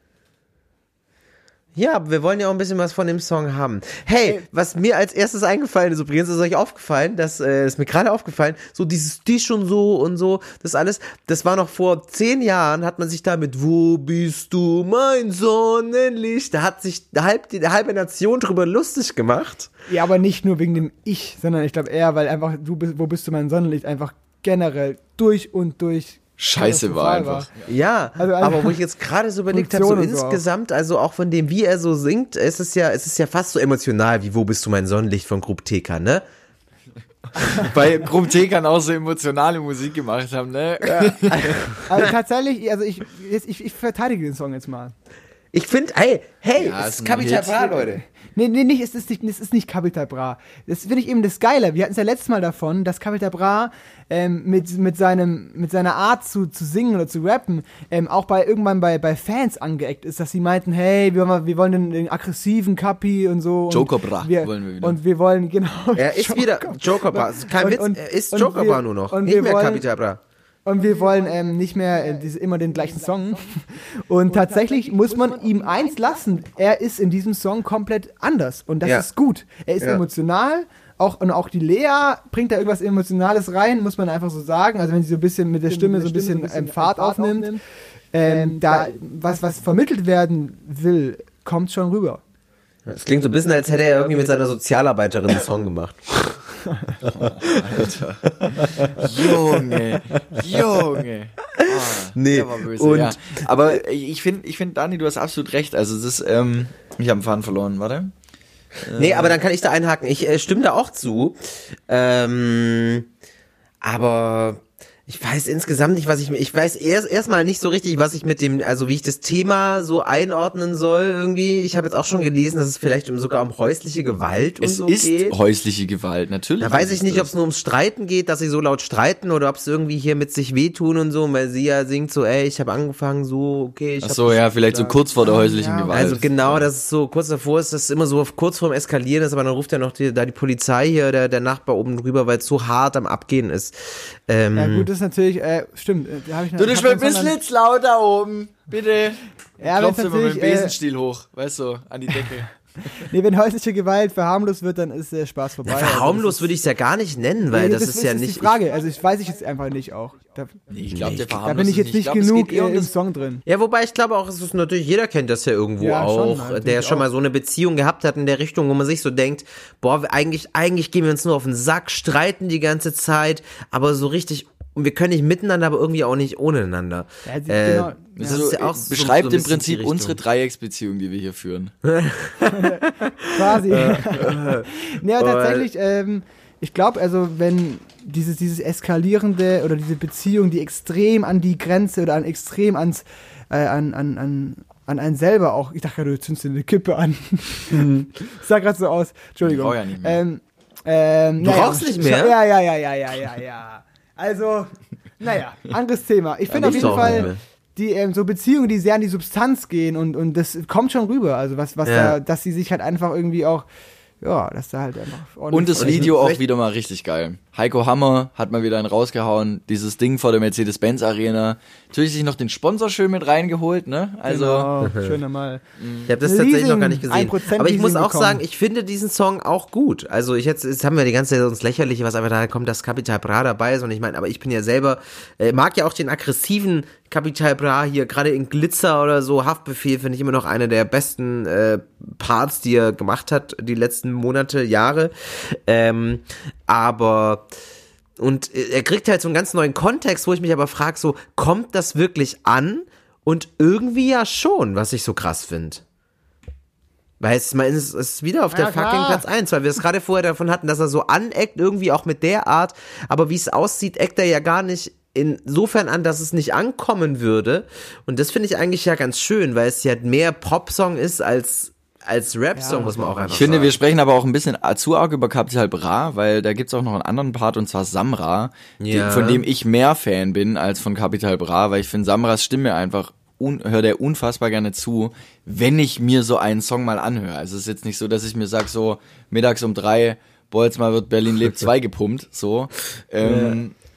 Ja, aber wir wollen ja auch ein bisschen was von dem Song haben. Hey, was mir als erstes eingefallen ist, übrigens ist euch aufgefallen, das äh, ist mir gerade aufgefallen, so dieses Dich und so und so, das alles, das war noch vor zehn Jahren, hat man sich da mit Wo bist du, mein Sonnenlicht, da hat sich halb, die halbe Nation drüber lustig gemacht. Ja, aber nicht nur wegen dem Ich, sondern ich glaube eher, weil einfach, du bist, wo bist du mein Sonnenlicht, einfach generell durch und durch Scheiße war einfach. Ja, Also, also aber wo ich jetzt gerade so überlegt habe, so Funktion und so insgesamt, also auch von dem, wie er so singt, es ist ja, es ist ja fast so emotional, wie Wo bist du mein Sonnenlicht von Grupp T K, ne? Weil Grupp T K auch so emotionale Musik gemacht haben, ne? Also tatsächlich, also ich, jetzt, ich, ich verteidige den Song jetzt mal. Ich finde, hey, hey, Ja, es ist ist ein Capital Hit. Bra, Leute. Nee, nee, nicht, es ist nicht, es ist nicht Capital Bra. Das finde ich eben das Geile. Wir hatten es ja letztes Mal davon, dass Capital Bra ähm, mit, mit, seinem, mit seiner Art zu, zu singen oder zu rappen ähm, auch bei irgendwann bei, bei Fans angeeckt ist, dass sie meinten, hey, wir, wollen- wir wollen den, den aggressiven Capi und so. Und Joker Bra wir, wollen wir wieder. Und wir wollen, genau. Er ist wieder Joker Bra. Kein Und- Witz, und- er ist und Joker wir- Bra nur noch. und Nicht wir mehr wollen- Capital Bra. Und wir wollen ähm, nicht mehr äh, diese, immer den gleichen Song. Und tatsächlich muss man ihm eins lassen. Er ist in diesem Song komplett anders. Und das Ja. ist gut. Er ist Ja. emotional. Auch, und auch die Lea bringt da irgendwas Emotionales rein, muss man einfach so sagen. Also wenn sie so ein bisschen mit der Stimme so ein bisschen ähm, Fahrt aufnimmt, ähm, da was, was vermittelt werden will, kommt schon rüber. Es klingt so ein bisschen, als hätte er irgendwie mit seiner Sozialarbeiterin einen Song gemacht. Alter. Junge, Junge. Ah, Nee, der war böse, und- ja. Aber ich finde, ich finde, Dani, du hast absolut recht. Also das ist, ähm, ich habe einen Faden verloren, warte. Nee, aber dann kann ich da einhaken. Ich äh, stimme da auch zu. Ähm, aber ich weiß insgesamt nicht, was ich mir, ich weiß erst erstmal nicht so richtig, was ich mit dem, also wie ich das Thema so einordnen soll irgendwie. Ich habe jetzt auch schon gelesen, dass es vielleicht um, sogar um häusliche Gewalt und Es so ist geht. häusliche Gewalt, natürlich. Da weiß ist ich nicht, das. ob es nur ums Streiten geht, dass sie so laut streiten oder ob es irgendwie hier mit sich wehtun und so, weil sie ja singt so, ey, ich habe angefangen so, okay, ich Ach hab so, ja, vielleicht so kurz vor der häuslichen Ja, Gewalt. Also genau, das ist so, kurz davor ist das immer so kurz vorm Eskalieren ist, aber dann ruft ja noch die, da die Polizei hier, der, der Nachbar oben drüber, weil es so hart am Abgehen ist. Ähm, Ja gut, das ist natürlich, äh, stimmt. äh, Da hab ich noch, Du, du hab spielst den ein Song bisschen jetzt laut da oben, bitte. Ja, Klopfst wenn's immer mit dem natürlich, äh, Besenstiel hoch, weißt du, an die Decke. Nee, wenn häusliche Gewalt verharmlos wird, dann ist der Spaß vorbei. ja, Also verharmlos das würde ich es ja gar nicht nennen, weil Nee, das, ist ja nicht. die Frage. Also ich weiß ich jetzt einfach nicht auch. Da, Ich glaube, der da verharmlost bin ich jetzt es nicht Ich glaub, es genug geht eher um äh, im das- Song drin. Ja, wobei ich glaube auch, es ist natürlich, jeder kennt das ja irgendwo Ja, schon, auch, natürlich der schon auch. mal so eine Beziehung gehabt hat in der Richtung, wo man sich so denkt, boah, wir- eigentlich, eigentlich gehen wir uns nur auf den Sack, streiten die ganze Zeit, aber so richtig, und wir können nicht miteinander, aber irgendwie auch nicht ohne einander. Ja, die- Äh, genau. das Also, ist ja auch so- beschreibt so ein im bisschen Prinzip die unsere Richtung. Dreiecksbeziehung, die wir hier führen. Quasi. nee, aber tatsächlich, ähm, ich glaube, also wenn dieses, dieses eskalierende oder diese Beziehung, die extrem an die Grenze oder an extrem ans, äh, an, an, an, an einen selber auch, ich dachte gerade, du zündest dir eine Kippe an. Sah gerade so aus. Entschuldigung. Ich rauch ja nicht mehr. Ähm, ähm, Du naja, rauchst nicht mehr? Ja, ja, ja, ja, ja, ja, ja. Also, naja, anderes Thema. Ich finde Ja, auf ich jeden rauch nicht Fall mehr. die ähm, so Beziehungen, die sehr an die Substanz gehen und, und das kommt schon rüber. Also was, was Ja. da, dass sie sich halt einfach irgendwie auch, ja, dass da halt einfach ordentlich- Und das Und ich- Video auch vielleicht- wieder mal richtig geil. Heiko Hammer hat mal wieder einen rausgehauen. Dieses Ding vor der Mercedes-Benz Arena. Natürlich sich noch den Sponsor schön mit reingeholt, ne? Also, genau, schöner mal. Ich habe das Leasing, tatsächlich noch gar nicht gesehen. ein Prozent Aber ich muss Leasing auch bekommen. sagen, ich finde diesen Song auch gut. Also ich jetzt, jetzt haben wir die ganze Zeit uns Lächerliche, was einfach da kommt, dass Capital Bra dabei ist. Und ich meine, aber ich bin ja selber, äh, mag ja auch den aggressiven Capital Bra hier, gerade in Glitzer oder so. Haftbefehl finde ich immer noch eine der besten äh, Parts, die er gemacht hat, die letzten Monate, Jahre. Ähm, aber und er kriegt halt so einen ganz neuen Kontext, wo ich mich aber frage, so, kommt das wirklich an? Und irgendwie ja schon, was ich so krass finde. Weil es, man ist, es ist wieder auf Ja, der fucking klar. Platz eins, weil wir es gerade vorher davon hatten, dass er so aneckt, irgendwie auch mit der Art, aber wie es aussieht, eckt er ja gar nicht insofern an, dass es nicht ankommen würde. Und das finde ich eigentlich ja ganz schön, weil es ja mehr Popsong ist als als Rap-Song, Ja, muss man auch einfach ich finde, sagen. wir sprechen aber auch ein bisschen zu arg über Capital Bra, weil da gibt's auch noch einen anderen Part, und zwar Samra, Ja. die, von dem ich mehr Fan bin als von Capital Bra, weil ich finde Samras Stimme einfach, un, hört er unfassbar gerne zu, wenn ich mir so einen Song mal anhöre. Also es ist jetzt nicht so, dass ich mir sag, so mittags um drei, boah, jetzt mal wird Berlin lebt zwei gepumpt, so. Ähm,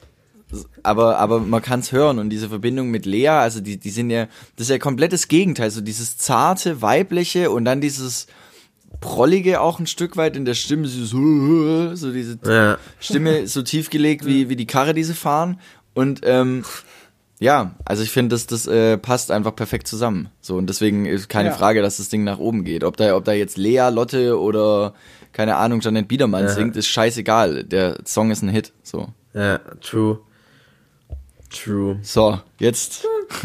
aber, aber man kann es hören und diese Verbindung mit Lea, also die, die sind ja, das ist ja komplettes Gegenteil, so dieses zarte, weibliche und dann dieses prollige auch ein Stück weit in der Stimme, so, so diese ja. Stimme so tief gelegt wie, wie die Karre, die sie fahren und ähm, ja, also ich finde, das, das äh, passt einfach perfekt zusammen. So und deswegen ist keine ja. Frage, dass das Ding nach oben geht. Ob da, ob da jetzt Lea, Lotte oder keine Ahnung, Janette Biedermann ja. singt, ist scheißegal. Der Song ist ein Hit. So. Ja, true. True. So, jetzt.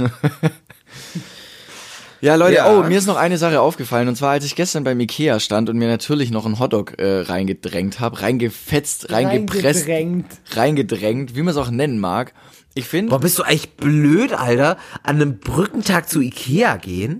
Ja, Leute, ja. oh, mir ist noch eine Sache aufgefallen. Und zwar, als ich gestern beim Ikea stand und mir natürlich noch einen Hotdog äh, reingedrängt habe, reingefetzt, reingepresst, reingedrängt, reingedrängt wie man es auch nennen mag. Ich finde. Boah, bist du eigentlich blöd, Alter? An einem Brückentag zu Ikea gehen?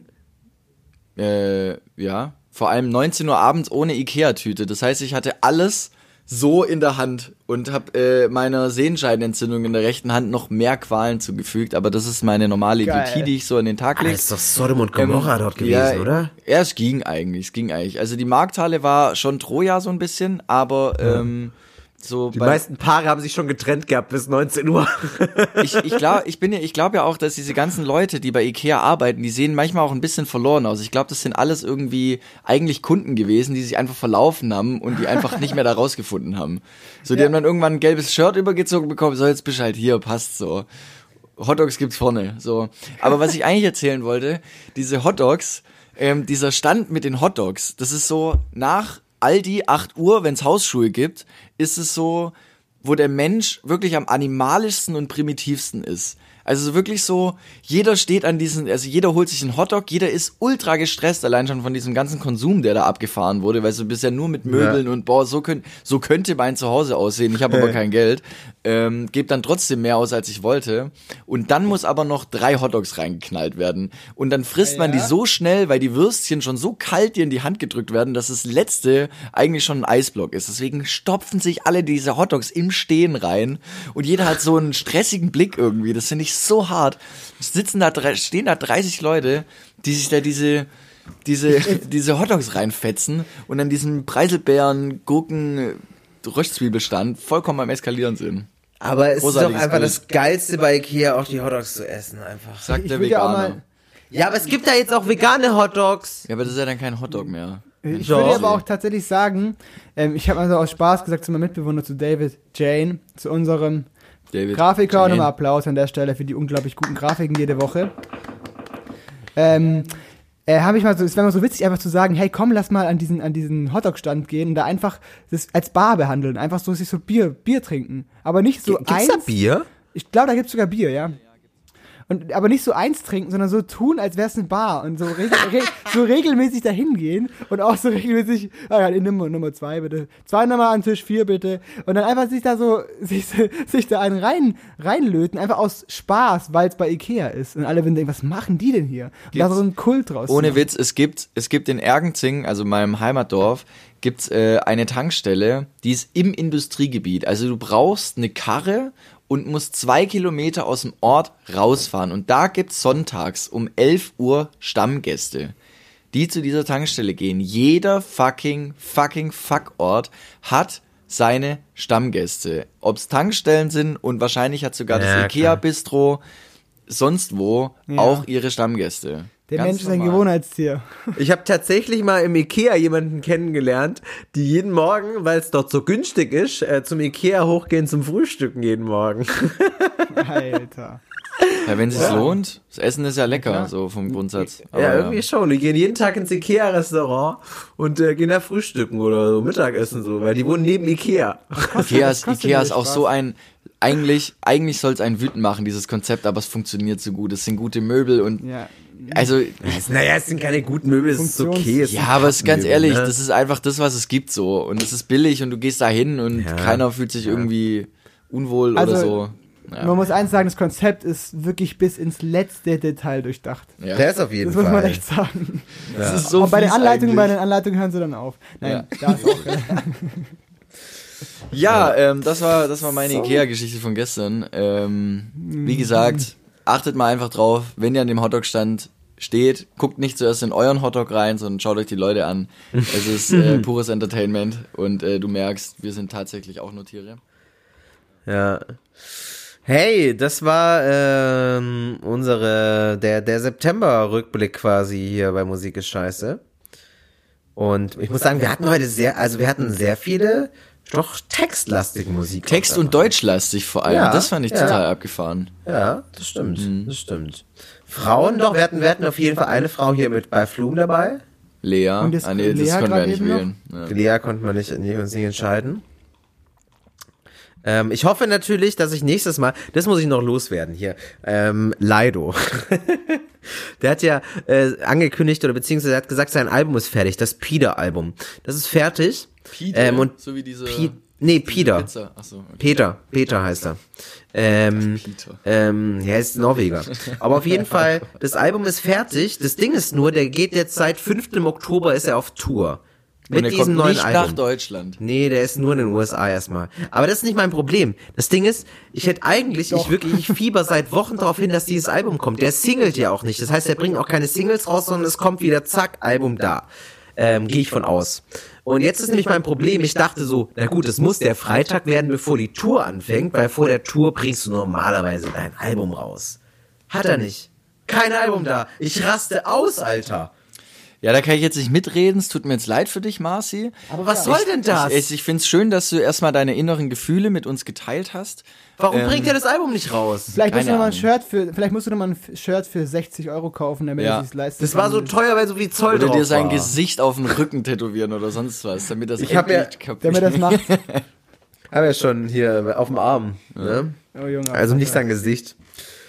Äh, ja. Vor allem neunzehn Uhr abends ohne Ikea-Tüte. Das heißt, ich hatte alles so in der Hand und habe äh, meiner Sehenscheidenentzündung in der rechten Hand noch mehr Qualen zugefügt. Aber das ist meine normale Idiotie, die ich so an den Tag lege. Das ist doch Sodom und Gomorra ähm, dort gewesen, ja, oder? Ja, es ging eigentlich, es ging eigentlich. Also die Markthalle war schon Troja so ein bisschen, aber ja. ähm, so die meisten Paare haben sich schon getrennt gehabt bis neunzehn Uhr. ich ich glaube ich bin ja, ich glaube ja auch, dass diese ganzen Leute, die bei Ikea arbeiten, die sehen manchmal auch ein bisschen verloren aus. Ich glaube, das sind alles irgendwie eigentlich Kunden gewesen, die sich einfach verlaufen haben und die einfach nicht mehr da rausgefunden haben. So, die ja. haben dann irgendwann ein gelbes Shirt übergezogen bekommen, so jetzt bist du halt hier, passt so. Hotdogs gibt's vorne, so. Aber was ich eigentlich erzählen wollte, diese Hotdogs, ähm, dieser Stand mit den Hotdogs, das ist so nach Aldi, acht Uhr, wenn's Hausschuhe gibt, ist es so, wo der Mensch wirklich am animalischsten und primitivsten ist. Also wirklich so, jeder steht an diesen, also jeder holt sich einen Hotdog, jeder ist ultra gestresst, allein schon von diesem ganzen Konsum, der da abgefahren wurde, weil du bist ja nur mit Möbeln ja. und boah, so, könnt, so könnte mein Zuhause aussehen, ich habe aber kein Geld, ähm, gebe dann trotzdem mehr aus, als ich wollte und dann muss aber noch drei Hotdogs reingeknallt werden und dann frisst ja. man die so schnell, weil die Würstchen schon so kalt dir in die Hand gedrückt werden, dass das letzte eigentlich schon ein Eisblock ist, deswegen stopfen sich alle diese Hotdogs im Stehen rein und jeder hat so einen stressigen Blick irgendwie, das finde ich so hart. Sitzen da, stehen da dreißig Leute, die sich da diese, diese, diese Hotdogs reinfetzen und an diesem Preiselbeeren, Gurken, Röstzwiebelstand vollkommen am Eskalieren sind. Aber es ist doch einfach das Geilste bei Ikea, auch die Hotdogs zu essen, einfach. Sagt der Veganer. Ja, aber es gibt da jetzt auch vegane Hotdogs. Ja, aber das ist ja dann kein Hotdog mehr. Ich würde aber auch tatsächlich sagen, ähm, ich habe also aus Spaß gesagt zu meinem Mitbewohner, zu David Jane, zu unserem David Grafiker, Jane. Nochmal Applaus an der Stelle für die unglaublich guten Grafiken jede Woche. Ähm, äh, habe ich mal so, es wäre mal so witzig, einfach zu sagen, hey, komm, lass mal an diesen, an diesen Hotdog-Stand gehen und da einfach das als Bar behandeln, einfach so sich so Bier, Bier trinken. Aber nicht so Gibt's eins. Gibt's da Bier? Ich glaube, da gibt's sogar Bier, ja. Und, aber nicht so eins trinken, sondern so tun, als wäre es eine Bar und so, regel, re, so regelmäßig dahin gehen und auch so regelmäßig, ah ja, Nummer, Nummer zwei bitte, zwei nochmal an Tisch, vier bitte und dann einfach sich da so, sich, sich da einen rein, reinlöten, einfach aus Spaß, weil es bei Ikea ist und alle würden denken, was machen die denn hier? Und gibt's, da so ein Kult draus. Ohne Witz, es gibt, es gibt in Ergenzing, also meinem Heimatdorf, gibt's äh, eine Tankstelle, die ist im Industriegebiet, also du brauchst eine Karre und muss zwei Kilometer aus dem Ort rausfahren. Und da gibt's sonntags um elf Uhr Stammgäste, die zu dieser Tankstelle gehen. Jeder fucking, fucking Fuckort hat seine Stammgäste. Ob's Tankstellen sind und wahrscheinlich hat sogar ja, das Ikea-Bistro sonst wo ja. auch ihre Stammgäste. Der Ganz Mensch ist ein Gewohnheitstier. Ich habe tatsächlich mal im Ikea jemanden kennengelernt, die jeden Morgen, weil es dort so günstig ist, äh, zum Ikea hochgehen zum Frühstücken jeden Morgen. Alter. Ja, wenn es sich ja. lohnt, das Essen ist ja lecker, ja. so vom Grundsatz. Aber ja, irgendwie ja. schon. Die gehen jeden Tag ins Ikea-Restaurant und äh, gehen da frühstücken oder so Mittagessen so, weil die wohnen neben Ikea. Ikea ist, Ikea ist auch so ein, eigentlich, eigentlich soll es einen wütend machen, dieses Konzept, aber es funktioniert so gut. Es sind gute Möbel und ja. also, naja, es sind keine guten Möbel, es ist okay. Es ja, aber es ist ganz ehrlich, ne? Das ist einfach das, was es gibt so. Und es ist billig und du gehst da hin und ja. keiner fühlt sich ja. irgendwie unwohl also, oder so. Ja. Man muss eins sagen, das Konzept ist wirklich bis ins letzte Detail durchdacht. Ja. Das auf jeden das Fall. Das muss man echt sagen. Ja. Das ist so und bei den Anleitungen, eigentlich. bei den Anleitungen hören sie dann auf. Nein, ja. da ist auch. Ja, ähm, das war, das war meine so. Ikea-Geschichte von gestern. Ähm, wie gesagt, achtet mal einfach drauf, wenn ihr an dem Hotdog-Stand steht, guckt nicht zuerst in euren Hotdog rein, sondern schaut euch die Leute an. Es ist äh, pures Entertainment und äh, du merkst, wir sind tatsächlich auch nur Tiere. Ja. Hey, das war ähm, unsere, der, der September-Rückblick quasi hier bei Musik ist Scheiße. Und ich muss sagen, wir hatten heute sehr, also wir hatten sehr viele, doch textlastige Musik. Text- und deutschlastig vor allem, Ja, das fand ich ja. total abgefahren. Ja, das stimmt, das stimmt. Frauen doch, wir hatten, wir hatten auf jeden Fall eine Frau hier mit bei Flum dabei. Lea, Und das- ah nee, das Lea konnten wir grad ja nicht eben noch? wählen. Ja. Lea konnte man nicht, nicht, uns nicht entscheiden. Ähm, ich hoffe natürlich, dass ich nächstes Mal, das muss ich noch loswerden hier, ähm, Lido. Der hat ja äh, angekündigt oder beziehungsweise er hat gesagt, sein Album ist fertig, das Peter-Album. Das ist fertig. Peter, Ähm, und so wie diese... Pi- nee, diese Peter. Pizza. Ach so, okay. Peter, Peter heißt er. Ähm, Peter. ähm, ja, er ist Norweger. Aber auf jeden Fall, das Album ist fertig. Das Ding ist nur, der geht jetzt seit fünften Oktober ist er auf Tour. Mit Und er diesem kommt neuen nicht Album. nach Deutschland. Nee, der ist nur in den U S A erstmal. Aber das ist nicht mein Problem. Das Ding ist, ich hätte eigentlich, ich wirklich, ich fieber seit Wochen darauf hin, dass dieses Album kommt. Der singelt ja auch nicht. Das heißt, er bringt auch keine Singles raus, sondern es kommt wieder, zack, Album da. Ähm, gehe ich von aus. Und jetzt ist nämlich mein Problem, ich dachte so, na gut, es muss der Freitag werden, bevor die Tour anfängt, weil vor der Tour bringst du normalerweise dein Album raus. Hat er nicht. Kein Album da. Ich raste aus, Alter. Ja, da kann ich jetzt nicht mitreden, es tut mir jetzt leid für dich, Marci. Aber was soll denn das? Ich, ich finde es schön, dass du erstmal deine inneren Gefühle mit uns geteilt hast. Warum Ähm, bringt er das Album nicht raus? Vielleicht musst, du Keine noch mal ein Ahnung. Shirt für, vielleicht musst du noch mal ein Shirt für sechzig Euro kaufen, damit Ja. er sich leisten Das war so kann. teuer, weil so viel Zoll Oder drauf dir sein war. Gesicht auf den Rücken tätowieren oder sonst was, damit das Ich hab ja- kaputt Damit er das macht. Hab ja schon hier auf dem Arm. Ne? Oh, Junge. Also nicht sein Gesicht.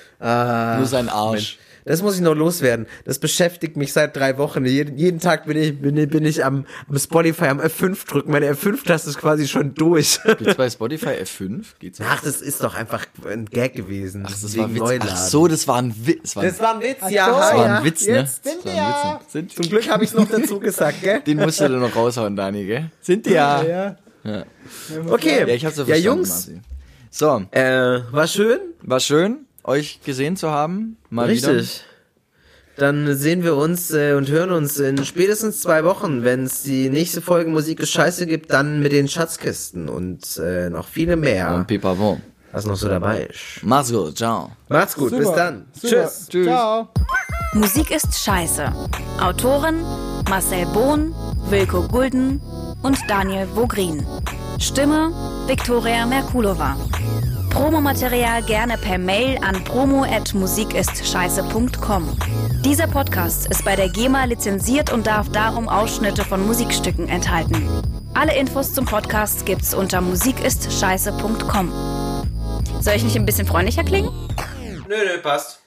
Ah, Nur sein Arsch. das muss ich noch loswerden. Das beschäftigt mich seit drei Wochen. Jeden, jeden Tag bin ich, bin ich, bin ich am, am Spotify am F fünf drücken. Meine F fünf-Taste ist quasi schon durch. Gibt's bei Spotify F fünf? Geht's? Ach, das ist doch einfach ein Gag gewesen. Ach, das Wegen war Witz. Neuladen. Ach so, das war ein Witz. Das war ein, Das war ein Witz, Ach ja. so. das ha, war ja. ein Witz, ne? Jetzt Das sind war wir. ein Witz. Sind, Zum Glück habe ich es noch dazu gesagt, gell? den musst du dann noch raushauen, Dani, gell? Sind die ja. Ja. Ja, Okay. ja ich hab's ja Ja, verstanden, Jungs. Marci. So, Äh, war schön. war schön, euch gesehen zu haben. Mal Richtig. Dann sehen wir uns äh, und hören uns in spätestens zwei Wochen, wenn es die nächste Folge Musik ist Scheiße gibt, dann mit den Schatzkisten und äh, noch viele wieder. mehr, Und Pipavon. was noch so dabei ist. Mach's gut, ciao. Macht's gut, Super. bis dann. Super. Tschüss. Tschüss. Ciao. Musik ist scheiße. Autoren Marcel Bohn, Wilko Gulden und Daniel Vogrin. Stimme Viktoria Merkulova. Promomaterial gerne per Mail an promo at musikistscheiße punkt com. Dieser Podcast ist bei der GEMA lizenziert und darf darum Ausschnitte von Musikstücken enthalten. Alle Infos zum Podcast gibt's unter musikistscheiße punkt com. Soll ich nicht ein bisschen freundlicher klingen? Nö, nö, passt.